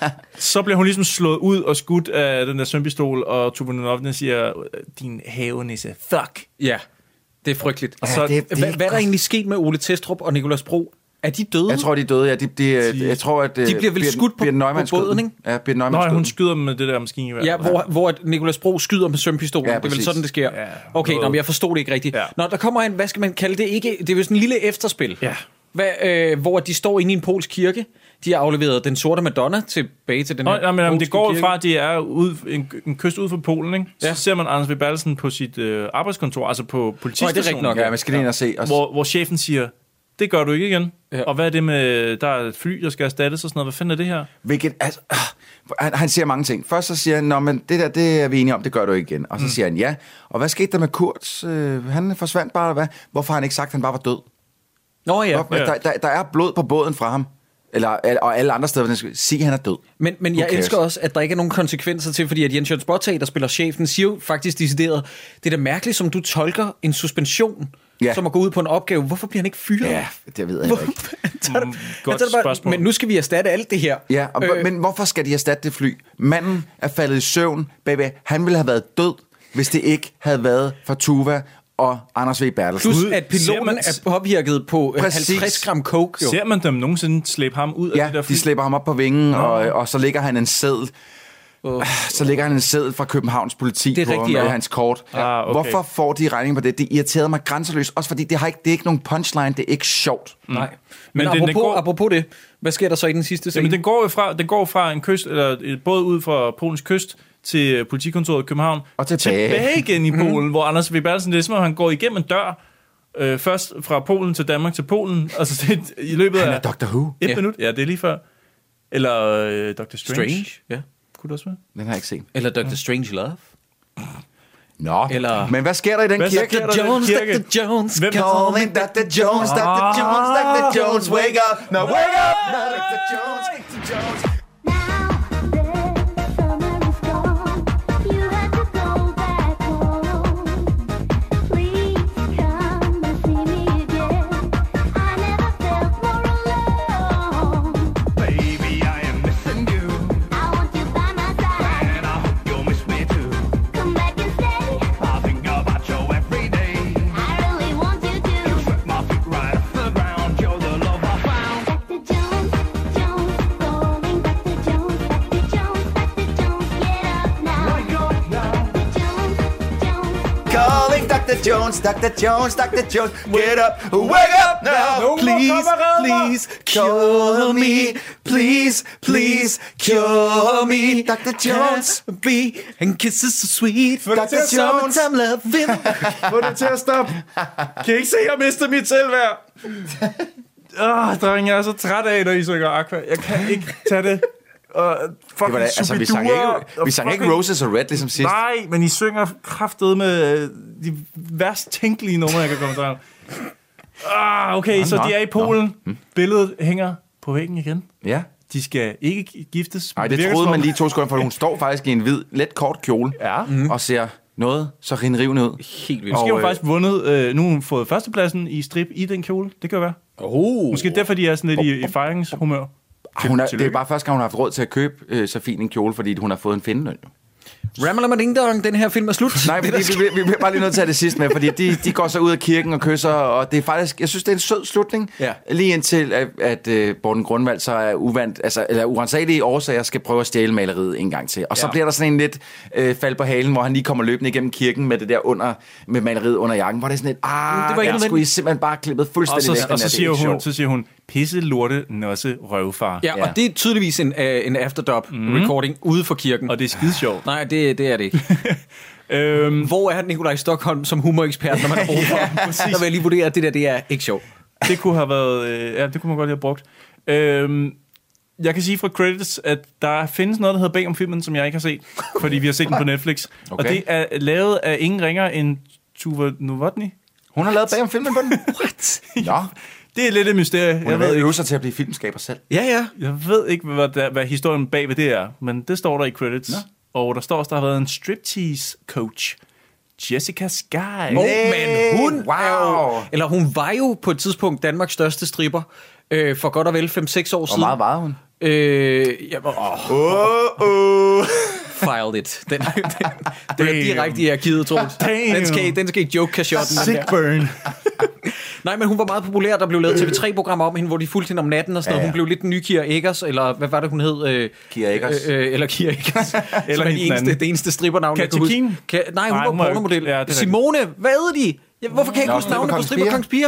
Så bliver hun ligesom slået ud og skudt af den der sømpistol, og Tove Novotny siger, din havenisse, fuck. Ja, det er frygteligt. Ja, så, det, det, hvad, det, hvad er der egentlig sket med Ole Testrup og Nicolas Bro? Er de døde? Jeg tror, de er døde, ja. De, de, de, jeg tror, at, de bliver vel skudt på, på båden, ikke? Ja, Birthe Neumann Nå, hun skyder med det der maskingevær. Ja, hvor, hvor Nicolas Bro skyder med sømpistolen. Ja, det er vel sådan, det sker. Ja, okay, nå, men jeg forstod det ikke rigtigt. Ja. Nå, der kommer en, hvad skal man kalde det? Ikke, det er jo sådan en lille efterspil. Ja. Hvad, øh, hvor de står inde i en polsk kirke. De har afleveret den sorte Madonna tilbage til den her. Nå, ja, men jamen, det går kirke. fra, at de er ude, en, en kyst ud fra Polen, ikke? Så ja. ser man Anders W. Bertelsen på sit øh, arbejdskontor, altså på politistationen. Det er rigtigt nok, ja, man skal lige ind og se. Også. Hvor, hvor chefen siger, det gør du ikke igen. Ja. Og hvad er det med, der er et fly, der skal erstattes og sådan noget. Hvad fanden er det her? Hvilket, altså, øh, han, han siger mange ting. Først så siger han, nå, men det der, det er vi enige om, det gør du ikke igen. Og så mm. siger han ja. Og hvad skete der med Kurt? Øh, han forsvandt bare, hvad? Hvorfor har han ikke sagt, at han bare var død? Nå ja. Hvor, ja. Der, der, der er blod på båden fra ham. Eller, og alle andre steder, hvor den skal sige, at han er død. Men, men jeg elsker også, at der ikke er nogen konsekvenser til, fordi at Jens Jørgen Spottag, der spiller chefen, siger jo faktisk decideret, det er da mærkeligt, som du tolker en suspension, ja. som at gå ud på en opgave. Hvorfor bliver han ikke fyret? Ja, det ved jeg Hvor, ikke. tager, mm, godt bare, spørgsmål. Men nu skal vi erstatte alt det her. Ja, og, øh, men hvorfor skal de erstatte det fly? Manden er faldet i søvn, baby. Han ville have været død, hvis det ikke havde været for Tuva og Anders W. Bertelsen. Plus at piloten man, er påvirket på præcis. halvtreds gram coke. Jo. Ser man dem nogensinde slæbe ham ud ja, af det der fly? De slæber ham op på vingen, og, og så ligger han en seddel. Uh. Så ligger han en seddel fra Københavns politi på rigtigt, ja. hans kort. Ah, okay. Hvorfor får de regning på det? Det irriterede mig grænseløst. Også fordi det, har ikke, det er ikke nogen punchline, det er ikke sjovt. Mm. Nej. Men, Men apropos, den, den går, apropos det, hvad sker der så i den sidste scene? Jamen, den går fra, den går fra en kyst, eller et båd ud fra Polens kyst, til politikontoret i København, og tilbage, tilbage igen i Polen, mm. hvor Anders W. Bertelsen, det er som om han går igennem en dør, øh, først fra Polen til Danmark til Polen, altså det, i løbet af... Han er Doctor Who. Et ja. minut, ja, det er lige før. Eller øh, doktor Strange. Strange, ja. Kunne du også være? Den har jeg ikke set. Eller doktor ja. Strange Love. Nå, eller... men hvad sker der i den hvad kirke? doktor Jones, doktor Jones, Hvem calling doktor Jones, doktor Jones, doktor Jones, wake up, no wake up, no doktor Jones, doktor Jones. doktor Jones, doktor Jones, doktor Jones, get up, wake up now, please, please, cure me, please, please, cure me, doktor Jones, be and kisses so sweet, doktor Jones, I'm loving. Få det til at stoppe. Kan I ikke se, at jeg mister mit selvværd? Åh, oh, dreng, jeg er så træt af, når I synger Aqua. Jeg kan ikke tage det. Og fucking det det, altså, vi sang ikke, vi sang fucking, ikke Roses og Red, ligesom sidst. Nej, men I synger kraftet med de værst tænkelige numre, jeg kan komme til. Ah, okay, nå, så nå, de er i Polen. Hm. Billedet hænger på væggen igen. Ja. De skal ikke giftes. Nej, det, det troede man lige to sekunder, for hun står faktisk i en hvid, let kort kjole. Ja. Mm. Og ser noget så rindrivende ud. Helt vildt. Måske har hun faktisk vundet, øh, nu har hun fået førstepladsen i strip i den kjole. Det kan være. Oh. Måske derfor, de er sådan lidt i, i fejringshumør. Hun er, det er bare første gang, hun har haft råd til at købe øh, så fin en kjole, fordi hun har fået en findeløn. Ramalama Ding Dong, den her film er slut. Nej, fordi vi, vi, vi bliver bare lige nødt til at have det sidste med, fordi de, de går så ud af kirken og kysser, og det er faktisk, jeg synes, det er en sød slutning. Ja. Lige indtil, at, at uh, Morten Grunwald så er uvandt, altså, eller urensagelige årsager skal prøve at stjæle maleriet en gang til. Og så ja. bliver der sådan en lidt uh, fald på halen, hvor han lige kommer løbende igennem kirken med det der under, med maleriet under jakken, hvor det er sådan et, ah, det var ikke skulle I simpelthen bare klippet fuldstændig og så, væk. Og så siger, hun, så siger hun, pisse lorte nosse røvfar. Ja, og ja. det er tydeligvis en, uh, en afterdub mm. recording ude for kirken. Og det er skide sjovt. Nej, det, det er det ikke. øhm, Hvor er Nikolaj Stockholm som humorekspert, når man har brug for ham? Der vil jeg lige vurdere, at det der, det er ikke sjovt. Det kunne have været, øh, ja, det kunne man godt have brugt. Øhm, jeg kan sige fra credits, at der findes noget, der hedder Bag om filmen, som jeg ikke har set, fordi vi har set den på Netflix. Okay. Og det er lavet af ingen ringer end Tuva Novotny. Hun har lavet Bag om filmen på den? What? Ja. Det er lidt et mysterie. Hun jeg ved ikke sig til at blive filmskaber selv. Ja, ja. Jeg ved ikke, hvad, der, hvad historien bag ved det er, men det står der i credits. Nå. Og der står også, der har været en striptease coach, Jessica Sky. Åh, oh, men hun wow. er jo, eller hun var jo på et tidspunkt Danmarks største stripper øh, for godt og vel fem seks år siden. Hvor meget var hun? Øh, ja, åh. Oh. Oh, oh. Filed it. Den, den, den er direkte i arkivet, Troels. Den skal, den skal ikke joke-kashotten. Sick burn. Nej, men hun var meget populær. Der blev lavet T V tre-programmer om hende, hvor de fulgte hende om natten og sådan ja, ja. Hun blev lidt den nye Kira Eggers, eller hvad var det, hun hed? Øh, Kira Eggers. Øh, eller Kira Eggers. eller det eneste, det eneste strippernavn, jeg kan huske. Ka- nej, hun Nej, var pornomodel. Ja, Simone, hvad hed de? Ja, hvorfor kan jeg ikke huske navnene på stripperkongspiger?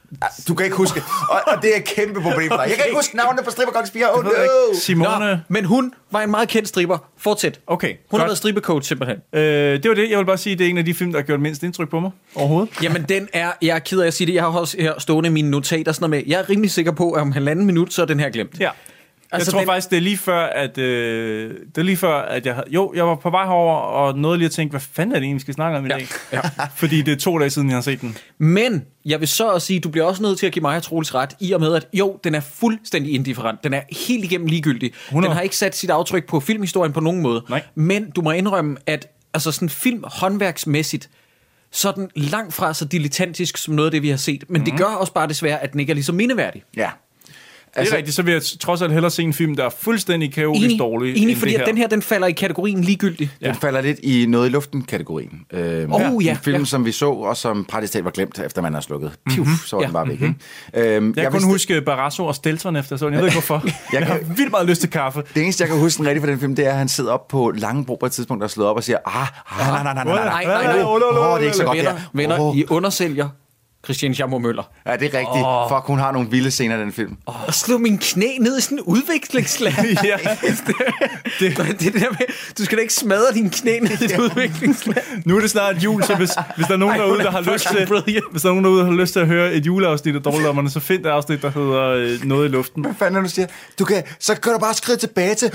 Du kan ikke huske, og, og det er et kæmpe problem for dig. Jeg kan ikke huske navnene på stripperkongspiger. Oh, no. Simone. Nå, men hun var en meget kendt stripper. Fortsæt. Okay. Hun godt. har været strippercoach simpelthen. Øh, det var det. Jeg vil bare sige, det er en af de film, der har gjort mindst indtryk på mig overhovedet. Jamen, den er, jeg er ked af at sige det. Jeg har også her stående mine notater sådan noget med. Jeg er rimelig sikker på, at om halvanden minut, så er den her glemt. Ja. Altså, jeg tror den... faktisk, det er lige før, at øh, det er lige før, at jeg jo, jeg var på vej herover og nåede lige at tænke, hvad fanden er det egentlig, vi skal snakke om i dag? Ja. Ja. Fordi det er to dage siden, jeg har set den. Men jeg vil så også sige, du bliver også nødt til at give mig og Troels ret, i og med, at jo, den er fuldstændig indifferent. Den er helt igennem ligegyldig. hundrede Den har ikke sat sit aftryk på filmhistorien på nogen måde. Nej. Men du må indrømme, at altså sådan film håndværksmæssigt, så er den langt fra så dilettantisk som noget af det, vi har set. Men mm-hmm. det gør også bare desværre, at den ikke er lige så mindeværdig. Ja. Det er altså, rigtigt, så vil jeg trods alt hellere se en film, der er fuldstændig kaotisk enig, dårlig. Enig, fordi at den her, den falder i kategorien ligegyldig. Ja. Den falder lidt i noget i luften-kategorien. Øhm, oh, ja. En film, ja. som vi så, og som praktisk talt var glemt, efter man har slukket. Puf, mm-hmm. så var den ja. bare væk. Mm-hmm. Ikke? Øhm, jeg, jeg kan kun huske Barrasso og Stelton efter, så jeg ved ikke hvorfor. jeg, jeg har vildt meget lyst til kaffe. Det eneste, jeg kan huske den rigtigt for den film, det er, at han sidder op på Langebro på et tidspunkt, der er slået op og siger, ah, nej, nej, nej, nej, nej, nej, nej, det er ikke så godt der. Venner, I undersælger Christian Schammer Møller. Ja, det er rigtigt. Oh. Fuck, hun har nogle vilde scener i den film. Oh. Og slå min knæ ned i sådan en udviklingslag. ja. det, det, det, det der med, du skal da ikke smadre dine knæ ned i et udviklingslag. Nu er det snart jul, så hvis, hvis der er nogen Ej, derude, der har lyst til, hvis der er nogen derude, der har lyst til at høre et juleafsnit af Dårligdommerne, så find det afsnit, der hedder øh, Noget i luften. Hvad fanden er du siger? Du kan, så kan du bare skride tilbage til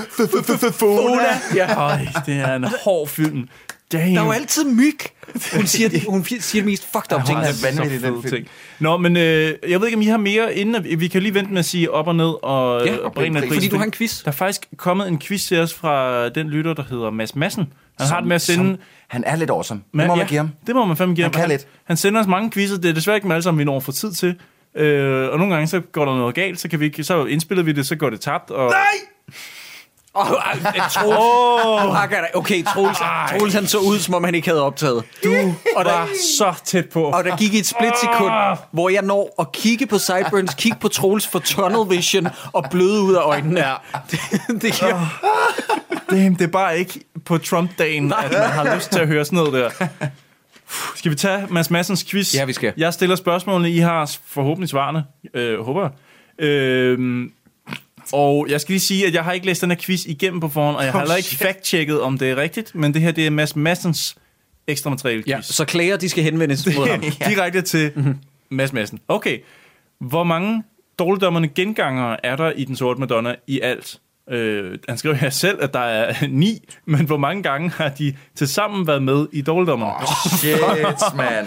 Fona. Ja. Ej, det er en hård film. Damn. Der er jo altid myg. Hun siger, det, hun siger det mest fucked up ting. Det er vanvittigt, den film. Nå, men øh, jeg ved ikke, om I har mere inden. Vi kan lige vente med at sige op og ned og, ja, og bringe okay, fordi du har en quiz. Der er faktisk kommet en quiz til os fra den lytter, der hedder Mads Madsen. Han som, har det med at sende... Som, han er lidt awesome. Det må man ja, give ham. Det må man fandme give ham. Han kan lidt. Han sender os mange quizzer. Det er desværre ikke med alle sammen, vi når for tid til. Øh, og nogle gange, så går der noget galt. Så, kan vi ikke, så indspiller vi det, så går det tabt. Og... Nej! Oh, Troels. Oh. Okay, Troels, Troels han så ud, som om han ikke havde optaget. Du og der, var så tæt på. Og der gik et splitsekund, oh. hvor jeg når at kigge på Sideburns, kigge på Troels for tunnel vision og bløde ud af øjnene. Ja. Det, det, kan... oh. Damn, det er bare ikke på Trump-dagen, at man har lyst til at høre sådan noget der. Skal vi tage Mads Madsens quiz? Ja, vi skal. Jeg stiller spørgsmålene, I har forhåbentlig svarene. Øh, håber jeg. Øh, Og jeg skal lige sige, at jeg har ikke læst den her quiz igennem på forhånd, og jeg har heller ikke fact-checket, om det er rigtigt, men det her, det er Mads Madsens ekstra materiale quiz. Ja, så klager, de skal henvendes mod ham. Direkte til mm-hmm. Mads Madsen. Okay, hvor mange dårligdommerne gengangere er der i Den Sorte Madonna i alt? Øh, han skriver her selv, at der er ni, men hvor mange gange har de tilsammen været med i dårligdommerne? Oh, shit, man.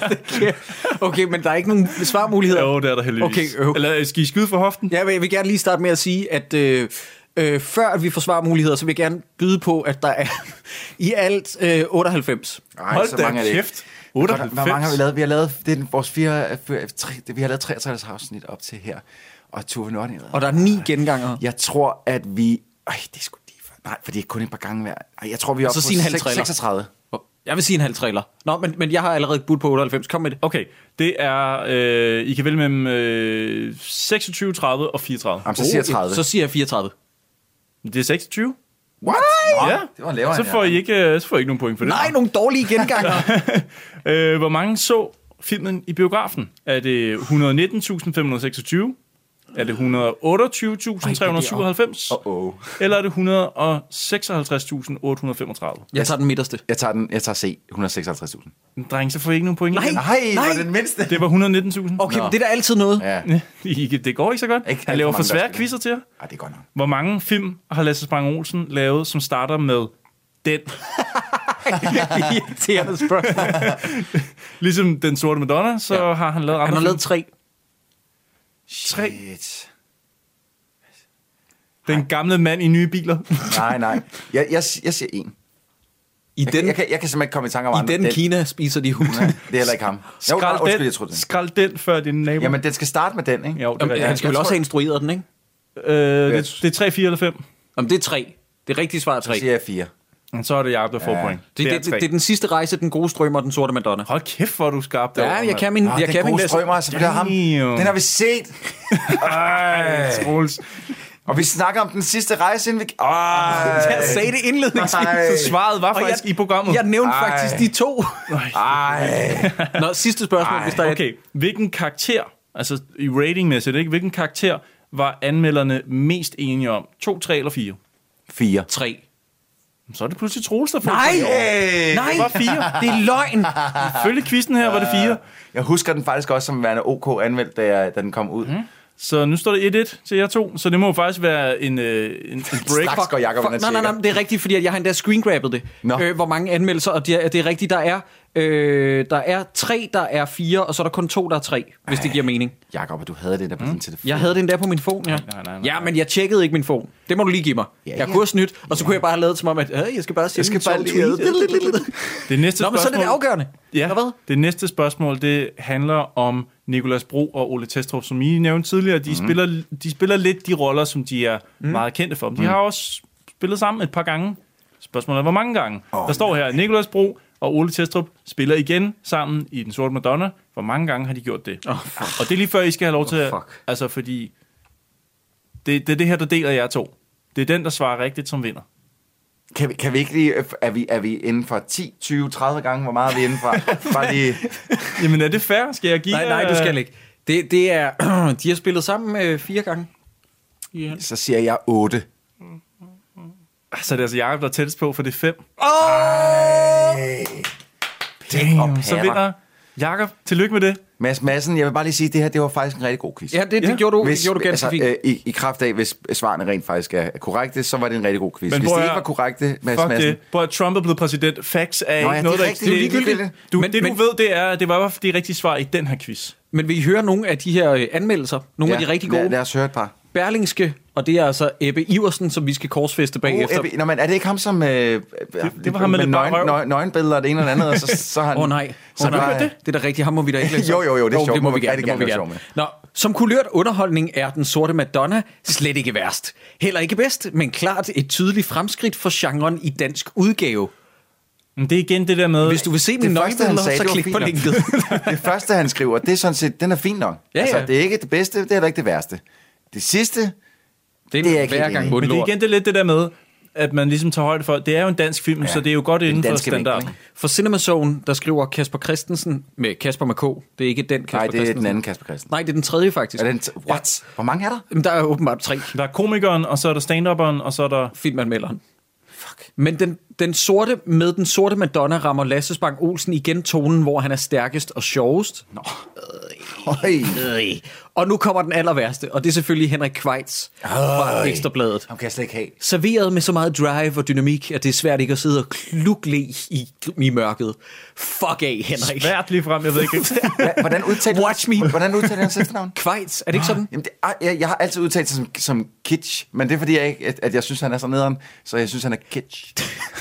Okay, men der er ikke nogen svarmuligheder. Jo, det er der heldigvis. Okay, øh. Eller skal I skyde for hoften? Ja, jeg vil gerne lige starte med at sige, at øh, øh, før at vi får svarmuligheder, så vil jeg gerne byde på, at der er i alt øh, otteoghalvfems. Ej, hold da mange kæft. otteoghalvfems. Hvor mange har vi lavet? Vi har lavet, det er vores fire, tre, vi har lavet treogtres afsnit op til her. Og Tuve Nordin. Og der er ni gengangere. Jeg tror, at vi... Ej, det er sgu lige... Nej, for det er kun et par gange hver. Ej, jeg tror, vi er oppe så på sig en halv trailer. seksogtredive. Jeg vil sige en halv trailer. Nå, men, men jeg har allerede budt på otteoghalvfems. Kom med det. Okay, det er... Øh, I kan vælge mellem øh, seksogtyve, tredive og fireogtredive. Jamen, så siger jeg tredive. Så siger jeg fireogtredive. Det er seksogtyve. What? Ja, det var lavere, så får I ikke, så får I ikke nogen point for det. Nej, nogle dårlige genganger. øh, hvor mange så filmen i biografen? Er det et hundrede og nitten tusind fem hundrede og seksogtyve? Er det et hundrede og otteogtyve tusind tre hundrede og syvoghalvfems? Uh-oh. Eller er det et hundrede og seksoghalvtreds tusind otte hundrede og femogtredive? Jeg tager den midterste. Jeg tager, den, jeg tager C, et hundrede og seksoghalvtreds tusind. Dreng, så får I ikke nogen point. Nej, nej, nej. var det den mindste? Det var et hundrede og nitten tusind. Okay, men det er da altid noget. Ja. Det går ikke så godt. Ikke Han laver alt for for mange, svære der quizzer til jer. Ej, det er godt nok. Hvor mange film har Lasse Spang Olsen lavet, som starter med den? Irriterende spørgsmål. Ligesom Den Sorte Madonna, så ja. har han lavet andre Han har film. lavet tre. Tre. Shit. Den gamle mand i nye biler. Nej, nej. Jeg, jeg, jeg siger en. I jeg, den, jeg, kan, jeg kan simpelthen ikke komme i tanke om I andre. den, den Kina spiser de hund. Nej, det er heller ikke ham. Skrald, jo, nej, undskyld, den, jeg troede det. skrald den før din nabo. Jamen, den skal starte med den, ikke? Jo, det Jamen, er han skal vel også have instrueret den, ikke? øh, det, det er tre, fire eller fem. Jamen, det er tre. Det rigtige svar er Så tre. siger jeg fire. Så er det Jacob, der får Ja. point. Det, det, det, det er den sidste rejse, den gode strømmer, den sorte Madonna. Hold kæft, hvor er du skarp Ja, derovre, jeg kan min, Nå, jeg den kan min gode læse. strømmer, altså, det er ham. Den har vi set. Ej, Troels. Og vi snakker om den sidste rejse, inden vi... Ej. Jeg sagde det indledningsvis. Så svaret var Og faktisk jeg, i programmet. Jeg nævnte Ej. faktisk de to. Ej. Nå, sidste spørgsmål, Ej. hvis der er Okay, hvilken karakter, altså i ratingmæssigt, ikke? Hvilken karakter var anmelderne mest enige om? To, tre eller fire? Fire. tre. Så er det pludselig Troels, der får Nej, point over. nej, Det var fire. det er løgn. Ifølge quizzen her var det fire. Jeg husker den faktisk også som værende OK anmeldt, da, jeg, da den kom ud. Mm. Så nu står det et et til jer to, så det må faktisk være en, øh, en, en break. Straks går Jacob, Nej, nej, nej, det er rigtigt, fordi at jeg har endda screengrabbet det. Øh, hvor mange anmeldelser, og det er, det er rigtigt, der er, øh, der er tre, der er fire, og så er der kun to, der er tre, hvis det giver mening. Jacob, du havde det der på mm. din telefon. Jeg havde den der på min phone, ja. Nej, nej, nej. Ja, men jeg tjekkede ikke min phone. Det må du lige give mig. Ja, jeg ja. kunne have snydt, og så kunne jeg bare have lavet som om, at øh, jeg skal bare sige Jeg skal bare lige... Det næste Nå, men så er det det afgørende. Ja, Eller hvad? det næste spørgsmål, det handler om Nicolas Bro og Ole Testrup, som I nævnte tidligere. De, mm. spiller, de spiller lidt de roller, som de er mm. meget kendte for. De mm. har også spillet sammen et par gange. Spørgsmålet er, hvor mange gange? Oh, der står her, Nicolas Bro og Ole Testrup spiller igen sammen i Den Sorte Madonna. Hvor mange gange har de gjort det? Oh, og det er lige før, I skal have lov til oh, at... Altså, fordi... Det, det er det her, der deler jer to. Det er den, der svarer rigtigt, som vinder. Kan vi, kan vi ikke lige... Er vi, er vi inden for ti, tyve, tredive gange? Hvor meget er vi inden for? Bare lige... Jamen, er det fair? Skal jeg give... Nej, nej, du skal ikke. Det, det er... de har spillet sammen øh, fire gange. Ja. Så siger jeg otte. Så det er altså Jacob, der er tættest på, for det er fem. Åh! Damn, så vinder Jacob. Tillykke med det. Mads Madsen, jeg vil bare lige sige, at det her det var faktisk en rigtig god quiz. Ja, det, det, ja. Gjorde, du, hvis, det gjorde du ganske altså, fint. Øh, i, I kraft af, hvis svarene rent faktisk er korrekte, så var det en rigtig god quiz. Men hvis det jeg, ikke var korrekte, Mads fuck Madsen... det. Prøv at Trump er blevet præsident. Facts er Nå, ja, ikke noget, det er der rigtigt, ikke... det er ligegyldigt. Du, men, det du men, ved, det er, det var i hvert fald de rigtige svar i den her quiz. Men vil I høre nogle af de her øh, anmeldelser? Nogle ja, af de rigtig gode? Lad, lad os høre et par. Berlingske, og det er altså Ebbe Iversen, som vi skal korsfeste bagefter. Oh, Ebbe, nå, men er det ikke ham, som... Øh, det, det var ham med, med nøgen, nøgen, nøgen, nøgenbilleder og det ene eller andet, og så, så han... Åh oh, nej, så oh, nej. Det? det er da rigtigt, ham må vi da ikke læse. jo, jo, jo, det er sjovt. Det må vi gerne, det må vi gerne. Nå, som kulørt underholdning er Den Sorte Madonna slet ikke værst. Heller ikke bedst, men klart et tydeligt fremskridt for genren i dansk udgave. Men det er igen det der med... Hvis du vil se mine nøgenbilleder, så klik på linket. Det første, han skriver, det er sådan set, den er fin nok. Ja, altså, ja. det er ikke det bedste, det er heller ikke det værste. Det sidste, det er, det er ikke hver gang. Men det er igen det lidt det der med, at man ligesom tager højde for, det er jo en dansk film, ja, så det er jo godt inden for standard. Vinkel, for CinemaZone, der skriver Kasper Christensen, med Kasper med K, det er ikke den Kasper Nej, det er Christensen. den anden Kasper Christensen. Nej, det er den tredje faktisk. Er den t- What? Hvor mange er der? Jamen, der er åbenbart tre. Der er komikeren, og så er der stand-upperen, og så er der... Filmanmelderen. Fuck. Men den, den sorte, med Den Sorte Madonna rammer Lasse Spang Olsen igen tonen, hvor han er stærkest og sjovest. Nå. Øh, øh. Og nu kommer den aller værste, og det er selvfølgelig Henrik Kvejts fra Ekstrabladet. Ham kan jeg slet ikke have. Serveret med så meget drive og dynamik, at det er svært ikke at sidde og klugle i, i mørket. Fuck af, Henrik. Svært lige frem, jeg ved ikke. Hvordan udtaler Watch me. Hvordan udtaler hans efternavn? Kvejts, er det ikke sådan? Jamen, det, jeg, jeg har altid udtalt sig som, som kitsch, men det er fordi, jeg ikke, at, at jeg synes, han er så nederen, så jeg synes, han er kitsch.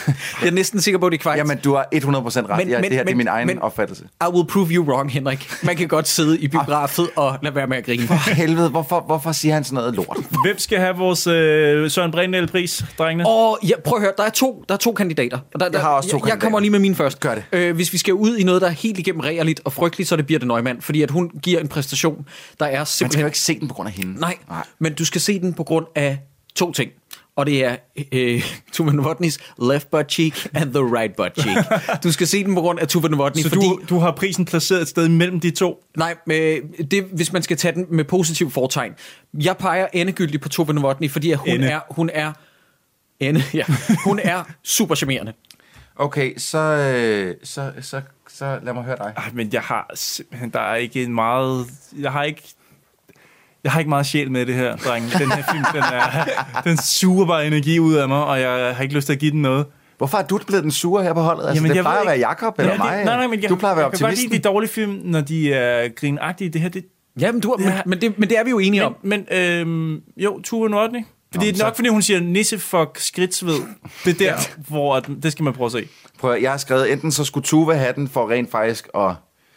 Jeg er næsten sikker på, at det er kvejt. Jamen, du har hundrede procent ret. Men- Ja, men- det her det er men- min egen men- opfattelse. I will prove you wrong, Henrik. Man kan godt sidde i biografet og lade være med at grine. For helvede, hvorfor, hvorfor siger han sådan noget lort? Hvem skal have vores øh, Søren Brindel-pris, drengene? Og ja, prøv at høre, der er to, der er to kandidater. Og der, der, Jeg har også to jeg, jeg kandidater. kommer lige med min først. Gør det. Øh, hvis vi skal ud i noget, der er helt igennem regerligt og frygteligt, så er det Birte Neumann. Fordi at hun giver en præstation, der er Man simpelthen... skal jo ikke se den på grund af hende. Nej, Nej, men du skal se den på grund af to ting. Og det er øh, Tuva Novotny's left butt cheek and the right butt cheek. Du skal se den på grund af Tuva Novotny, Så fordi... du, du har prisen placeret et sted mellem de to? Nej, øh, det, hvis man skal tage den med positiv fortegn. Jeg peger endegyldigt på Tuva Novotny, fordi at hun Ende. er... Hun er ende, ja. Hun er super charmerende. Okay, så, øh, så, så, så lad mig høre dig. Ej, men jeg har simpelthen... Der er ikke en meget... Jeg har ikke... Jeg har ikke meget sjæl med det her, drenge. Den her film, den, er, den suger bare energi ud af mig, og jeg har ikke lyst til at give den noget. Hvorfor er du blevet den sure her på holdet? Altså, Jamen, det jeg plejer ved at være ikke- Jakob eller Ja, det- mig. Nej, nej, men jeg, du plejer at være jeg kan godt optimisten. lide de dårlige film, når de er grinagtige. Det her, det... Ja, men, du, men, men, det, men det er vi jo enige om. Men, men øhm, jo, Tuva Novotny. Fordi Nå, det er nok, så- fordi hun siger nissefuck skridtsved. Det er der, ja. hvor at, det skal man prøve at se. Prøv at, jeg har skrevet, enten så skulle Tuva have den for rent faktisk at...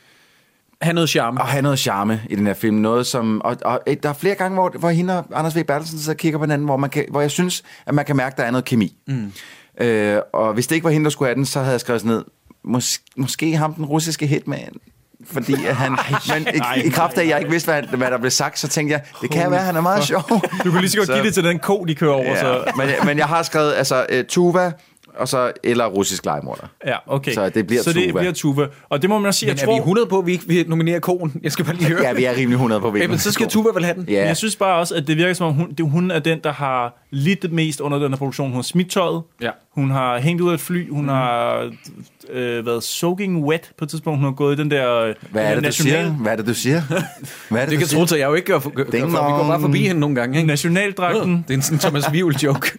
have noget charme. Og have noget charme i den her film. Noget som... Og, og der er flere gange, hvor, hvor hende og Anders V. Bertelsen så kigger på hinanden, hvor, man kan, hvor jeg synes, at man kan mærke, at der er noget kemi. Mm. Øh, og hvis det ikke var hende, der skulle have den, så havde jeg skrevet sådan ned, mås- måske ham den russiske hitman. Fordi at han... men i, i kraft af, at jeg ikke vidste, hvad, hvad der blev sagt, så tænkte jeg, det kan være, at han er meget sjov. Du kan lige så godt give det til den ko, de kører over. Ja, Så. men, men jeg har skrevet, altså, uh, Tuva, og så, eller russisk legemorder. Ja, okay. Så det bliver så Tuva. det bliver Tuva. Og det må man også sige, Men jeg er tror... vi hundrede på, at vi ikke vil nominere koen? Jeg skal bare lige høre. Ja, vi er rimelig hundrede på, Ja, men så skal Tuva vel have den. Ja. Men jeg synes bare også, at det virker som om, hun, det, hun er den, der har lidt mest under den her produktion. Hun har smidt tøjet. Ja. Hun har hængt ud af et fly. Hun mm. har øh, været soaking wet på et tidspunkt. Hun har gået i den der... Hvad er det, du siger? Hvad er det, du siger? Hvad er det, Det kan du siger? tro, at jeg jo ikke gør, gør, gør for. Vi går bare forbi hende nogle gange. Ikke? Nationaldragten. Det er en sådan Thomas Wivel-joke.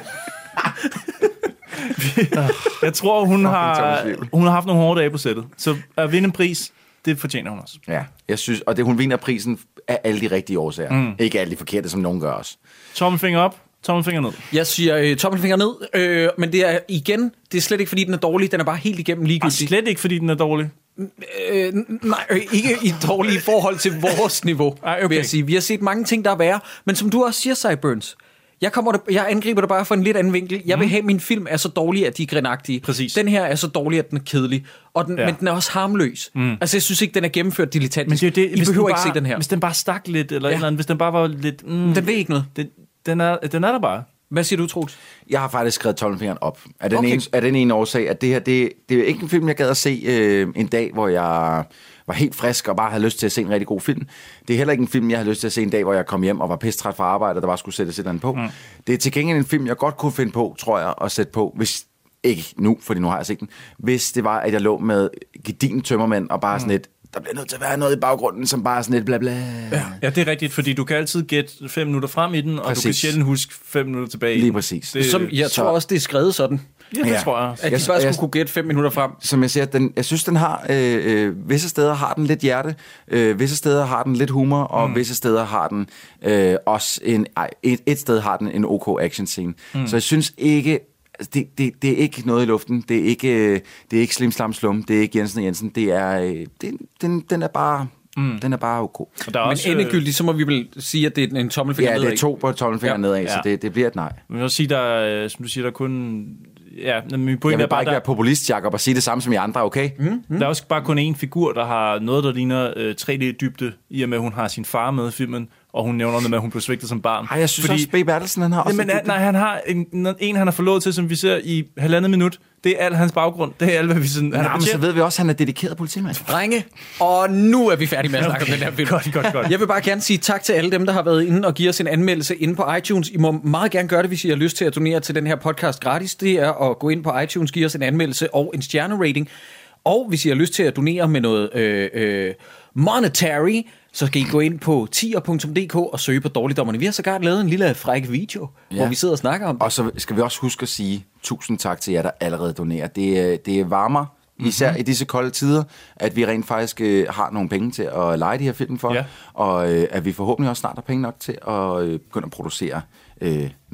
Jeg tror, hun har, Thomas Wivel. hun har haft nogle hårde dage på sættet. Så at vinde en pris, det fortjener hun også. Ja, jeg synes, og det, hun vinder prisen af alle de rigtige årsager. Mm. Ikke alle de forkerte, som nogen gør også. Tommelfinger op, tommelfinger ned. Jeg siger øh, tommelfinger ned, øh, men det er igen, det er slet ikke, fordi den er dårlig. Den er bare helt igennem Og ligegyldig. slet ikke, fordi den er dårlig. Øh, nej, øh, ikke i dårlig forhold til vores niveau, Ej, okay. vil jeg sige. Vi har set mange ting, der er værre, men som du også siger, Sideburns, jeg, kommer der, jeg angriber det bare fra en lidt anden vinkel. Jeg vil have, at min film er så dårlig, at de er grinagtige. Præcis. Den her er så dårlig, at den er kedelig. Og den, Ja. men den er også harmløs. Mm. Altså, jeg synes ikke, den er gennemført dilettantisk. Men det er jo det, I hvis behøver den ikke bare, se den her. Hvis den bare stak lidt, eller, Ja. ja. eller andet, hvis den bare var lidt... Mm, Den ved ikke noget. Den, den, er, den er der bare. Hvad siger du, Troels? Jeg har faktisk skrevet tommelfingeren op. Af den, Okay. ene, af den ene årsag, at det her, det, det er ikke en film, jeg gad at se øh, en dag, hvor jeg var helt frisk og bare havde lyst til at se en rigtig god film. Det er heller ikke en film, jeg havde lyst til at se en dag, hvor jeg kom hjem og var pissestræt fra arbejde, og der bare skulle sættes et eller andet på. Mm. Det er til gengæld en film, jeg godt kunne finde på, tror jeg, at sætte på, hvis ikke nu, fordi nu har jeg set den, hvis det var, at jeg lå med gedigen tømmermænd og bare mm. sådan lidt, der bliver nødt til at være noget i baggrunden, som bare er sådan lidt bla bla. Ja. ja, det er rigtigt, fordi du kan altid gætte fem minutter frem i den, og Præcis. du kan sjældent huske fem minutter tilbage i Lige den. præcis. Det, Som, jeg så- tror også, det er skrevet sådan. Ja, det Ja. tror jeg også. At de Jeg- bare skulle jeg- kunne gætte fem minutter frem. Som jeg siger, den, jeg synes, den har... Øh, øh, visse steder har den lidt hjerte, øh, visse steder har den lidt humor, og mm. visse steder har den øh, også en... Ej, et, et sted har den en OK action-scene. Mm. Så jeg synes ikke... altså, Det, det, det er ikke noget i luften. Det er ikke, øh, det er ikke Slim Slam Slum. Det er ikke Jensen og Jensen. Det er... Øh, det, den, den er bare... Mm. Den er bare OK. Og der er Men også, endegyldigt, så må vi vel sige, at det er en tommelfinger Ja, det nedad. er to på tommelfingeren Ja. nedad, Ja. så det, det bliver et nej. Man vil også sige, der er, som du siger, der er kun... Ja, men min pointe Jeg vil er bare bare, ikke der, være populist, Jacob, og sige det samme som I andre, okay? mm. der er også bare kun én figur, der har noget, der ligner øh, tre D-dybde, i og med, at hun har sin far med i filmen, og hun nævner noget med, at hun blev svigtet som barn. Ej, jeg synes Fordi, også, B. Bertelsen, han har også... Jamen, lidt- nej, han har en, en, han har forlovet til, som vi ser i halvandet minut. Det er al hans baggrund. Det er alt, hvad vi sådan... Han Nej, er men så betjent. ved vi også, at han er dedikeret politimand. Drenge, og nu er vi færdige med at snakke Okay, om den her film. godt, godt, godt. Jeg vil bare gerne sige tak til alle dem, der har været inde og givet os en anmeldelse inde på iTunes. I må meget gerne gøre det, hvis I har lyst til at donere til den her podcast gratis. Det er at gå ind på iTunes, give os en anmeldelse og en stjernerating. Og hvis I har lyst til at donere med noget øh, øh, monetary, så skal I gå ind på tier punktum d k og søge på Dårligdommerne. Vi har sågar lavet en lille fræk video, ja. hvor vi sidder og snakker om det. Og så skal vi også huske at sige tusind tak til jer, der allerede donerer. Det, øh, det varmer, især mm-hmm. i disse kolde tider, at vi rent faktisk øh, har nogle penge til at lege de her film for, Ja. og øh, at vi forhåbentlig også snart har penge nok til at øh, begynde at producere øh, noget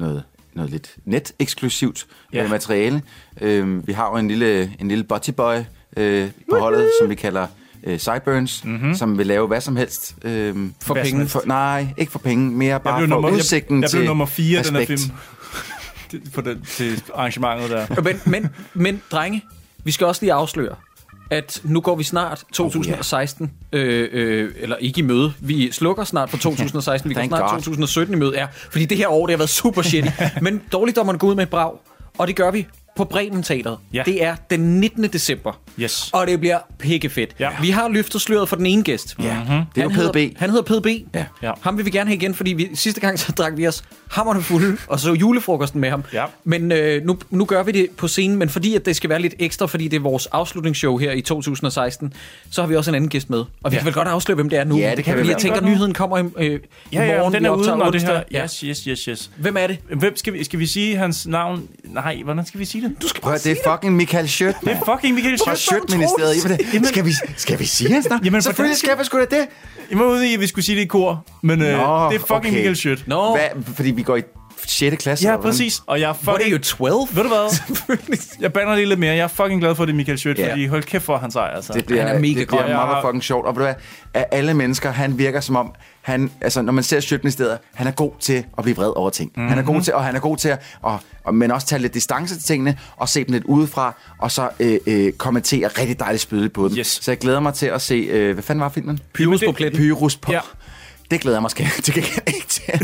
noget lidt net-eksklusivt Ja. øh, materiale. Øh, vi har jo en lille, en lille body boy øh, på holdet, som vi kalder øh, Sideburns, mm-hmm. som vil lave hvad som helst. Øh, For hvad penge? For, nej, ikke for penge, mere bare for nummer, udsigten jeg, jeg til blev nummer fire af den her respekt. film. På den, til arrangementet der. Men, men, men drenge, vi skal også lige afsløre, at nu går vi snart to tusind og seksten, oh, yeah. øh, øh, eller ikke i møde, vi slukker snart for to tusind og seksten, vi går snart God. to tusind og sytten i møde, ja, fordi det her år, det har været super shitty. Men dårligdommerne går ud med et brag, og det gør vi på Bremen Teatret. Ja. Det er den nittende december. Yes. Og det bliver pikkefedt. Ja. Vi har løftet sløret for den ene gæst. Ja. Mm-hmm. Det er han jo P D B. Han hedder P D B. Ja. Ja. Ham vil vi gerne have igen, fordi vi, sidste gang så drak vi os hammerne fulde, og så julefrokosten med ham. Ja. Men øh, nu, nu gør vi det på scenen, men fordi at det skal være lidt ekstra, fordi det er vores afslutningsshow her i to tusind og seksten, så har vi også en anden gæst med. Og vi ja. kan vel godt afsløre, hvem det er nu. Ja, det kan vi. Jeg tænker, at nyheden kommer øh, ja, i morgen. Ja, den er ude, når det her. Ja. Yes, yes, yes, yes. Hvem er det? Hvem skal vi, skal vi sige hans navn? Nej, hvordan skal vi sige det? Du skal Prøv, det er fucking Michael Schødt. Det er fucking Michael Schødt. Schødt-ministeriet. Skal vi, skal vi sige hans navn? Jamen, selvfølgelig skal vi sgu da det. Jeg må ude i, at vi skulle sige det i kor, men Nå, øh, det er fucking okay. Michael Schødt. No. Hvad, fordi vi går i sjette klasse? Ja, præcis. Og jeg er fucking... What are you, tolv? Ved du hvad? Jeg bander lige lidt mere. Jeg er fucking glad for, det Michael Schødt, yeah. fordi hold kæft for hans ejer. Altså. Det bliver, han er mega det bliver godt. motherfucking sjovt. Og ved du hvad? Af alle mennesker, han virker som om, han, altså, når man ser Schødt-ministeriet, han er god til at blive vred over ting. Mm-hmm. Han er god til, og han er god til at, og, og, men også tage lidt distance til tingene, og se dem lidt udefra, og så øh, øh, kommentere rigtig dejligt spydigt på dem. Yes. Så jeg glæder mig til at se, øh, hvad fanden var filmen? Pyrus på pletten. Pyrus på. Ja. Det glæder jeg mig til ikke til.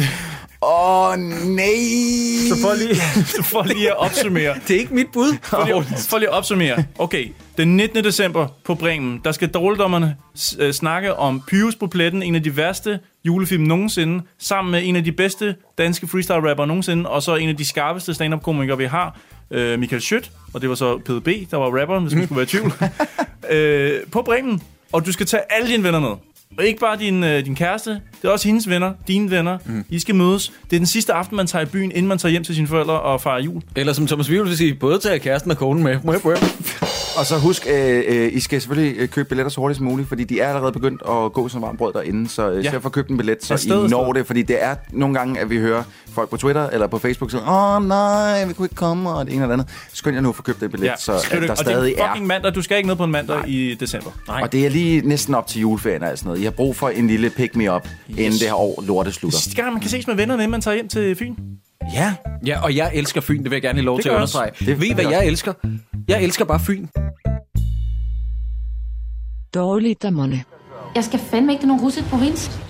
Åh, oh, nej! Så for lige, så for lige at opsummere. Det er ikke mit bud. For lige, for lige at opsummere. Okay, den nittende december på Bremen, der skal dårligdommerne øh, snakke om Pyrus på pletten, en af de værste julefilm nogensinde, sammen med en af de bedste danske freestyle-rapper nogensinde, og så en af de skarpeste stand-up-komikere, vi har, øh, Michael Schødt, og det var så P D B, der var rapperen, hvis man skulle være i tvivl, øh, på Bremen. Og du skal tage alle dine venner med. Og ikke bare din, øh, din kæreste, det er også hendes venner, dine venner. Mm. I skal mødes. Det er den sidste aften, man tager i byen, inden man tager hjem til sine forældre og fejrer jul. Eller som Thomas Wivel vil sige, både tage kæresten og konen med. Og så husk, øh, øh, I skal selvfølgelig købe billetter så hurtigt som muligt, fordi de er allerede begyndt at gå som varmt brød derinde. Så øh, ja. Så få købt en billet, så I når det. Fordi det er nogle gange, at vi hører folk på Twitter eller på Facebook sige, åh nej, vi kunne ikke komme, og det ene eller andet. Skynd jer nu at få købt en billet, ja. Så at der og stadig det er fucking mandag. Du skal ikke ned på en mandag nej. I december. Nej. Og det er lige næsten op til juleferien og sådan noget. I har brug for en lille pick-me-up, yes. Inden det her år lortet slutter. Sidste gang man kan ses med vennerne, inden man tager hjem til Fyn. Ja. Ja, og jeg elsker Fyn, det vil jeg gerne have lov det til at understrege. Det, Ved I, hvad jeg elsker? Jeg elsker bare Fyn. Dårligdommerne. Jeg skal fandme ikke til nogen russet provins.